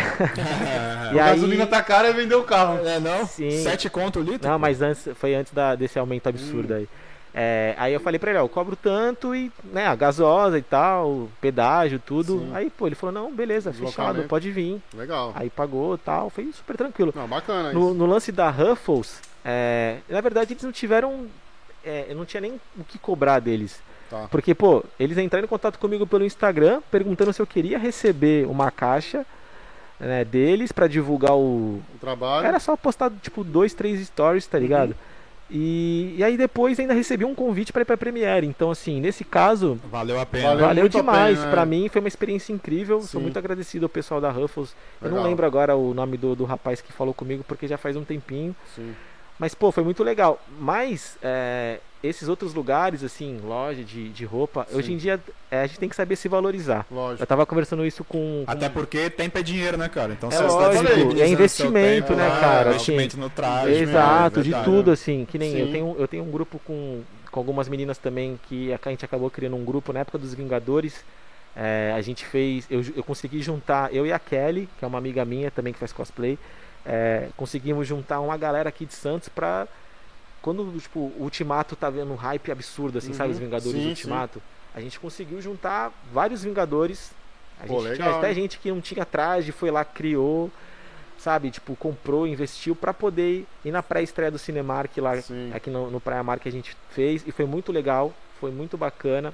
A
E aí-
gasolina tá cara e vendeu o carro.
É, não?
Sim.
Sete conto o litro?
Não, mas antes, foi antes da, desse aumento absurdo
Hum.
aí. É, aí eu falei pra ele, ó, eu cobro tanto e, né, a gasosa e tal, pedágio, tudo.
Sim.
Aí, pô, ele falou, não, beleza, fechado,
Deslocamento.
pode vir.
Legal.
Aí pagou e tal, foi super tranquilo.
Não, bacana
No,
isso.
no lance da Ruffles, é, na verdade eles não tiveram, é, eu não tinha nem o que cobrar deles.
Tá.
Porque, pô, eles entraram em contato comigo pelo Instagram, perguntando se eu queria receber uma caixa, né, deles pra divulgar o...
O trabalho.
Era só postar, tipo, dois, três stories, tá ligado?
Uhum.
E, e aí depois ainda recebi um convite pra ir pra Premiere. Então, assim, nesse caso,
Valeu a pena.
Valeu
valeu
muito a
demais.
pena, né?
Pra mim foi uma experiência incrível. Sou
Sim.
muito agradecido ao pessoal da Ruffles. Eu não
Legal.
lembro agora o nome do, do rapaz que falou comigo, porque já faz um tempinho.
Sim.
Mas, pô, foi muito legal. Mas, é, esses outros lugares, assim, loja de, de roupa,
Sim.
hoje em dia é, a gente tem que saber se valorizar.
Lógico.
Eu tava conversando isso com... com...
Até porque tempo é dinheiro, né, cara? Então
É
você está
lógico,
disponibilizando
é
seu
investimento,
tempo
né,
lá,
cara?
Investimento no traje.
Exato,
é
de
verdade.
tudo, assim, que nem eu
Sim.
tenho, eu tenho um grupo com, com algumas meninas também, que a gente acabou criando um grupo na época dos Vingadores. É, a gente fez, eu, eu consegui juntar, eu e a Kelly, que é uma amiga minha também que faz cosplay, é, conseguimos juntar uma galera aqui de Santos pra, quando tipo, o Ultimato tá vendo um hype absurdo, assim,
Uhum.
sabe, os Vingadores
Sim,
do Ultimato, a gente conseguiu juntar vários Vingadores, a
Pô,
gente
legal,
tinha até
hein?
gente que não tinha traje, foi lá, criou, sabe, tipo, comprou, investiu pra poder ir na pré-estreia do Cinemark lá,
Sim.
aqui no, no Praia Mar que a gente fez, e foi muito legal, foi muito bacana.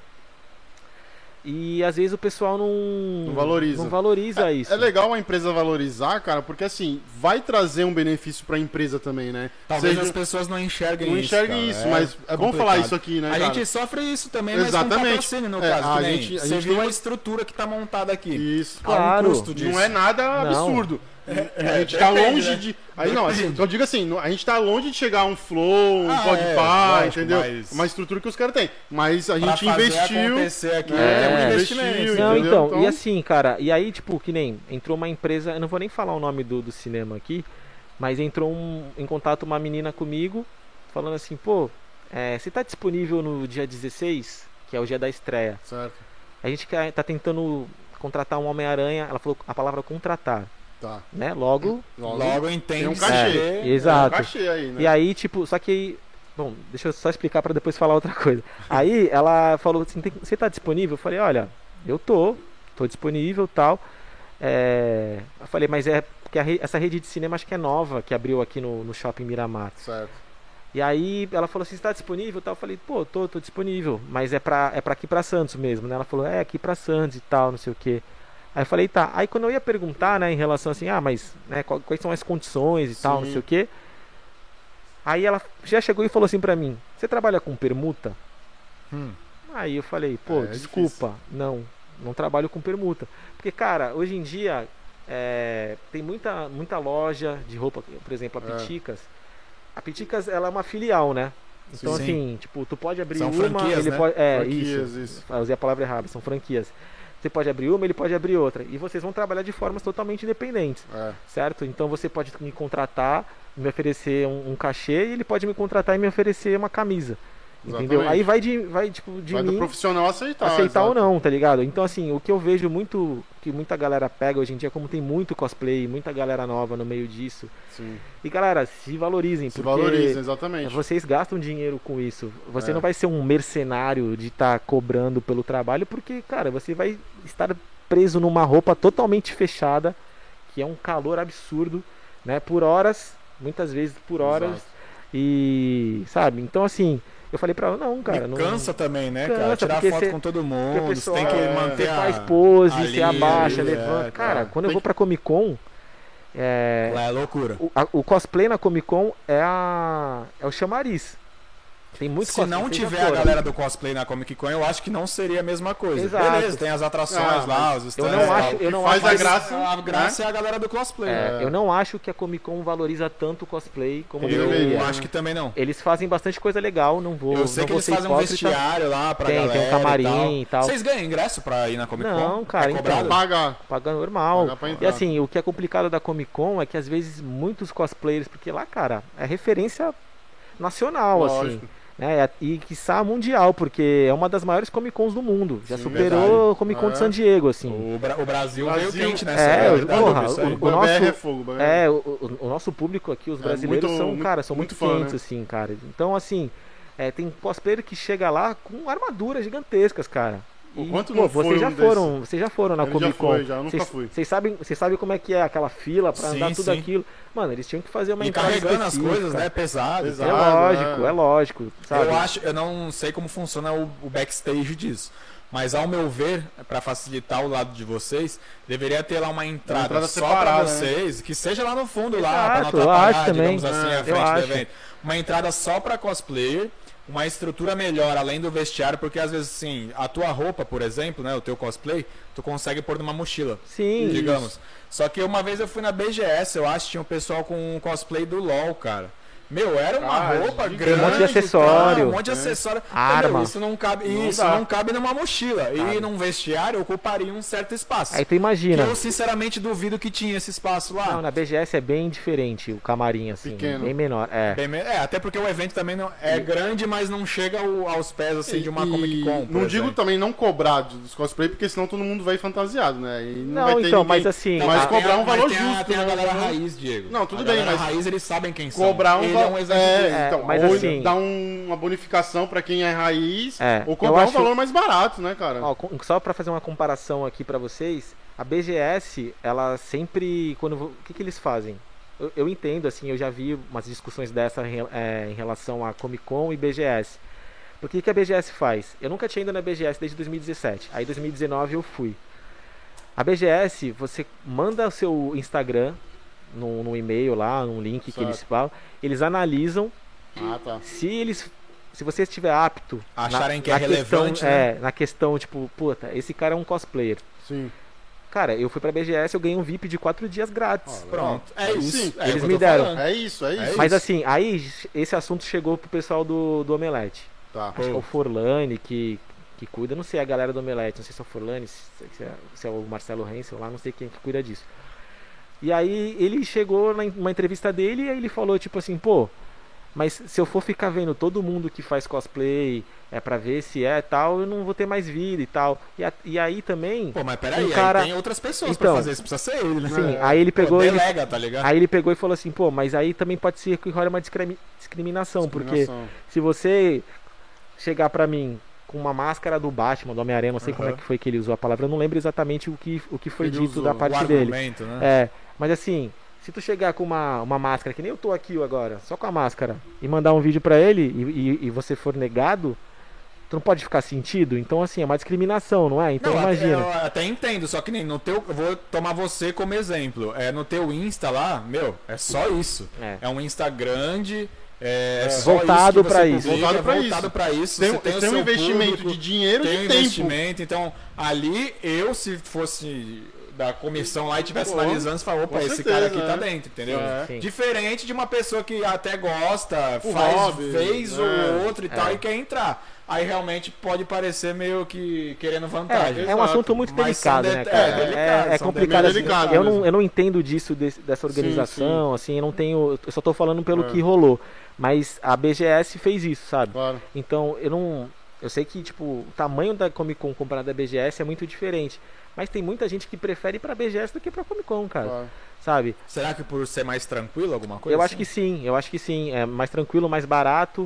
E às vezes o pessoal não,
Não valoriza.
não valoriza
É,
isso.
é legal a empresa valorizar, cara, porque assim, vai trazer um benefício pra empresa também, né?
Talvez
Seja-
as pessoas não enxerguem
não
isso.
enxerguem
cara.
isso, mas é bom
complicado.
falar isso aqui, né,
A
cara?
gente sofre isso também, mas
Exatamente.
com patrocínio, no
É,
caso.
a
que nem
gente- a
você
gente
viu
tem
a
uma-
estrutura que tá montada aqui.
Isso.
Há um
Claro.
custo disso.
Não é nada
Não.
absurdo. a gente
é,
tá
depende,
longe
né?
de. Aí não, assim, eu digo assim, a gente tá longe de chegar a um Flow, um
Ah,
Podpah,
é, lógico,
entendeu?
mas-
Uma estrutura que os caras têm. Mas a
Pra
gente
fazer
investiu.
acontecer aqui,
É,
é um
investiu,
investimento.
Não,
entendeu?
então,
Então-
e assim, cara, e aí, tipo, que nem entrou uma empresa, eu não vou nem falar o nome do, do cinema aqui, mas entrou um, em contato uma menina comigo, falando assim, pô, é, você tá disponível no dia dezesseis, que é o dia da estreia?
Certo.
A gente quer, tá tentando contratar um Homem-Aranha, ela falou a palavra contratar,
Tá.
né? Logo,
Logo entende.
Tem um
que
cachê.
é-
exato.
Tem um cachê aí, né?
E aí, tipo, só que. Bom, deixa eu só explicar pra depois falar outra coisa. Aí ela falou assim: "Tem- você tá disponível?" Eu falei: olha, eu tô, tô disponível e tal. É... Eu falei: mas é porque a re- essa rede de cinema acho que é nova, que abriu aqui no, no shopping Miramar.
Certo.
E aí ela falou assim: você tá disponível e tal? Eu falei: pô, tô, tô disponível, mas é pra, é pra aqui pra Santos mesmo, né? Ela falou: é, aqui pra Santos e tal, não sei o quê. Aí eu falei: tá. Aí quando eu ia perguntar, né, em relação assim, ah, mas né, qual- quais são as condições e tal, não
Sim.
sei o quê. Aí ela já chegou e falou assim pra mim: você trabalha com permuta?
Hum.
Aí eu falei: pô,
É, é
desculpa, não, não trabalho com permuta. Porque, cara, hoje em dia é, tem muita, muita loja de roupa, por exemplo, a
É.
Piticas. A Piticas, ela é uma filial, né? Então,
Sim.
assim, tipo, tu pode abrir
São
uma,
franquias,
ele
né?
pode. É,
Franquias,
isso.
isso.
Eu usei a palavra errada, são franquias. Você pode abrir uma, ele pode abrir outra. E vocês vão trabalhar de formas totalmente independentes,
É.
certo? Então você pode me contratar, me oferecer um, um cachê, e ele pode me contratar e me oferecer uma camisa. Entendeu?
Exatamente.
Aí vai de, vai, tipo, de
Vai do
mim
profissional aceitar.
aceitar ou
exato.
não, tá ligado? Então, assim, o que eu vejo muito, que muita galera pega hoje em dia, como tem muito cosplay, muita galera nova no meio disso.
Sim.
E galera, se valorizem,
Se
porque
valoriza, exatamente.
vocês gastam dinheiro com isso. Você
É.
não vai ser um mercenário de estar cobrando pelo trabalho, porque, cara, você vai estar preso numa roupa totalmente fechada, que é um calor absurdo, né? Por horas, muitas vezes por horas.
Exato.
E, sabe? Então, assim, eu falei pra ela, não, cara,
E
não
cansa também, né,
Cansa,
cara? Tirar
porque
foto
cê-
com todo
porque
mundo,
o
você
pessoal
tem que
é,
manter
você
a...
faz pose,
ali,
você abaixa,
ali,
levanta.
é,
cara,
cara.
quando eu
Tem
vou
que-
pra Comic Con, é,
Lá é loucura.
o, a- o cosplay na Comic Con é, a, é o chamariz. Tem muito
Se
cosplay,
não
vocês já
tiver a
foram.
galera do cosplay na Comic Con, eu acho que não seria a mesma coisa.
Exato.
Beleza, tem as atrações
Ah,
lá,
mas
os
eu
stands
não
e
acho,
tal.
eu não
faz
acho
a
que-
graça,
A graça
né?
é a galera do cosplay.
é,
né?
eu não acho que a Comic Con valoriza tanto o cosplay como
Eu
deveria.
Eu acho que também não.
Eles fazem bastante coisa legal, não vou,
Eu sei
não
que
vou
eles
ser
fazem um
hipócrita.
vestiário lá pra
Tem, tem um
galera
camarim e tal.
Vocês ganham ingresso pra ir na Comic Con?
Não, cara,
é
então.
cobrado?
Paga.
Paga normal.
Paga pra
E
entrar.
assim, o que é complicado da Comic Con é que às vezes muitos cosplayers, porque lá, cara, é referência nacional,
Lógico.
assim. Né? E quiçá mundial, porque é uma das maiores Comic Cons do mundo. Já
Sim,
superou
verdade.
a Comic Con de
É.
San Diego, assim.
O, Bra- o Brasil,
Brasil-
veio quente nessa
É,
era,
o-
verdade,
porra,
eu vi isso aí.
o-
O B R
nosso-
é fogo. B R.
É, o, o- o nosso público aqui, os
É,
brasileiros
muito-
são,
muito-
cara, são muito,
muito fã,
quentes,
né?
assim, cara. Então, assim, é, tem cosplayer que chega lá com armaduras gigantescas, cara.
Pô,
E,
quanto
pô,
não
vocês
foi
já
um
foram, vocês já foram na
Ele já
Comic Con.
foi, já, eu nunca
Vocês-
fui.
Vocês sabem, vocês sabem como é que é aquela fila pra
Sim,
andar tudo
sim.
aquilo. Mano, eles tinham que fazer uma
E
entrada
carregando as
específica.
coisas, né? Pesado.
Exato.
É lógico,
é.
é lógico, sabe?
Eu acho, eu não sei como funciona o, o backstage disso. Mas ao meu ver, para facilitar o lado de vocês, deveria ter lá uma entrada,
entrada
só
separada,
para vocês, que seja lá no fundo lá,
Exato,
para não
eu
atrapalhar,
acho também.
digamos assim,
É,
a
eu
frente do
acho.
evento. Uma entrada só para cosplayer, uma estrutura melhor além do vestiário, porque às vezes assim, a tua roupa, por exemplo, né, o teu cosplay, tu consegue pôr numa mochila.
Sim.
Digamos. Só que uma vez eu fui na B G S, eu acho, tinha um pessoal com um cosplay do LoL, cara. Meu, era uma
Cara,
roupa
gigante,
grande.
Um monte de acessório.
cara, um monte de
É.
acessório.
Arma.
Entendeu? Isso não cabe,
Não
isso
dá.
não cabe numa mochila.
Cabe.
E num vestiário ocuparia um certo espaço.
Aí tu imagina.
Que eu sinceramente duvido que tinha esse espaço lá.
Não, na B G S é bem diferente o camarim, assim.
Pequeno.
Bem menor. É.
Bem me- é, até porque o evento também não é grande, mas não chega ao- aos pés assim de uma
E-
Comic Con.
e
por
não digo
exemplo.
também não cobrar dos cosplay, porque senão todo mundo vai fantasiado, né? E não,
Não,
vai ter
então,
ninguém-
mas assim,
Mas
a-
cobrar um
Mas
valor
tem a-
justo.
Tem a
né?
galera raiz, Diego.
Não, tudo
a
bem,
galera
mas
raiz eles sabem quem são.
Cobrar um
Ele é
valor.
um exemplo
É,
disso.
então,
mas
ou
assim-
dar um- uma bonificação pra quem é raiz,
É,
ou
eu
cobrar
acho-
um valor mais barato, né, cara?
Ó, com- só pra fazer uma comparação aqui pra vocês, a B G S, ela sempre, quando vo- o que que eles fazem? Eu, eu entendo, assim, eu já vi umas discussões dessa em, rel- é, em relação a Comic Con e B G S. Por que que a B G S faz? Eu nunca tinha ido na B G S desde dois mil e dezessete. Aí em dois mil e dezenove eu fui. A B G S, você manda o seu Instagram no, no e-mail lá, num link que
Certo.
eles falam, eles analisam
Ah, tá.
se eles se você estiver apto
Acharem
na,
que é
na questão,
relevante, né?
é, na questão tipo, puta, esse cara é um cosplayer.
Sim.
Cara, eu fui pra B G S, eu ganhei um V I P de quatro dias grátis.
Ó,
Pronto. É
Aí
isso.
sim.
é
Eles
o que eu
me
tô
deram.
falando.
É isso, é isso.
Mas assim, aí esse assunto chegou pro pessoal do, do Omelete.
Tá.
Acho que é o Forlani que, que cuida, não sei a galera do Omelete, não sei se é o Forlani, se, se é, se é o Marcelo Hensel lá, não sei quem que cuida disso. E aí ele chegou na- numa entrevista dele e aí ele falou tipo assim, pô, mas se eu for ficar vendo todo mundo que faz cosplay, é pra ver se é tal, eu não vou ter mais vida e tal. E, a- e aí também,
Pô, mas peraí,
um cara-
aí tem outras pessoas
Então,
pra fazer isso, precisa ser ele, né?
sim,
É.
aí ele
Pô,
pegou ele,
delega, tá ligado?
aí ele pegou e falou assim, pô, mas aí também pode ser que rola uma discrimi- discriminação, porque
Discriminação.
se você chegar pra mim com uma máscara do Batman, do Homem-Aranha, não sei como é
Aham.
que foi que ele usou a palavra, eu não lembro exatamente o que, o que foi
Ele
dito
usou,
da
o
parte
o
dele.
argumento, né?
É, mas assim, se tu chegar com uma, uma máscara, que nem eu tô aqui agora, só com a máscara, e mandar um vídeo pra ele e, e, e você for negado, tu não pode ficar sentido? Então assim, é uma discriminação, não é? Então
Não,
imagina.
Eu até entendo, só que nem no teu. Eu vou tomar você como exemplo. É, no teu Insta lá, meu, é só isso.
É.
É um Insta grande. É,
É.
só
Voltado
isso que você
pra isso.
publica,
Voltado pra
voltado
isso.
pra isso.
Tem,
Você
tem,
o
um
seu
investimento
público,
de dinheiro e
tem
de
um
tempo.
investimento. Então, ali, eu, se fosse da comissão lá e estivesse
Pô,
analisando, você fala, opa,
com
esse
certeza,
cara aqui
né?
tá dentro, entendeu?
É.
Sim.
Diferente de uma pessoa que até gosta,
O
faz
hobby,
vez
é.
ou outro e tal,
É.
e quer entrar. Aí realmente pode parecer meio que querendo vantagem.
É, é um
exato.
assunto muito
Mas são
delicado, né,
det-
cara?
é, delicado,
É, é
são
complicado.
bem
assim,
delicado
eu, não,
mesmo.
eu não entendo disso, desse- dessa organização, assim, eu não tenho. Eu só tô falando pelo
É.
que rolou. Mas a B G S fez isso, sabe?
Claro.
Então, eu não. Eu sei que, tipo, o tamanho da Comic Con comparado à B G S é muito diferente. Mas tem muita gente que prefere ir pra B G S do que pra Comic Con, cara.
claro.
Sabe?
Será que por ser mais tranquilo alguma coisa?
Eu
assim?
acho que sim, eu acho que sim. É mais tranquilo, mais barato.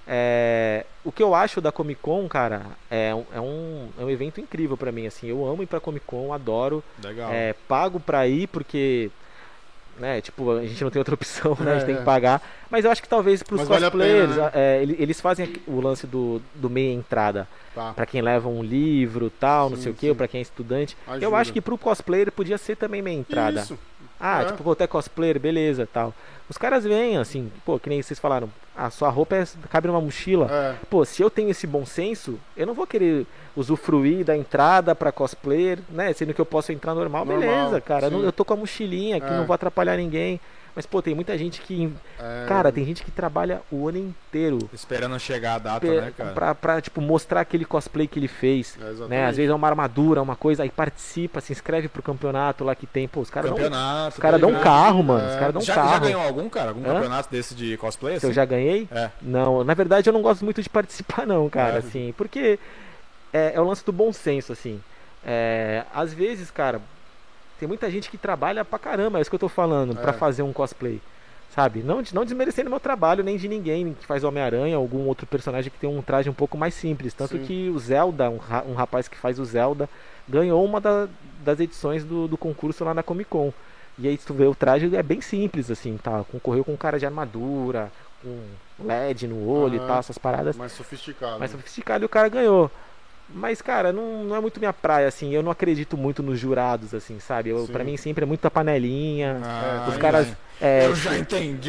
É, o que eu acho da Comic Con, cara, é um, é um, é um evento incrível pra mim. Assim, eu amo ir pra Comic Con, adoro.
Legal.
É, pago pra ir porque, né, tipo, a gente não tem outra opção, né? A gente
É,
tem que
é.
pagar. Mas eu acho que talvez pros
Mas vale a
cosplayers,
pena, né?
é, ele- eles fazem o lance do, do meia entrada.
Tá.
Pra quem leva um livro, tal, não
Sim,
sei o que,
sim.
ou pra quem é estudante. Eu
Ajuda.
acho que pro cosplayer podia ser também meia entrada.
Isso.
Ah,
É.
tipo, vou até cosplayer, beleza, tal. Os caras vêm assim, pô, que nem vocês falaram, a sua roupa é, cabe numa mochila.
É.
Pô, se eu tenho esse bom senso, eu não vou querer usufruir da entrada pra cosplayer, né? Sendo que eu posso entrar normal,
Normal,
beleza, cara.
sim.
Não- eu tô com a mochilinha aqui,
É.
não vou atrapalhar ninguém. Mas, pô, tem muita gente que.
É.
Cara, tem gente que trabalha o ano inteiro
Esperando chegar a data,
pe-
né, cara?
pra, pra, tipo, mostrar aquele cosplay que ele fez.
É, exatamente.
Né? Às vezes é uma armadura, uma coisa, aí participa, se inscreve pro campeonato lá que tem. Pô, os caras dão,
Campeonato.
os cara dão um
tá
carro, mano.
É.
Os caras dão um
já, já
carro.
ganhou algum, cara? Algum
Hã?
campeonato desse de cosplay?
Se eu
assim?
já ganhei?
É.
Não, na verdade eu não gosto muito de participar não, cara,
É.
assim, porque é, é o lance do bom senso, assim. É, às vezes, cara, tem muita gente que trabalha pra caramba, é isso que eu tô falando,
É.
pra fazer um cosplay, sabe? Não, não desmerecendo meu trabalho, nem de ninguém que faz Homem-Aranha, algum outro personagem que tem um traje um pouco mais simples, tanto
Sim.
que o Zelda, um, ra- um rapaz que faz o Zelda, ganhou uma da- das edições do, do concurso lá na Comic Con. E aí, se tu vê o traje, é bem simples, assim, tá? Concorreu com um cara de armadura, com L E D no olho
Aham.
e tal, essas paradas
Mais sofisticado.
mais sofisticado e o cara ganhou. Mas, cara, não, não é muito minha praia, assim. Eu não acredito muito nos jurados, assim, sabe? Eu,
Sim.
pra mim sempre é muita panelinha.
Ah,
os
aí
caras,
vai.
É,
Eu já entendi.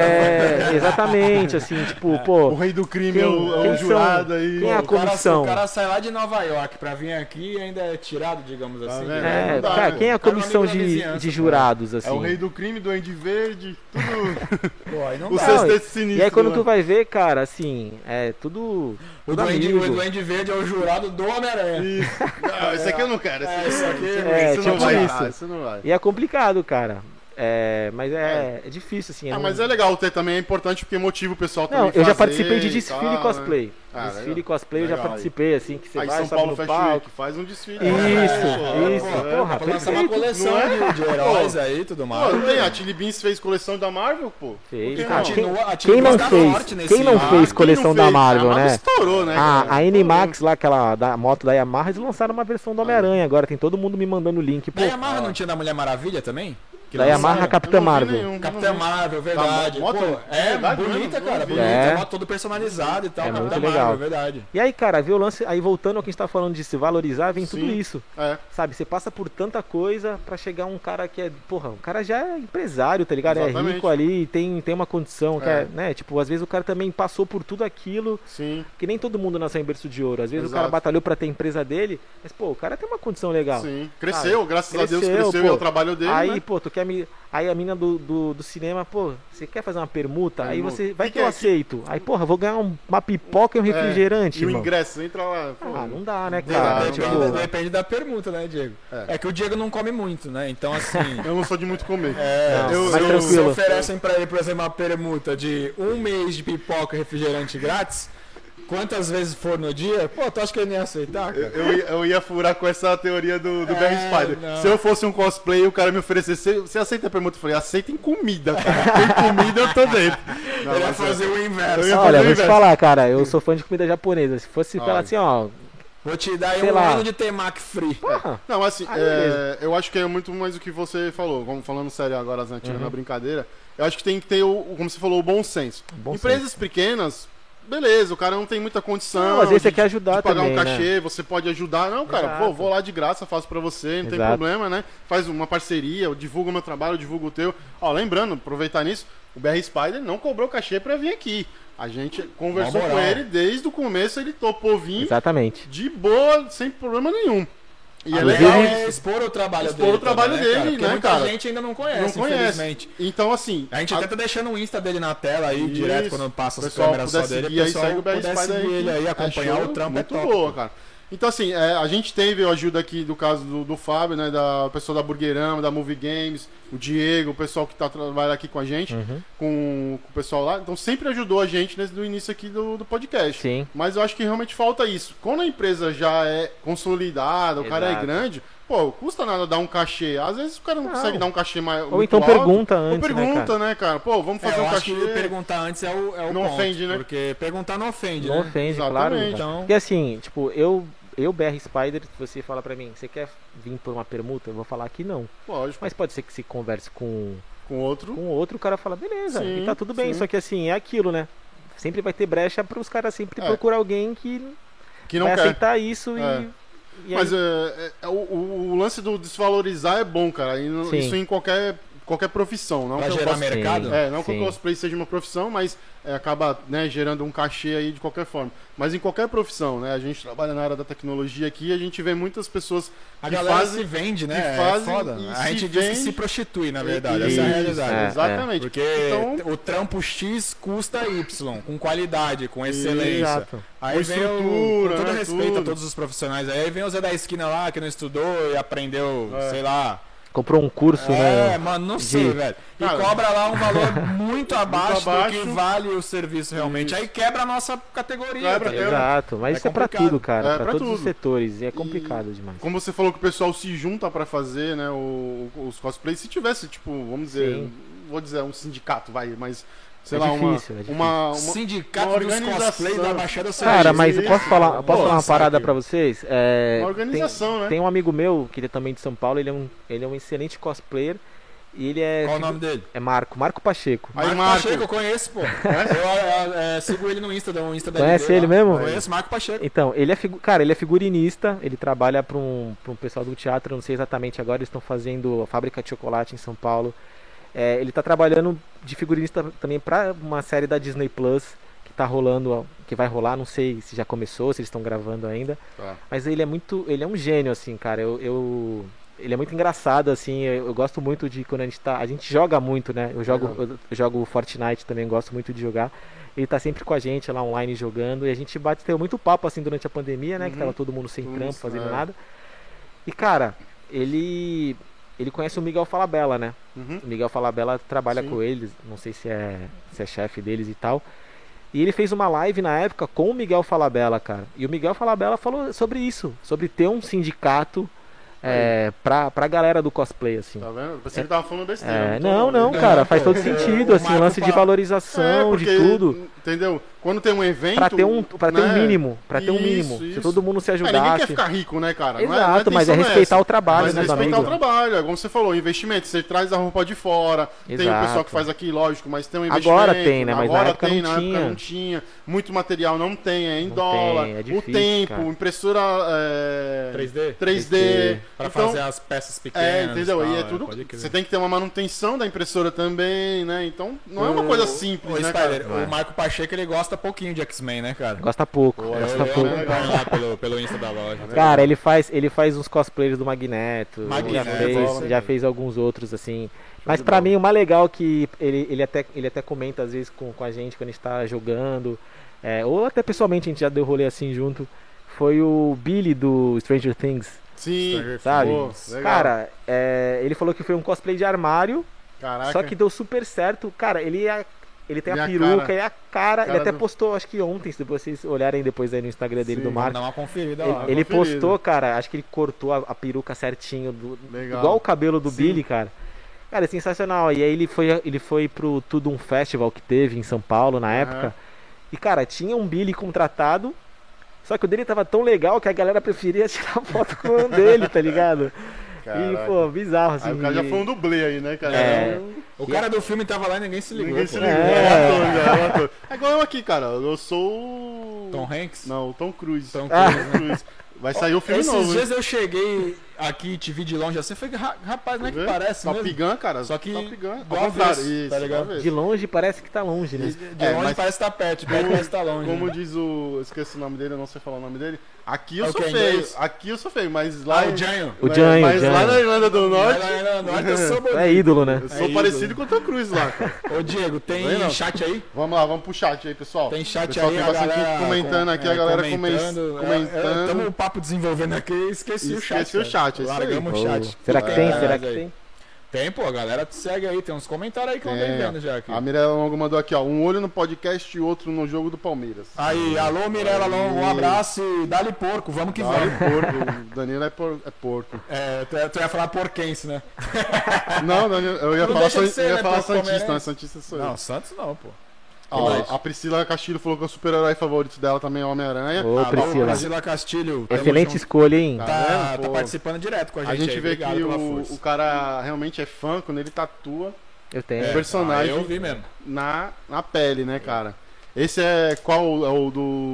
é, exatamente, assim, tipo, pô.
O rei do crime
Quem-
é o, é
quem
o jurado
são-
aí.
quem é a
O cara,
comissão?
o cara sai lá de Nova York pra vir aqui e ainda é tirado, digamos assim.
vendo?
É,
Não dá,
cara,
pô.
quem é a
O cara é um
comissão
amigo da
de,
vizinhança,
de
pô.
jurados, assim?
É o rei do crime, do Andy Verde, tudo.
Pô, aí não
o
dá.
Não,
sexteto
e
sinistro.
aí quando
lá.
tu vai ver, cara, assim, é tudo,
O
tudo
Duende,
amigo.
o Duende Verde é o jurado do Homem-Aranha.
Isso. Não, esse aqui eu não quero. Esse
É,
aqui,
esse aqui-
esse
é,
esse não
tipo
vai.
isso.
Ah, esse não vai.
E é complicado, cara. É, mas é, é difícil, assim. é
Ah,
um-
mas é legal ter também, é importante porque motiva o pessoal
Não,
também
eu já
fazer
participei de
e
desfile
tal,
e cosplay.
né? Ah,
desfile
legal.
e cosplay eu já
Legal,
participei, assim, que você
Aí
vai,
São
sobe
Paulo
no
Fashion
palco.
Week faz um desfile.
Isso,
É,
isso,
pô, é.
porra,
Pra lançar uma
perfeito.
coleção
Não é?
de, de heróis aí e tudo
Pô,
mais.
não tem, a Tilly Beans fez coleção da Marvel, pô.
Fez.
Por que
Ah,
não?
quem,
Continua- a Tilly
quem não
Beans dá
fez,
norte nesse
quem não
ano.
Ah,
fez
quem
coleção
não
da
fez?
Marvel,
A Marvel
né?
estourou, né?
A,
cara?
a Animax lá, aquela da moto da Yamaha, eles lançaram uma versão do Homem-Aranha agora, tem todo mundo me mandando o link. Pô,
Da Yamaha não tinha da Mulher Maravilha também? Que
da
lançaram?
Yamaha
Eu
Capitã
não vi
Marvel.
nenhum,
Capitã
não vi.
Marvel, verdade.
moto?
Pô, é
Verdade
bonita,
mesmo,
cara.
não vi.
Bonita,
É.
moto todo personalizado e tal.
É
Capitã
muito
Marvel,
legal.
é verdade.
E aí, cara, vê o lance, aí voltando ao que a gente tá falando de se valorizar, vem tudo
Sim.
isso.
É.
Sabe, você passa por tanta coisa pra chegar um cara que é, porra, o cara já é empresário, tá ligado? É
Exatamente.
rico ali, tem, tem uma condição, que
É.
é, né? Tipo, às vezes o cara também passou por tudo aquilo,
Sim,
que nem todo mundo nasceu em berço de ouro. Às vezes o
Exato.
cara batalhou pra ter a empresa dele, mas, pô, o cara tem uma condição legal.
sim. Cresceu,
Sabe?
graças a Deus
Cresceu,
cresceu,
pô.
é o trabalho dele,
Aí,
né?
pô, tu quer me. Aí a mina do, do, do cinema, pô, você quer fazer uma permuta? Aí
Permuta.
você. Vai
Que
que
que
eu
é?
aceito. Aí, porra, vou ganhar um- uma pipoca e um refrigerante,
E o
irmão.
ingresso, entra lá. pô.
Ah, não dá, né,
Não
cara?
dá,
Depende,
não
Tipo,
dá.
depende da permuta, né, Diego?
É.
É. que o Diego não come muito, né? Então, assim.
Eu não sou de muito comer.
É,
Não,
eu,
mas
eu,
se
tranquilo.
oferecem pra ele, por exemplo, uma permuta de um mês de pipoca e refrigerante grátis, quantas vezes for no dia, pô, tu acha que ele não ia aceitar, cara?
Eu, ia, eu ia furar com essa teoria do, do
É,
Barry Spider.
não.
Se eu fosse um cosplay e o cara me oferecesse, você aceita a pergunta? Eu falei, aceita em comida, cara. Tem comida, eu tô dentro. Não,
ele ia
mas é-
fazer o
Eu
inverso.
ia
Olha,
fazer o
vou te
inverso.
falar, cara, eu sou fã de comida japonesa. Se fosse falar
Olha.
assim, ó.
Vou te dar aí
Sei
um
lá.
ano de temaki free.
Porra,
Não, assim,
Aí,
é, eu acho que é muito mais o que você falou. Vamos falando sério agora, né, tirando a brincadeira. Eu acho que tem que ter, o, o- como você falou, o bom senso.
Bom
Empresas pequenas, beleza, o cara não tem muita condição.
Não, às vezes
de,
você quer ajudar
de pagar
também,
um
né?
cachê, você pode ajudar. Não, cara,
Exato.
pô, vou lá de graça, faço pra você, não tem
Exato.
problema, né? Faz uma parceria, eu divulgo o meu trabalho, eu divulgo o teu. Ó, lembrando, aproveitar nisso, o B R Spider não cobrou cachê pra vir aqui. A gente conversou
Uma
com
moral.
ele desde o começo, ele topou vir
exatamente.
de boa, sem problema nenhum. E
E
é
é
legal
legal
isso.
é expor o trabalho
Expor
dele.
o trabalho
também,
dele,
cara? Porque
né,
muita
cara?
gente ainda não conhece,
Não conhece.
infelizmente.
Então, assim.
A gente
a-
até tá deixando o Insta dele na tela aí,
Isso.
direto, quando passa
o
as
pessoal
câmeras só
puder
dele.
seguir
O
aí,
pessoal
segue o B R
puder
Spider
seguir
aí,
ele aí,
que
acompanhar
achou
o trampo é
muito
top.
boa, cara. Então, assim, é, a gente teve a ajuda aqui do caso do, do Fábio, né? Da pessoa da Burguerama, da Movie Games, o Diego, o pessoal que tá trabalhando aqui com a gente,
Uhum.
com, com o pessoal lá. Então, sempre ajudou a gente desde o início aqui do, do podcast.
Sim.
Mas eu acho que realmente falta isso. Quando a empresa já é consolidada, o cara é
Exato.
grande, pô, custa nada dar um cachê. Às vezes o cara não,
Não.
consegue dar um cachê mais.
Ou
muito
então
alto.
pergunta
Ou
antes, né,
pergunta,
cara?
né, cara? Pô, vamos
É,
fazer
eu
um
acho
cachê.
que perguntar antes é o, é o
Não
ponto,
ofende, né?
Porque perguntar não ofende,
Não
né?
ofende, claro.
Exatamente.
cara.
Então-
Porque assim, tipo, eu, eu B R Spider, se você fala pra mim, você quer vir por uma permuta? Eu vou falar que não.
Lógico.
Mas pode ser que se converse com
Com outro.
com outro, o cara fala, beleza,
Sim,
e tá tudo bem.
sim.
Só que assim, é aquilo, né? Sempre vai ter brecha para os caras sempre
É.
procurar alguém que,
Que não
vai
quer.
aceitar isso
É.
e. e
Mas
aí-
é, é, o, o- o lance do desvalorizar é bom, cara. E no-
Sim.
isso em qualquer, qualquer profissão. Não
Pra
que eu
gerar
possa-
mercado?
É, não que o
Sim.
cosplay seja uma profissão, mas é, acaba né, gerando um cachê aí de qualquer forma. Mas em qualquer profissão, né? A gente trabalha na área da tecnologia aqui e a gente vê muitas pessoas
A
que
galera
fazem.
se vende, né?
que
É
fazem
foda.
e
A
se
gente diz que
vende-
se prostitui, na verdade.
Isso,
Essa é a realidade.
é.
Exatamente.
Porque
Então,
o trampo X custa Y, com qualidade, com excelência.
Exato.
Aí
Com
vem o,
estrutura,
com todo
né,
respeito
tudo.
a todos os profissionais. Aí vem o Zé da esquina lá, que não estudou e aprendeu,
É.
sei lá.
Comprou um curso,
É,
né?
mano, não
de-
sei, velho. E
Cara,
cobra lá um valor muito abaixo,
abaixo.
do que vale o serviço realmente.
Isso.
Aí quebra a nossa categoria.
Quebra,
tá ligado?
Exato, mas
É
isso é pra
complicado.
tudo, cara.
É,
pra,
pra
todos os
tudo.
setores. E é complicado demais.
como você falou que o pessoal se junta pra fazer, né, o- os cosplays, se tivesse, tipo, vamos dizer,
Sim.
vou dizer um sindicato, vai, mas sei
É
lá,
difícil,
uma,
é difícil.
uma, uma
Sindicato
uma
dos
organização.
cosplay da Baixada
Cara,
Santista.
mas eu posso falar, posso
Pô,
falar uma
lançar
parada
aqui.
pra vocês? É,
uma organização,
tem,
né?
tem um amigo meu, que ele é também de São Paulo, ele é um, ele é um excelente cosplayer. E ele é.
Qual o
figu-
nome dele?
É Marco, Marco Pacheco.
Aí,
Marco
Marco.
Pacheco, eu conheço, pô. Eu, eu, é, sigo ele no Insta, no Insta da
Conhece
L B
ele
lá.
mesmo?
Conheço, Marco Pacheco.
Então, ele é figu... cara, ele é figurinista, ele trabalha para um, pra um pessoal do teatro, eu não sei exatamente agora, eles estão fazendo a fábrica de chocolate em São Paulo. É, ele tá trabalhando de figurinista também pra uma série da Disney Plus que tá rolando, que vai rolar, não sei se já começou, se eles estão gravando ainda.
Tá.
Mas ele é muito, ele é um gênio, assim, cara. Eu, eu- ele é muito engraçado, assim. Eu, eu gosto muito de quando a gente tá, a gente joga muito, né? Eu jogo, eu, eu jogo Fortnite também, gosto muito de jogar. Ele tá sempre com a gente lá online jogando e a gente bateu muito papo assim durante a pandemia, né? Que tava todo mundo sem
Tudo
trampo,
isso,
fazendo
é.
nada. E cara, ele ele conhece o Miguel Falabella, né?
Uhum.
O Miguel Falabella trabalha
Sim.
com eles, não sei se é se é chefe deles e tal. E ele fez uma live na época com o Miguel Falabella, cara. E o Miguel Falabella falou sobre isso, sobre ter um sindicato é, pra, pra galera do cosplay, assim.
Tá vendo? Você que tava falando besteira.
É,
tô
não,
falando.
não,
Não,
cara, faz
pô,
todo
é,
sentido,
o
assim,
Marco
lance de
fala-
valorização,
É,
de
porque,
tudo.
Entendeu? Quando tem um evento.
Pra ter um, pra ter um
né?
mínimo, pra ter um
Isso,
mínimo. Se
isso.
todo mundo se
É, ninguém quer
ajudasse.
ficar rico, né, cara? Não é- não
Exato, mas é
intenção
respeitar
essa.
o trabalho,
Mas
né, do
respeitar o
amigo.
trabalho, é como você falou, investimento. Você traz a roupa de fora, tem o pessoal
Exato.
que faz aqui, lógico, mas tem um investimento.
Agora tem, né, mas na
Agora
época
tem,
não
na
tinha.
época não tinha. Muito material não tem, é em
Não
dólar.
tem, é
o
difícil,
tempo,
cara.
impressora é...
três D?
três D.
Pra
Então,
fazer as peças pequenas.
é, entendeu?
tal,
E é tudo.
pode crer.
Você tem que ter uma manutenção da impressora também, né? Então, não é uma
O-
coisa simples,
o
né,
Spider,
cara?
o Marco Pacheco, ele gosta pouquinho de X-Men, né, cara?
Gosta pouco,
Pô,
gosta
Eu,
pouco.
eu acompanho lá pelo, pelo Insta da loja.
Cara, ele faz, ele faz uns cosplayers do Magneto,
Magneto,
já fez,
bola,
já
né?
fez alguns outros assim. Mas
de
pra
bola.
mim o mais legal é que ele, ele, até, ele até comenta às vezes com, com a gente quando a gente tá jogando, é, ou até pessoalmente a gente já deu rolê assim junto, foi o Billy do Stranger Things,
Sim,
Stranger
sabe?
pô, legal.
Cara, é, ele falou que foi um cosplay de armário,
Caraca.
só que deu super certo. Cara, ele é. Ele tem
E
a
a
peruca,
cara?
ele é a cara. Ele
Cara
até
do-
postou, acho que ontem, se vocês olharem depois aí no Instagram dele
Sim,
do
Vamos
Marco.
dar uma conferida
Ele,
lá.
ele
conferido.
postou, cara, acho que ele cortou a, a peruca certinho, do,
Legal.
igual o cabelo do
Sim.
Billy, cara. Cara, é sensacional. E aí ele foi, ele foi pro Tudum Festival que teve em São Paulo na época. E, cara, tinha um Billy contratado, só que o dele tava tão legal que a galera preferia tirar foto com o dele, tá ligado? E,
Caraca.
pô, bizarro, assim.
Aí o cara já
e-
foi um dublê aí, né, cara?
É.
O cara do filme tava lá e ninguém se ligou.
Ninguém
pô.
se ligou.
É.
É um ator, já, é um ator. É igual eu aqui, cara. Eu sou o...
Tom Hanks?
Não, o Tom Cruise.
Tom
Ah.
Cruise.
Tom Cruise. Vai sair o filme
Esses
novo,
dias
hein?
eu cheguei aqui e te vi de longe assim, falei, "Ra- rapaz, não é que
Vê?
parece
Top
mesmo?"
Gun, cara.
Só que
Top Gun.
do
Ao contrário,
avesso,
isso,
tá
do
ligado?
avesso.
De longe parece que tá longe, né?
De
É,
longe
mas-
parece que tá perto, de perto parece que tá longe.
Como
né?
diz o... Eu esqueci o nome dele, eu não sei falar o nome dele. Aqui eu
É o
sou
que,
feio.
inglês?
Aqui eu sou feio, mas lá...
Ah, o Janho.
O
mas-
Janho,
Mas
o
lá
Janho.
na Irlanda do Norte,
Não, não, não, eu sou bonito.
É ídolo, né?
eu sou
É ídolo.
parecido com o Tom Cruise lá, cara.
Ô Diego, tem
Vem não.
chat aí?
Vamos lá, vamos pro chat aí, pessoal.
Tem chat
pessoal
aí,
tem
a
bastante
galera
gente comentando aqui,
é,
a galera come-
comentando.
comentando.
Estamos o papo desenvolvendo aqui, esqueci o chat.
Esqueci o
cara.
chat, é isso aí.
Largamos o
Ô,
chat.
será que
É,
tem?
mas
Será que
aí.
tem?
Tem, pô, a galera te segue aí, tem uns comentários aí que eu andei
Tem,
vendo já aqui.
A Mirella Longo mandou aqui, ó. Um olho no podcast e outro no jogo do Palmeiras.
Aí, alô Mirella Longo, um abraço e dá-lhe porco, vamos que
Dá-lhe
vamos.
porco. O Danilo é, por- é porco.
É, tu, tu ia falar porquense, né?
Não, Danilo, eu ia
Não
falar,
deixa de
San-
ser,
eu ia
né,
falar
porco
Santista,
palmeirense.
mas Santista sou eu.
Não, Santos não, pô.
Ó,
mais?
a Priscila Castilho falou que o super-herói favorito dela também é o Homem-Aranha.
Ô,
Ah,
Priscila.
Priscila Castilho. tamo
Excelente
junto.
escolha, hein?
Tá
Tá,
vendo,
tá
pô?
participando direto com a gente
A gente
aí.
vê
Obrigado
que
pela
o,
força.
o cara realmente é fã quando ele tatua
Eu tenho.
É,
personagem.
ah, eu vi mesmo.
na, na pele, né, cara? Esse é qual? É o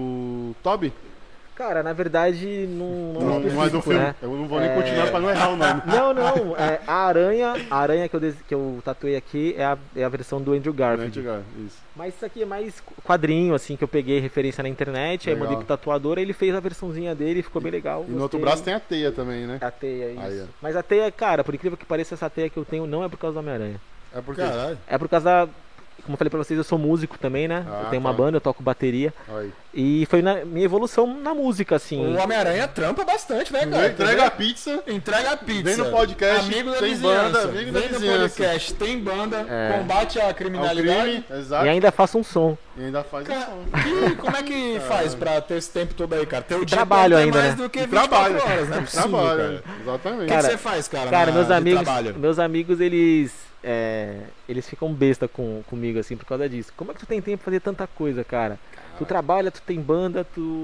do Toby?
Cara, na verdade, não, não,
Não, não é do
específico,
filme.
né?
Eu não vou nem
É.
continuar pra não errar o nome.
Não, não. É, a aranha, a aranha que eu, des- que eu tatuei aqui é a, é a versão do Andrew Garfield.
Né, isso.
Mas isso aqui é mais quadrinho, assim, que eu peguei referência na internet, aí
Legal.
mandei pro tatuador, aí ele fez a versãozinha dele, ficou bem legal.
E no outro
gostei.
braço tem a teia também, né?
A teia, isso.
Aí, ó.
Mas a teia, cara, por incrível que pareça, essa teia que eu tenho não é por causa do Homem-Aranha.
É porque.
Caralho.
É por causa da... Como eu falei pra vocês, eu sou músico também, né?
Ah,
eu tenho uma
tá.
banda, eu toco bateria.
Aí.
E foi na minha evolução na música, assim.
O Homem-Aranha trampa bastante, né, cara?
Entrega a pizza.
Entrega a pizza.
Vem no podcast,
Amigo da
tem
vizinhança.
banda, amigo da
Vem no
vizinhança.
podcast, tem banda,
É.
combate a
Ao
criminalidade.
crime, exato.
E ainda faço um som.
E ainda faz o
Cara,
som.
que- como é que faz pra ter esse tempo todo aí, cara? Teu dia
trabalho
deve ter
ainda,
mais
né?
do que
E
vinte e quatro
trabalho.
horas, né?
Trabalho, exatamente.
O que,
Cara,
que você faz, cara?
Cara,
na-
meus
de
amigos,
trabalho?
meus amigos, eles, é, eles ficam besta com, comigo, assim, por causa disso. Como é que tu tem tempo pra fazer tanta coisa, cara? Tu trabalha, tu tem banda,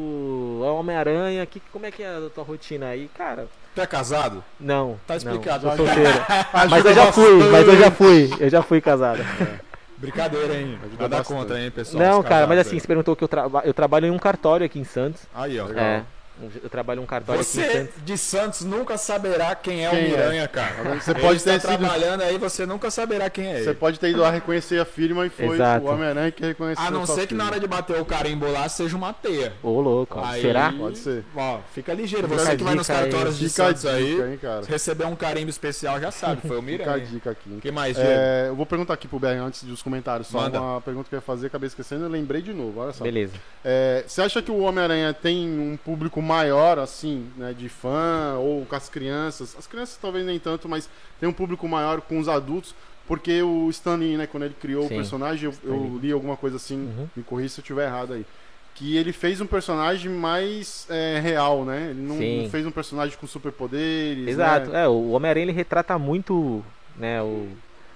tu é Homem-Aranha, que, como é que é a tua rotina aí? Cara,
Tu é casado?
não,
Tá explicado.
não, sou solteiro. Mas
Ajuda
eu já fui,
bastante.
mas eu já fui, eu já fui casado.
Brincadeira, hein?
Ajuda
Nada
bastante.
contra, hein, pessoal?
Não,
os
cara, mas
casados
assim,
aí.
você perguntou que eu, traba eu trabalho em um cartório aqui em Santos.
Aí, ó.
Legal.
É. Eu trabalho um cartório aqui em
Você
Santos.
de Santos nunca saberá quem é
Quem
o
é?
Miranha, cara.
Você
Ele
pode
está
ter sido-
trabalhando aí, você nunca saberá quem é
Você
ele.
pode ter ido lá reconhecer a firma e foi
Exato.
o Homem-Aranha que reconheceu
A não
a sua
ser que na
firma.
hora de bater o carimbo lá seja uma teia.
Ô, louco.
Aí-
Será?
Pode ser.
Ó, fica ligeiro.
Fica
Você
a
que vai nos
dica aí.
cartórios de
Fica a
Santos
dica,
aí,
hein, cara.
se receber um carimbo especial já sabe, foi o
Fica a
Miranha.
dica aqui.
O que mais, Diego?
É, eu vou perguntar aqui pro B R antes dos comentários. Só
Manda.
uma pergunta que eu ia fazer, acabei esquecendo e lembrei de novo. Olha só.
Beleza.
É, você acha que o Homem-Aranha tem um público maior, assim, né, de fã, ou com as crianças? As crianças talvez nem tanto, mas tem um público maior com os adultos, porque o Stan Lee, né, quando ele criou
Sim,
o personagem, eu, eu
Lee.
li alguma coisa assim,
Uhum.
me corri se eu estiver errado aí, que ele fez um personagem mais é, real, né? Ele não,
Sim.
não fez um personagem com superpoderes,
Exato.
né?
É, o Homem-Aranha ele retrata muito, né, o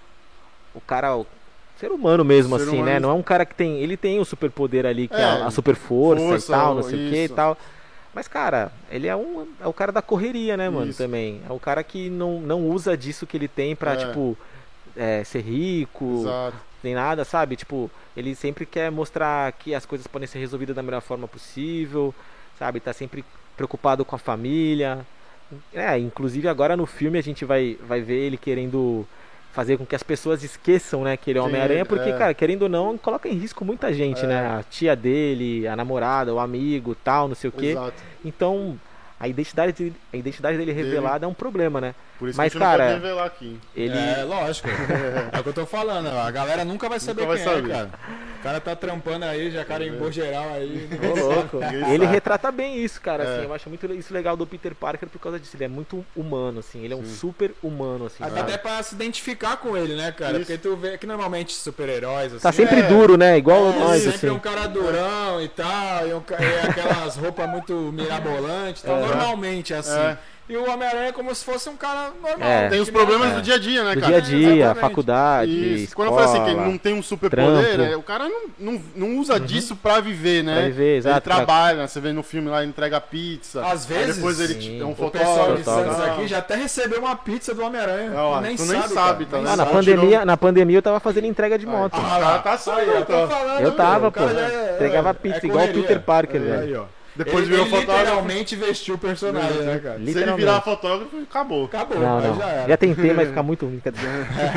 o cara, o ser humano mesmo,
Ser
assim,
humano.
né? Não é um cara que tem, ele tem o superpoder ali que é,
É,
a, a super força,
força,
e tal, não sei o que e
isso.
tal. Mas cara, ele é um é o cara da correria, né, mano?
Isso.
Também é o cara que não, não usa disso que ele tem pra
É.
tipo é, ser rico,
Exato.
nem nada, sabe? Tipo, ele sempre quer mostrar que as coisas podem ser resolvidas da melhor forma possível, sabe? Tá sempre preocupado com a família. É, inclusive agora no filme a gente vai, vai ver ele querendo fazer com que as pessoas esqueçam, né, que ele é o
Quem
Homem-Aranha,
ele
porque,
é.
cara, querendo ou não, coloca em risco muita gente,
É.
né? A tia dele, a namorada, o amigo, tal, não sei o quê.
Exato.
Então, a identidade dele, a identidade dele revelada é um problema, né?
Por isso
Mas,
que a gente
cara,
não pode revelar aqui.
Ele
É, lógico. É o que eu tô falando. A galera nunca vai saber
vai
quem
saber.
é, cara. O cara tá trampando aí, já carimbou geral aí.
Ô, louco.
Ninguém
Ele
sabe.
retrata bem isso, cara.
É.
Assim, eu acho muito isso legal do Peter Parker por causa disso. Ele é muito humano, assim. Ele é um
Sim.
super humano, assim.
Até,
sabe?
até pra se identificar com ele, né, cara?
Isso.
Porque tu vê que normalmente super-heróis, assim.
Tá sempre
É.
duro, né? Igual
é,
nós,
sempre
assim.
um cara durão e tal, e, um ca- e aquelas roupas muito mirabolantes e tal.
É.
Normalmente é assim.
É.
E o Homem-Aranha é como se fosse um cara normal.
É.
Tem os
que nem
problemas
é.
do dia a dia, né,
Do
cara?
dia a dia,
Exatamente.
faculdade,
Isso. Quando eu falo assim, que ele
escola.
não tem um superpoder,
trampo.
é, o cara não, não, não usa disso pra viver, né?
Pra viver, exato,
Ele
pra-
trabalha, você vê no filme lá, ele entrega pizza.
Às
aí
vezes,
depois ele
sim.
é um
O pessoal de
fotógrafo.
Santos
tá?
aqui já até recebeu uma pizza do Homem-Aranha.
Ó,
E nem
tu nem
sabe,
sabe,
cara.
tá
Nem
vendo?
Ah, na
Só
pandemia,
tirou-
na pandemia eu tava fazendo entrega de moto.
Ah, lá tá
Aí,
saindo,
eu tô
tá?
falando,
Eu tava,
meu, o
pô.
cara já é-
Entregava
é-
pizza
é
igual o
correria.
Peter Parker,
É,
velho.
aí, ó.
Depois
ele,
virou
ele
fotógrafo.
literalmente vestiu o personagem, né, cara?
Se ele
Literalmente.
virar fotógrafo, acabou.
Acabou,
Não,
aí
não.
já era.
Já tentei, mas fica muito ruim. Cadê?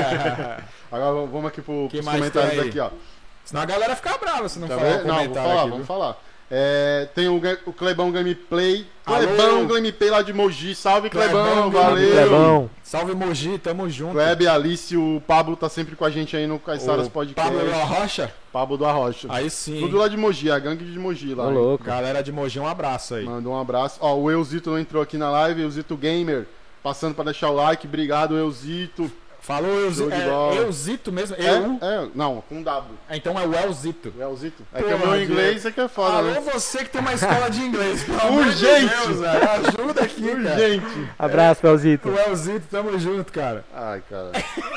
Agora vamos aqui pro,
Que
pros
mais
comentários
tem aí?
aqui, ó.
Senão a galera fica brava se não
Tá
falar o
vendo? Não, vou
comentário
falar,
aqui,
vamos
viu?
falar. É, tem o, Ga- o Clebão Gameplay.
Alô?
Clebão Gameplay lá de Mogi. Salve, Clebão,
Clebão,
valeu.
Clebão.
Salve Mogi, tamo junto.
Web, Alice, o Pablo tá sempre com a gente aí no Caiçaras
O
Podcast.
Pablo da Rocha?
Pablo do Arrocha.
Aí sim.
Tudo lá de Mogi, a gangue de Mogi lá.
Ô,
hein?
louco.
Galera de Mogi, um abraço aí.
Mandou um abraço. Ó, o Euzito não entrou aqui na live, Euzito Gamer. Passando pra deixar o like, obrigado, Euzito.
Falou
Show
Euzito.
de
É,
bola.
Euzito mesmo?
É,
Eu?
é, não, com W.
Então é o Elzito.
O Euzito. É
Pô,
que o meu
Diego.
inglês é que é foda,
Alô,
né?
você que tem uma escola de inglês. Pelo amor de
Urgente.
Deus, velho. Ajuda aqui, cara.
Urgente.
Abraço, Felzito.
O Elzito, tamo junto, cara.
Ai, cara.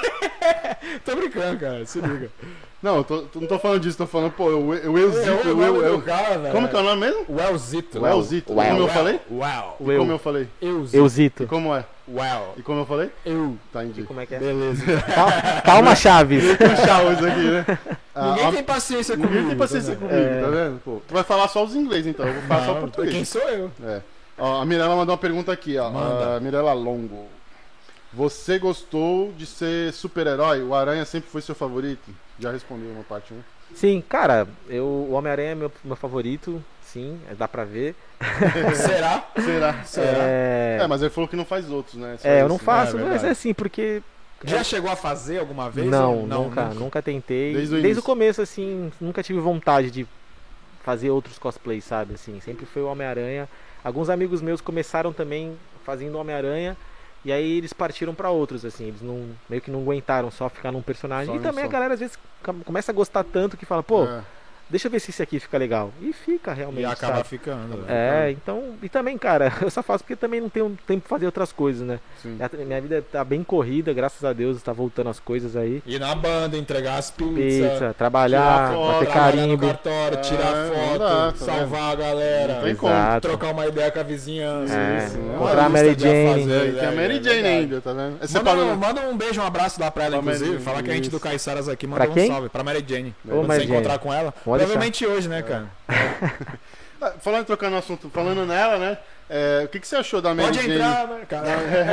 Tô brincando, cara. Se liga.
Não, eu tô, não tô falando disso, tô falando, pô, o, o Euzito,
É, o
o, eu,
nome
eu,
do cara, velho.
como que é o nome mesmo?
O Elzito.
O Elzito.
Uau.
Como eu falei?
Uau.
O
E
eu.
como eu falei?
Euzito.
Euzito.
E como é?
Uau.
E como eu falei?
Eu.
Tá, entendi.
Como é que é?
Beleza.
Calma, calma, Chaves.
Puxar hoje aqui, né? Ah,
Ninguém
a-
tem paciência comigo.
Ninguém tem paciência
tá
comigo,
É.
tá vendo? Pô, tu vai falar só os inglês, então. Eu vou falar só o
Não,
português.
Quem sou eu?
É. Ó, a Mirella mandou uma pergunta aqui, ó.
Manda.
A Mirella Longo. Você gostou de ser super-herói? O Aranha sempre foi seu favorito? Já respondeu uma parte, né?
Sim, cara, eu, o Homem-Aranha é meu, meu favorito. Sim, dá pra ver.
Será?
Será?
É,
É, mas ele falou que não faz outros, né? Só
é, eu
esse,
não
né?
faço,
É
mas
verdade.
é assim, porque.
Já chegou a fazer alguma vez?
Não,
ou-
nunca, nunca tentei.
Desde
Desde,
o
o
início.
começo, assim, nunca tive vontade de fazer outros cosplays, sabe? Assim, sempre foi o Homem-Aranha. Alguns amigos meus começaram também fazendo Homem-Aranha. E aí eles partiram pra outros, assim, eles não, meio que não aguentaram só ficar num personagem.
Só
e também
só.
a galera às vezes com- começa a gostar tanto que fala, pô,
É.
deixa eu ver se esse aqui fica legal. E fica realmente,
E acaba
sabe?
ficando. velho.
É, então, e também, cara, eu só faço porque também não tenho tempo pra fazer outras coisas, né?
Sim.
Minha- Minha vida tá bem corrida, graças a Deus, tá voltando as coisas aí.
Ir na banda, entregar as pizzas.
Pizza, trabalhar,
tirar foto,
bater
Trabalhar no
carimbo.
cartório, tirar
É,
foto,
não dá, tá
salvar a galera,
Não tem como.
Exato.
trocar uma ideia com a vizinhança.
É,
isso.
encontrar
Uma
a
lista
Mary
de
Jane.
afazeres,
Tem a
é,
Mary
é
Jane
verdade.
ainda, tá vendo? É
Manda,
separando-
um, manda um beijo, um abraço lá pra ela,
Pra Mary
inclusive.
Jane,
Fala que a gente
isso.
do Caiçaras aqui
Pra
mandou
quem?
um salve. Pra Mary Jane.
Ô,
Quando
Mary
você
Jane.
encontrar com ela.
Pode
Provavelmente hoje, né, cara?
Ah, falando, trocando assunto, falando nela, né? É, o que, que você achou da Mary
Pode
Jane?
entrar, né, cara?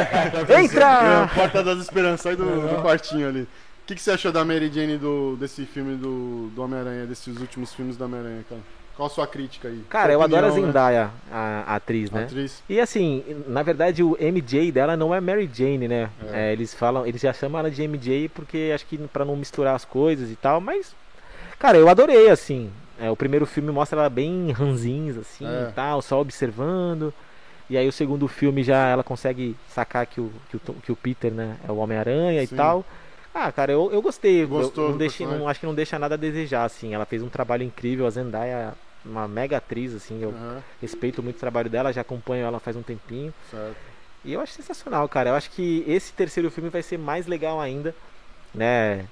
Entra!
É, Porta das Esperanças, aí do, do quartinho ali. O que, que você achou da Mary Jane do, desse filme do, do Homem-Aranha, desses últimos filmes do Homem-Aranha, cara? Qual a sua crítica aí?
Cara,
Sua
eu
opinião,
adoro a
né?
Zendaya, a, a atriz, né?
Atriz.
E assim, na verdade o M J dela não é Mary Jane, né?
É.
É, eles falam, eles já chamam ela de M J porque acho que pra não misturar as coisas e tal, mas cara, eu adorei assim. É, o primeiro filme mostra ela bem ranzinza assim,
É.
e tal, só observando. E aí o segundo filme já ela consegue sacar que o que o, Tom- que o Peter, né, é o Homem-Aranha e
Sim.
tal. Ah, cara, eu, eu gostei. Eu-
Gostou
eu não
do
deixei, não,
personagem?
acho que não deixa nada a desejar assim. Ela fez um trabalho incrível, a Zendaya, uma mega atriz assim, eu
Aham,
respeito muito o trabalho dela, já acompanho ela faz um tempinho.
certo.
E eu acho sensacional, cara. Eu acho que esse terceiro filme vai ser mais legal ainda, né?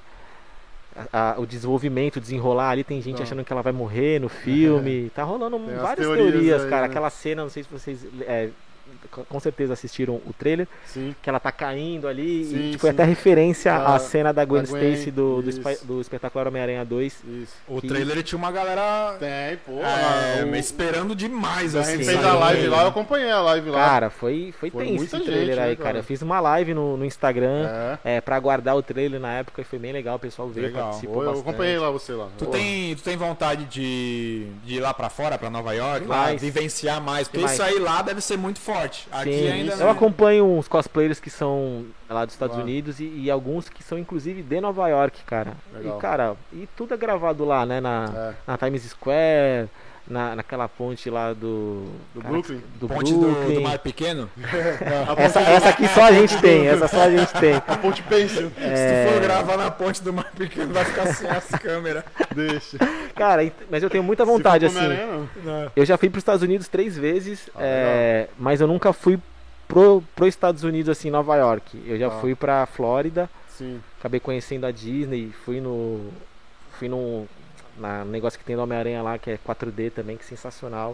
A- a- o desenvolvimento, o desenrolar ali, tem gente
Não.
achando que ela vai morrer no filme. Tá rolando
Tem as
várias
teorias
teorias,
aí,
cara.
né?
Aquela cena, não sei se vocês é, c- com certeza assistiram o trailer,
Sim.
que ela tá caindo ali.
Sim,
e tipo, é
sim.
até referência
Da-
à cena da Gwen,
da Gwen,
Stacy do, do,
isso.
Spy- do Espetacular Homem-Aranha dois.
Isso.
O
Que-
trailer tinha uma galera
Tem, pô.
é,
lá, o-
esperando demais,
a
assim.
gente
sim,
fez
sabe?
a live
sim.
lá, eu acompanhei a live lá.
Cara, foi, foi,
Foi
tenso
muita
esse
gente,
trailer
né,
aí,
cara?
cara. Eu fiz uma live no, no Instagram.
É.
É, pra guardar o trailer na época e foi bem legal, o pessoal veio,
Legal.
participou
Pô, eu
bastante.
acompanhei lá você lá.
Tu
Pô.
tem, tu tem vontade de, de ir lá pra fora, pra Nova York, lá,
Demais.
vivenciar mais? Porque
Demais.
isso aí lá deve ser muito forte. Aqui
Sim,
ainda
eu
não.
acompanho uns cosplayers que são lá dos Estados
Lá.
Unidos e, e alguns que são inclusive de Nova York, cara.
Legal.
E cara, e tudo é gravado lá, né, na,
É.
na Times Square, na, naquela ponte lá do...
Do
cara,
Brooklyn?
Do
Ponte do,
Brooklyn.
do Mar Pequeno?
Essa, essa aqui só a gente tem, essa só a gente tem.
A Ponte Pencil.
Se tu for gravar na ponte do Mar Pequeno, vai ficar sem as câmeras.
Deixa.
Cara, ent- mas eu tenho muita
Se for
vontade,
com
assim.
Homem-Aranha, não.
Eu já fui para os Estados Unidos três vezes,
Ah,
é, mas eu nunca fui pro, pro Estados Unidos, assim, Nova York. Eu já
Ah.
fui pra Flórida,
Sim.
acabei conhecendo a Disney, fui no. Fui no na, no negócio que tem do Homem-Aranha lá, que é quatro D também, que é sensacional.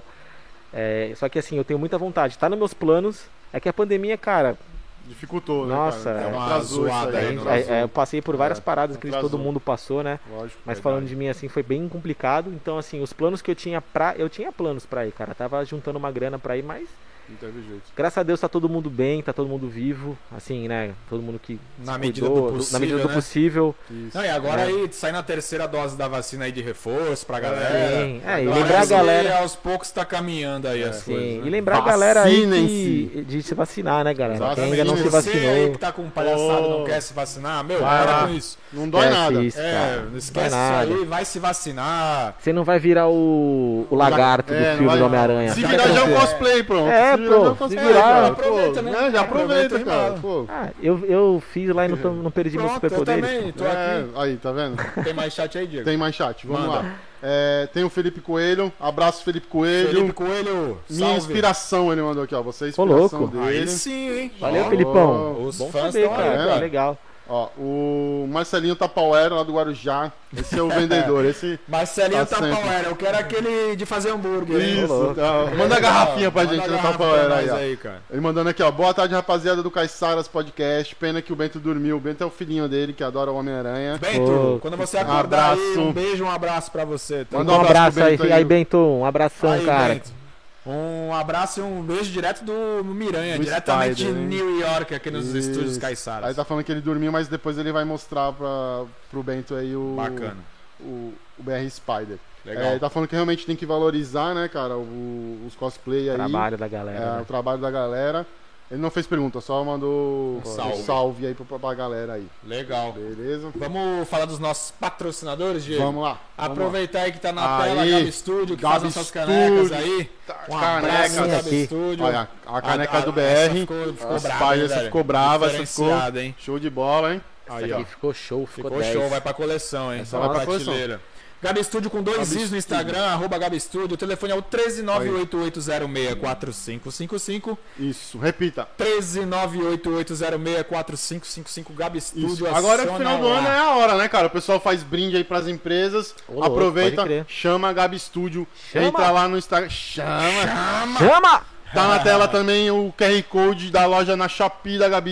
É, só que assim, eu tenho muita vontade. Tá nos meus planos. É que a pandemia, cara,
Dificultou, né,
Nossa,
cara?
é
uma
Atrasou isso
zoada
aí,
aí,
é,
né?
atrasou.
é, eu passei por várias
É,
paradas que
atrasou.
todo mundo passou, né?
Lógico.
Mas
Verdade.
falando de mim assim, foi bem complicado. Então, assim, os planos que eu tinha pra. Eu tinha planos pra ir, cara. Tava juntando uma grana pra ir, mas
Não teve jeito.
graças a Deus tá todo mundo bem, tá todo mundo vivo, assim, né? Todo mundo que
Na
se
medida
cuidou,
do possível,
na medida do
né?
possível.
Isso.
Não, e agora
É.
aí, sai na terceira dose da vacina aí de reforço pra galera.
Sim, é, e
Parece
lembrar a
que
galera.
aos poucos tá caminhando aí as
Sim,
coisas. né?
e lembrar a galera aí
Vacinem-se.
que, de se vacinar, né, galera? Quem
Exatamente.
ainda não se
Você aí
vacinou.
que tá com palhaçada
Ô.
não quer se vacinar, meu,
Vai
para
lá.
com isso.
Não dói
Esquece
nada.
isso,
É,
cara.
não
Não
esquece
vai nada.
isso aí, vai se vacinar.
Você não vai virar o, o lagarto
É,
do
não
filme
vai-
do Homem-Aranha.
Se
Tá
virar já é um
tranquilo.
cosplay, pronto.
É,
se virar já é um
pô,
cosplay,
se virar,
cara.
aproveita,
Pô,
né?
né? Já aproveita,
Aproveita,
cara.
irmão.
Pô.
Ah, eu, eu fiz lá e não, tô- não perdi meus
Pronto, eu
superpoderes.
também,
pô.
tô
É,
aqui.
aí, tá vendo?
Tem mais chat aí, Diego?
Tem mais chat, vamos
Manda.
lá. É, tem o Felipe Coelho, abraço Felipe Coelho.
Felipe Coelho,
Minha
salve.
inspiração ele mandou aqui, ó. Você é a
Ô,
inspiração
louco.
Aí
dele.
sim, hein?
Valeu,
Ó,
Felipão.
os
Bom
fãs
saber,
tão aí,
cara.
né?
Legal.
Ó, o Marcelinho Tapauera lá do Guarujá. Esse é o vendedor. Esse.
Marcelinho
Tá
tá
sempre.
Tapauera, eu quero aquele de fazer hambúrguer. hein?
Isso,
louco.
tá. Manda a garrafinha pra
Manda
gente
a
no
garrafa
Tapauera
pra
aí,
nós
ó.
aí, cara.
Ele mandando aqui, ó. Boa tarde, rapaziada do Caiçaras Podcast. Pena que o Bento dormiu. O Bento é o filhinho dele que adora o Homem-Aranha.
Bento,
Ô,
quando você
um
acordar aí,
abraço.
um beijo, um abraço pra você. tá?
Manda
Um
um abraço
abraço
pro
aí,
Bento aí.
aí, Bento. Um abração,
Aí,
cara.
Bento. Um abraço e um beijo direto do Miranha,
Do
diretamente
Spider,
de
hein?
New York, aqui nos
Isso.
estúdios Caiçaras.
Aí tá falando que ele dormiu, mas depois ele vai mostrar pra, pro Bento aí o,
Bacana.
o, o B R Spider.
Legal.
É, ele tá falando que realmente tem que valorizar, né, cara, o- os cosplay aí.
Trabalho da galera.
É,
né?
o trabalho da galera. Ele não fez pergunta, só mandou
Um
um
salve.
salve, aí pra, pra galera aí.
Legal.
Beleza?
Vamos falar dos nossos patrocinadores, Diego?
Vamos lá. vamos
Aproveitar aí que tá na
Aí.
tela, Gabi Studio, que
Gabi
faz essas canecas
Studio.
aí.
lá.
Um
Caneca.
abraço,
Sim,
Gabi
aqui.
Studio.
Olha, a caneca
A-
do
a-
B
essa
R.
ficou- ficou
a
brava,
Spider,
hein,
essa
velho?
ficou brava, essa ficou
Diferenciada, hein?
show de bola, hein?
Essa
Aí, ó.
aqui ficou show, ficou,
Ficou
dez.
show, vai pra coleção, hein?
Essa
Vai
vai pra coleção.
prateleira. Gabi Studio com dois
Gabi
Is no Instagram, arroba Gabi Studio. O telefone é o treze nove oito oito zero seis quatro cinco cinco cinco.
Isso, repita.
treze nove oito oito zero seis quatro cinco cinco cinco. Gabi Studio.
Isso. Agora no
aciona
final do
lá.
ano é a hora, né, cara? O pessoal faz brinde aí pras empresas.
Ô, louco,
aproveita,
pode crer.
chama a Gabi Studio.
Chama.
Entra lá no Instagram. Chama.
Chama!
Tá na tela também o Q R Code da loja na Shopee da Gabi.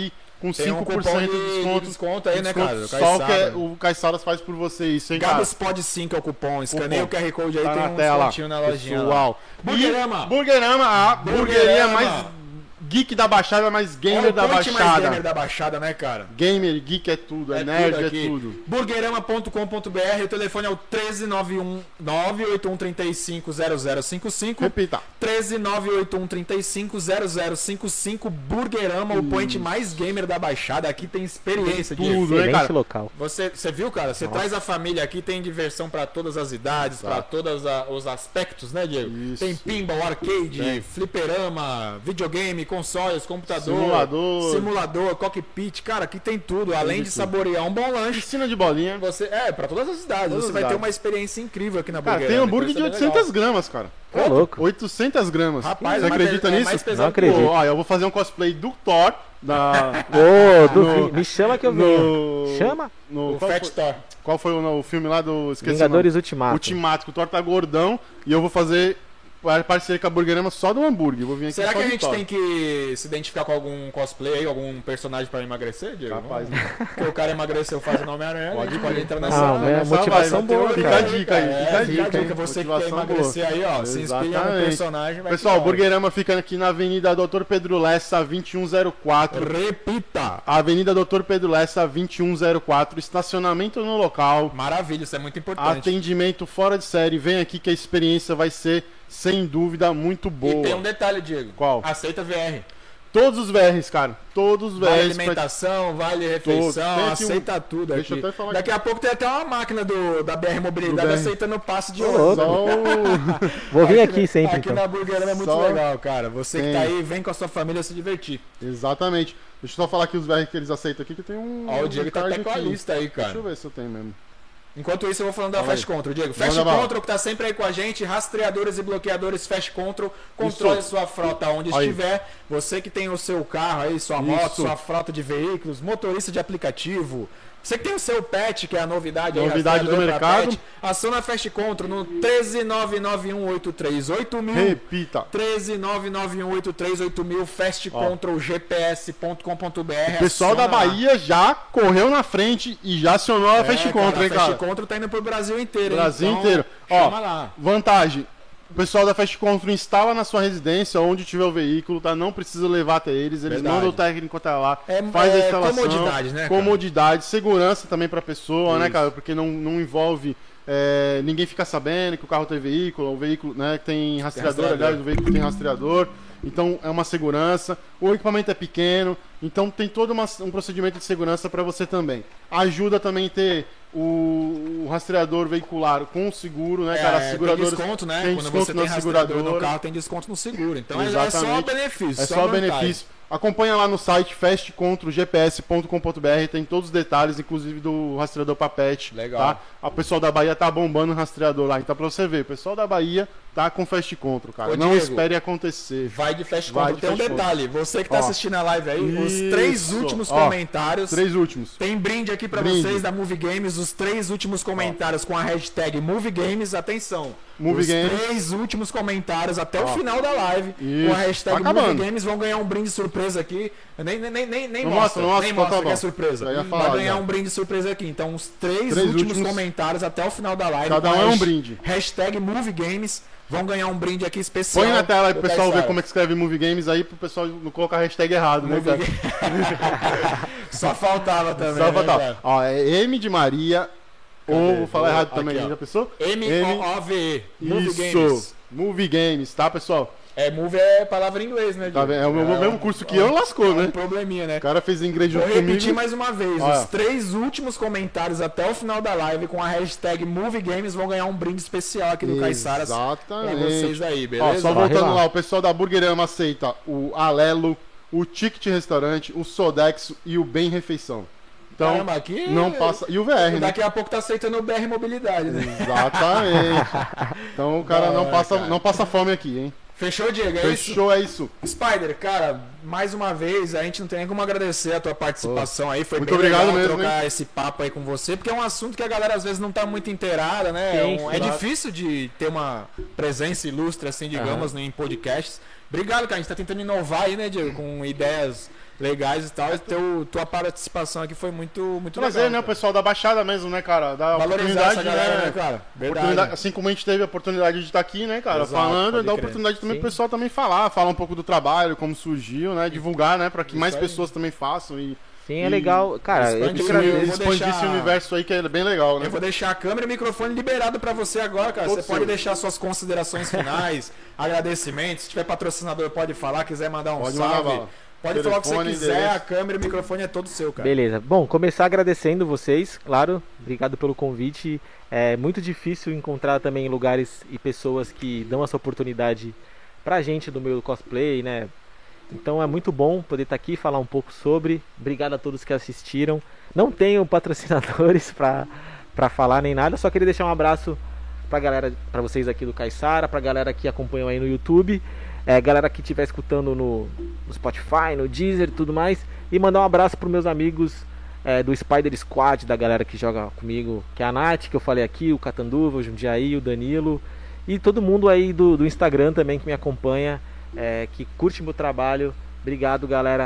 com
Tem
cinco
um
por
cupom
cento de
de
desconto.
desconto aí, né,
desconto
cara? O
Só o que é-
Caiçara.
o Caiçaras faz por você isso, hein, cara?
Gabs Pod cinco é o cupom. Escaneia o
Cupom.
Q R Code aí,
Tá
tem
na
um
tela,
descontinho na lojinha lá.
pessoal.
Burgerama.
E Burgerama, a burgueria
Burgerama.
mais geek da Baixada, mais
É
gamer
o
da
point mais
Baixada.
gamer da Baixada, né, cara?
Gamer, geek é tudo, é,
É
nerd,
tudo
é
aqui.
tudo.
burgerama ponto com ponto b r, o telefone é o treze nove um nove oito um três cinco zero zero cinco cinco.
Repita.
treze nove oito um três cinco zero zero cinco cinco. Burgerama, o point mais gamer da Baixada. Aqui tem experiência,
Tudo,
Diego.
né,
Excelente
cara?
local.
Você, você viu, cara? Você traz a família aqui, tem diversão pra todas as idades, pra todos a- os aspectos, né, Diego?
Isso.
Tem pinball, arcade,
Tem.
fliperama, videogame, consoles, computador,
Simulador.
simulador, cockpit, cara, aqui tem tudo. Além
de
de
tudo.
saborear um bom lanche,
Piscina de bolinha.
você é pra todas as idades.
Todas
você
as
vai ter
idades.
uma experiência incrível aqui na
Cara,
Burgerama.
tem hambúrguer de
então isso é bem
oitocentas
legal.
gramas, cara.
Ô, louco.
oitocentas gramas.
Rapaz,
você
é mais
acredita
pes- é
nisso?
mais pesado
Não acredito.
Pô, ó, eu vou fazer um cosplay do Thor, da...
Ô, do
No-
fi- me chama que eu venho.
no...
Chama?
No...
O
Qual,
Fat
foi,
Thor.
qual foi o, o filme lá do... Esqueci
Vingadores
o
Ultimato.
nome. Ultimato, que o Thor tá gordão e eu vou fazer parceria com a Burgerama só do hambúrguer. Vou vir aqui
Será
só
que a
de
gente
Thor.
tem que se identificar com algum cosplay aí, algum personagem pra emagrecer, Diego?
Capaz,
Vamos- Porque o cara emagreceu fazendo Nome-Aranha, a gente pode entrar nessa...
Ah, né?
nessa
motivação
vibe.
boa,
Fica
cara.
a dica aí, fica a
É,
dica, hein?
Você que quer
Motivação
emagrecer aí, ó, se inspira no
Exatamente.
personagem. Vai
Pessoal,
que
o
vai.
Burgerama fica aqui na Avenida doutor Pedro Lessa, vinte e um zero quatro.
Repita!
Avenida doutor Pedro Lessa, vinte e um zero quatro. Estacionamento no local.
Maravilha, isso é muito importante.
Atendimento fora de série. Vem aqui que a experiência vai ser, sem dúvida, muito boa.
E tem um detalhe, Diego.
Qual?
Aceita V R.
Todos os V Rs, cara. Todos os V
Vale
Rs. pra-
alimentação, vale
Todos.
refeição,
Tem aqui um-
aceita tudo
Deixa
aqui.
eu até falar
Daqui a pouco tem até uma máquina do, da B R Mobilidade
Do B R.
aceitando passe de
Ô,
ônibus.
louco.
Só o...
Vou vir
Aqui
aqui sempre,
Aqui
então.
na Burgerama é muito
Só-
legal, cara. Você que
Tem.
tá aí, vem com a sua família se divertir.
Exatamente. Deixa eu só falar aqui os V Rs que eles aceitam aqui, que tem um...
Ó, o Diego
um
tá
card
até com a
aqui.
lista aí, cara.
Deixa eu ver se eu tenho mesmo.
Enquanto isso, eu vou falando da
Fala
Fast
aí.
Control, Diego.
Manda
Fast
bala.
Control, que tá sempre aí com a gente, rastreadores e bloqueadores Fast Control, controle
Isso.
sua frota onde
Aí.
estiver. Você que tem o seu carro aí, sua moto,
Isso.
sua frota de veículos, motorista de aplicativo. Você que tem o seu pet, que é a novidade, aí,
Novidade do
rastreador pra
mercado.
pet, aciona a Fast Control no treze nove nove um oito três oito mil.
Repita.
treze nove nove um oito três oito mil, fast control g p s ponto com ponto b r.
O pessoal da Bahia já correu na frente e já acionou a Fast Control, hein,
Fast
cara?
Control tá indo pro Brasil inteiro, hein?
Brasil
Então,
inteiro.
Chama
Ó,
lá.
vantagem. O pessoal da Fast Control instala na sua residência, onde tiver o veículo, tá? Não precisa levar até eles. Eles
Verdade.
mandam o técnico até lá,
É-
faz a
é
instalação.
comodidade, né, cara?
Comodidade, segurança também pra pessoa, né,
Isso.
cara? Porque não, não envolve... é, ninguém fica sabendo que o carro tem veículo, o veículo, né, tem rastreador,
rastreador.
aliás, o veículo tem rastreador. Então é uma segurança. O equipamento é pequeno, então tem todo uma- um procedimento de segurança para você também. Ajuda também ter o, o rastreador veicular com seguro, né, cara? As
É, tem
seguradoras
desconto, né?
tem
Quando
desconto
você
na
tem rastreador no
seguradora.
carro, tem desconto no seguro. Então é- é só
Exatamente.
benefício.
É só
vantagem.
benefício. Acompanha lá no site fast control g p s ponto com ponto b r, tem todos os detalhes, inclusive do rastreador pra pet.
Legal.
Tá? O pessoal da Bahia tá bombando o rastreador lá. Então, pra você ver, o pessoal da Bahia tá com Fast Control, cara.
Ô,
Não
Diego,
espere acontecer.
Vai de Fast
Vai
Control.
de
Tem um
Fast
detalhe. Você que tá
Ó.
assistindo a live aí, os
Isso.
três últimos
Ó,
comentários.
Três últimos.
Tem brinde aqui pra
Brinde.
vocês da Movie Games, os três últimos comentários com a hashtag Movie Games, atenção.
Movie
os
Games.
três últimos comentários até o
Ó.
final da live
Isso.
com a hashtag
Tá
Movie
acabando.
Games vão ganhar um brinde surpresa aqui. Eu Nem, nem, nem, nem, nem
Não
mostra,
mostra, não mostra,
nem
então
mostra
tá
que é
bom.
surpresa.
Já ia
Vai
falar,
ganhar
já.
um brinde surpresa aqui. Então os três,
Três
últimos,
últimos.
comentários até o final da live.
Cada
com
um
a
é um
hash-
brinde.
Hashtag Movie Games vão ganhar um brinde aqui especial.
Põe na tela aí pro
do
pessoal ver
Caissara.
como é que escreve Movie Games aí, pro pessoal não colocar a hashtag errado, né,
Movie
cara?
Games. Só faltava também.
Só
né,
pra
cara?
tal. Ó, é M de Maria, ou vou falar
Vou-
errado
aqui,
também,
ó.
já pensou?
M O O V E. Movie
Isso.
Games.
Movie Games, tá, pessoal?
É, movie é palavra em inglês, né,
Tá
Diego?
vendo? É o meu- mesmo curso que eu, lascou,
é um
né?
probleminha, né?
O cara fez inglês
Vou
junto
repetir
comigo.
mais uma vez.
Olha.
Os três últimos comentários até o final da live com a hashtag Movie Games vão ganhar um brinde especial aqui do Caissaras pra
Exatamente.
vocês aí,
Ó,
beleza?
só
Corre
voltando
lá.
lá, o pessoal da Burgerama aceita o Alelo, o Ticket Restaurante, o Sodexo e o Bem Refeição. Então,
Caramba, aqui
não passa. E o V R, né?
daqui a pouco tá aceitando o B R Mobilidade, né?
Exatamente. Então o cara
Da
não
hora,
passa,
cara.
não passa fome aqui, hein?
Fechou, Diego? É isso?
Fechou, é isso.
Spider, cara, mais uma vez, a gente não tem nem como agradecer a tua participação aí. Foi
Muito
bem
obrigado
legal
mesmo,
trocar esse papo aí com você, porque é um assunto que a galera às vezes não tá muito inteirada, né? É,
Sim,
um- é
claro.
difícil de ter uma presença ilustre, assim, digamos, em podcasts. Obrigado, cara. A gente tá tentando inovar aí, né, Diego? Com ideias legais e tal. E teu, tua participação aqui foi muito, muito
Prazer,
legal.
né? O
cara.
pessoal da Baixada mesmo, né, cara? Da
Valorizar essa
oportunidade,
galera,
né?
né, cara?
Oportunidade-
Verdade.
assim como a gente teve a oportunidade de estar aqui, né, cara,
Exato,
falando,
pode
dá a
crer.
oportunidade também
Sim.
pro pessoal também falar, falar um pouco do trabalho, como surgiu, né, divulgar, né, para que
Isso
mais
aí.
pessoas também façam e
Sim, é
E
legal. Cara, eu
expande
que
o
agradeço.
vou
expandir
deixar-
esse universo aí que é bem legal, né?
Eu vou deixar a câmera e o microfone liberado pra você agora, cara.
Todo
Você pode
seu.
deixar suas considerações finais, agradecimentos. Se tiver patrocinador, pode falar. Quiser mandar um
Pode mandar
salve.
bala.
Pode falar o que você
Telefone,
quiser.
endereço.
A câmera e o microfone é todo seu, cara.
Beleza. Bom, começar agradecendo vocês, claro. Obrigado pelo convite. É muito difícil encontrar também lugares e pessoas que dão essa oportunidade pra gente do meu cosplay, né? Então é muito bom poder estar aqui e falar um pouco sobre. Obrigado a todos que assistiram. Não tenho patrocinadores pra, pra falar nem nada. Só queria deixar um abraço pra galera, pra vocês aqui do Caiçara, pra galera que acompanham aí no YouTube. É, galera que estiver escutando no, no Spotify, no Deezer e tudo mais. E mandar um abraço pros meus amigos é, do Spider Squad, da galera que joga comigo, que é a Nath, que eu falei aqui, o Catanduva, o Jundiaí, o Danilo. E todo mundo aí do, do Instagram também que me acompanha, é, que curte meu trabalho. Obrigado, galera.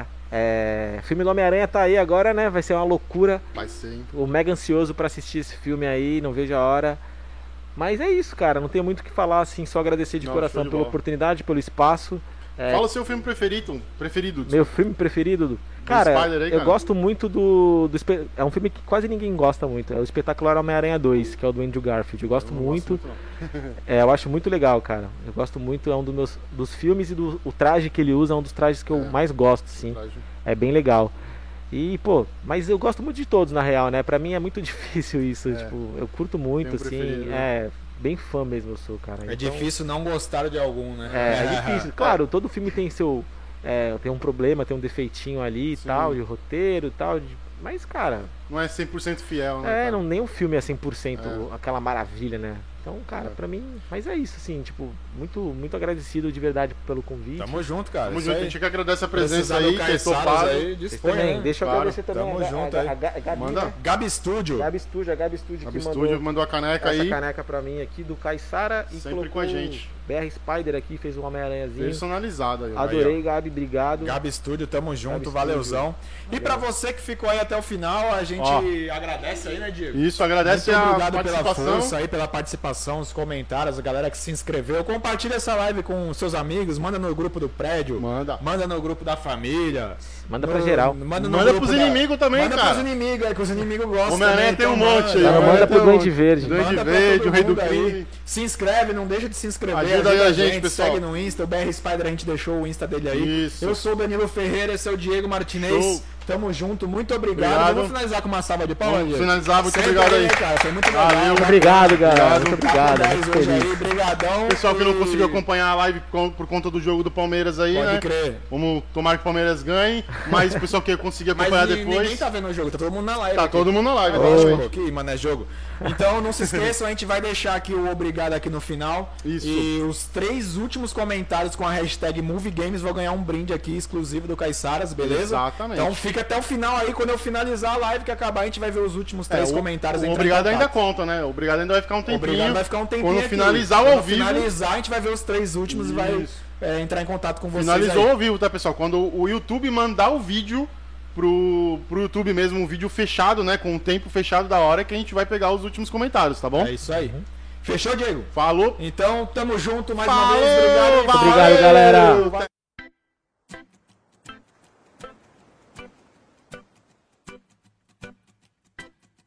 É, filme do Homem-Aranha tá aí agora, né? Vai ser uma loucura.
Vai ser, hein?
Tô mega ansioso pra assistir esse filme aí, não vejo a hora. Mas é isso, cara. Não tenho muito o que falar, assim, só agradecer de
Não,
coração
show de
pela
bola.
oportunidade, pelo espaço. É,
Fala o seu filme preferido, preferido.
meu filme preferido. Do... Cara,
Spider aí,
eu
cara.
gosto muito do, do. espe- É um filme que quase ninguém gosta muito. É o Espetacular Homem-Aranha dois, que é o do Andrew Garfield. Eu gosto
Eu não
muito.
gosto muito, não.
É, eu acho muito legal, cara. Eu gosto muito. É um dos meus dos filmes e do o traje que ele usa é um dos trajes que eu
É.
mais gosto, sim. É bem legal. E, pô, mas eu gosto muito de todos, na real, né? Pra mim é muito difícil isso.
É.
Tipo, eu curto muito,
Tem um
assim.
preferido, né?
É, bem fã mesmo eu sou, cara.
É
Então,
difícil não gostar de algum, né?
É, é difícil. Claro, todo filme tem seu. É, tem um problema, tem um defeitinho ali e
Sim.
tal, de roteiro e tal. de- Mas, cara,
Não é cem por cento fiel, né?
é,
cara?
não, nenhum filme é cem por cento
É.
aquela maravilha, né? Então, cara,
É.
pra mim. Mas é isso, assim, tipo, muito, muito agradecido de verdade pelo convite.
Tamo junto, cara.
Tamo
Isso
junto, a
aí.
gente que agradece a presença
Precisar do
aí, que é
Caiçaras
topado.
aí,
Vocês
dispõe,
também.
né?
Deixa eu
Claro.
agradecer também
Tamo
a,
junto
a,
aí.
a, a Gabi,
Manda.
né?
Gabi Studio.
Gabi Studio, a Gabi Studio
Gabi
que
Studio
mandou
mandou a caneca
essa
aí,
caneca pra mim aqui do Caiçara e
Sempre
colocou
com a gente.
o B R Spider aqui, fez um Homem-Aranhazinho.
personalizada. aí, ó.
Adorei, Gabi, obrigado.
Gabi Studio, tamo junto,
Gabi
valeuzão. E pra você que ficou aí até o final, a gente
Ó.
agradece aí, né, Diego?
Isso, agradece
Muito
a
obrigado pela
participação.
força aí, pela participação, os comentários, a galera que se inscreveu. Compartilha essa live com seus amigos, manda no grupo do prédio,
Manda.
manda no grupo da família.
Manda
no-
pra geral.
Manda, no
Manda
grupo
pros
da-
inimigos também,
manda
cara.
pros inimigos aí, que os inimigos gostam.
Homem-Aranha
também,
tem um
então
monte
manda.
aí.
Ela
Homem-Aranha
manda pro
tem um
Duende
monte.
Verde.
Duende
Manda pra
Verde,
todo
o Rei do
mundo aí.
Crime.
Se inscreve, não deixa de se inscrever.
Ajuda aí a gente, pessoal.
Segue no Insta, o B R Spider, a gente deixou o Insta dele aí.
Isso.
Eu sou o Danilo Ferreira, esse é o Diego Martinez.
Show.
Tamo junto, muito obrigado.
Obrigado.
Vamos finalizar com uma salva de palmas,
Vamos
Diego?
finalizar, muito
Sempre
obrigado aí.
né, cara? Foi muito legal.
Valeu.
Muito obrigado, galera.
Obrigado.
Muito obrigado.
Papo
Muito
dez hoje
feliz.
aí, brigadão.
Pessoal que não
E-
conseguiu acompanhar a live por por conta do jogo do Palmeiras aí,
Pode
né?
crer.
Vamos tomar que o Palmeiras ganhe, mas o pessoal que conseguir
Mas
acompanhar
ni-
depois.
ninguém tá vendo o jogo, tá todo mundo na live.
Tá
aqui.
todo mundo na live,
Ah,
tá?
deixa eu aqui, mano, é jogo. Então não se esqueçam, a gente vai deixar aqui o obrigado aqui no final.
Isso.
E os três últimos comentários com a hashtag MovieGames vão ganhar um brinde aqui exclusivo do Caiçaras, beleza?
Exatamente.
Então fica até o final aí, quando eu finalizar a live que acabar, a gente vai ver os últimos
É,
três
o-
comentários.
O
entrar em
obrigado ainda
contato.
conta, né? O obrigado ainda vai ficar um tempinho.
Obrigado vai ficar um tempinho
Quando
aqui.
finalizar o
Quando
ao vivo.
finalizar, a gente vai ver os três últimos e vai
Isso.
é, entrar em contato com vocês
Finalizou
aí.
ao vivo, tá, pessoal? Quando o YouTube mandar o vídeo pro, pro YouTube mesmo, um vídeo fechado, né? Com o tempo fechado da hora, que a gente vai pegar os últimos comentários, tá bom?
É isso aí. Fechou, Diego?
Falou!
Então, tamo junto mais
Falou,
uma vez. Obrigado. aí.
valeu!
Obrigado, galera.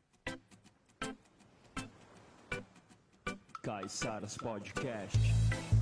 Caiçaras Podcast.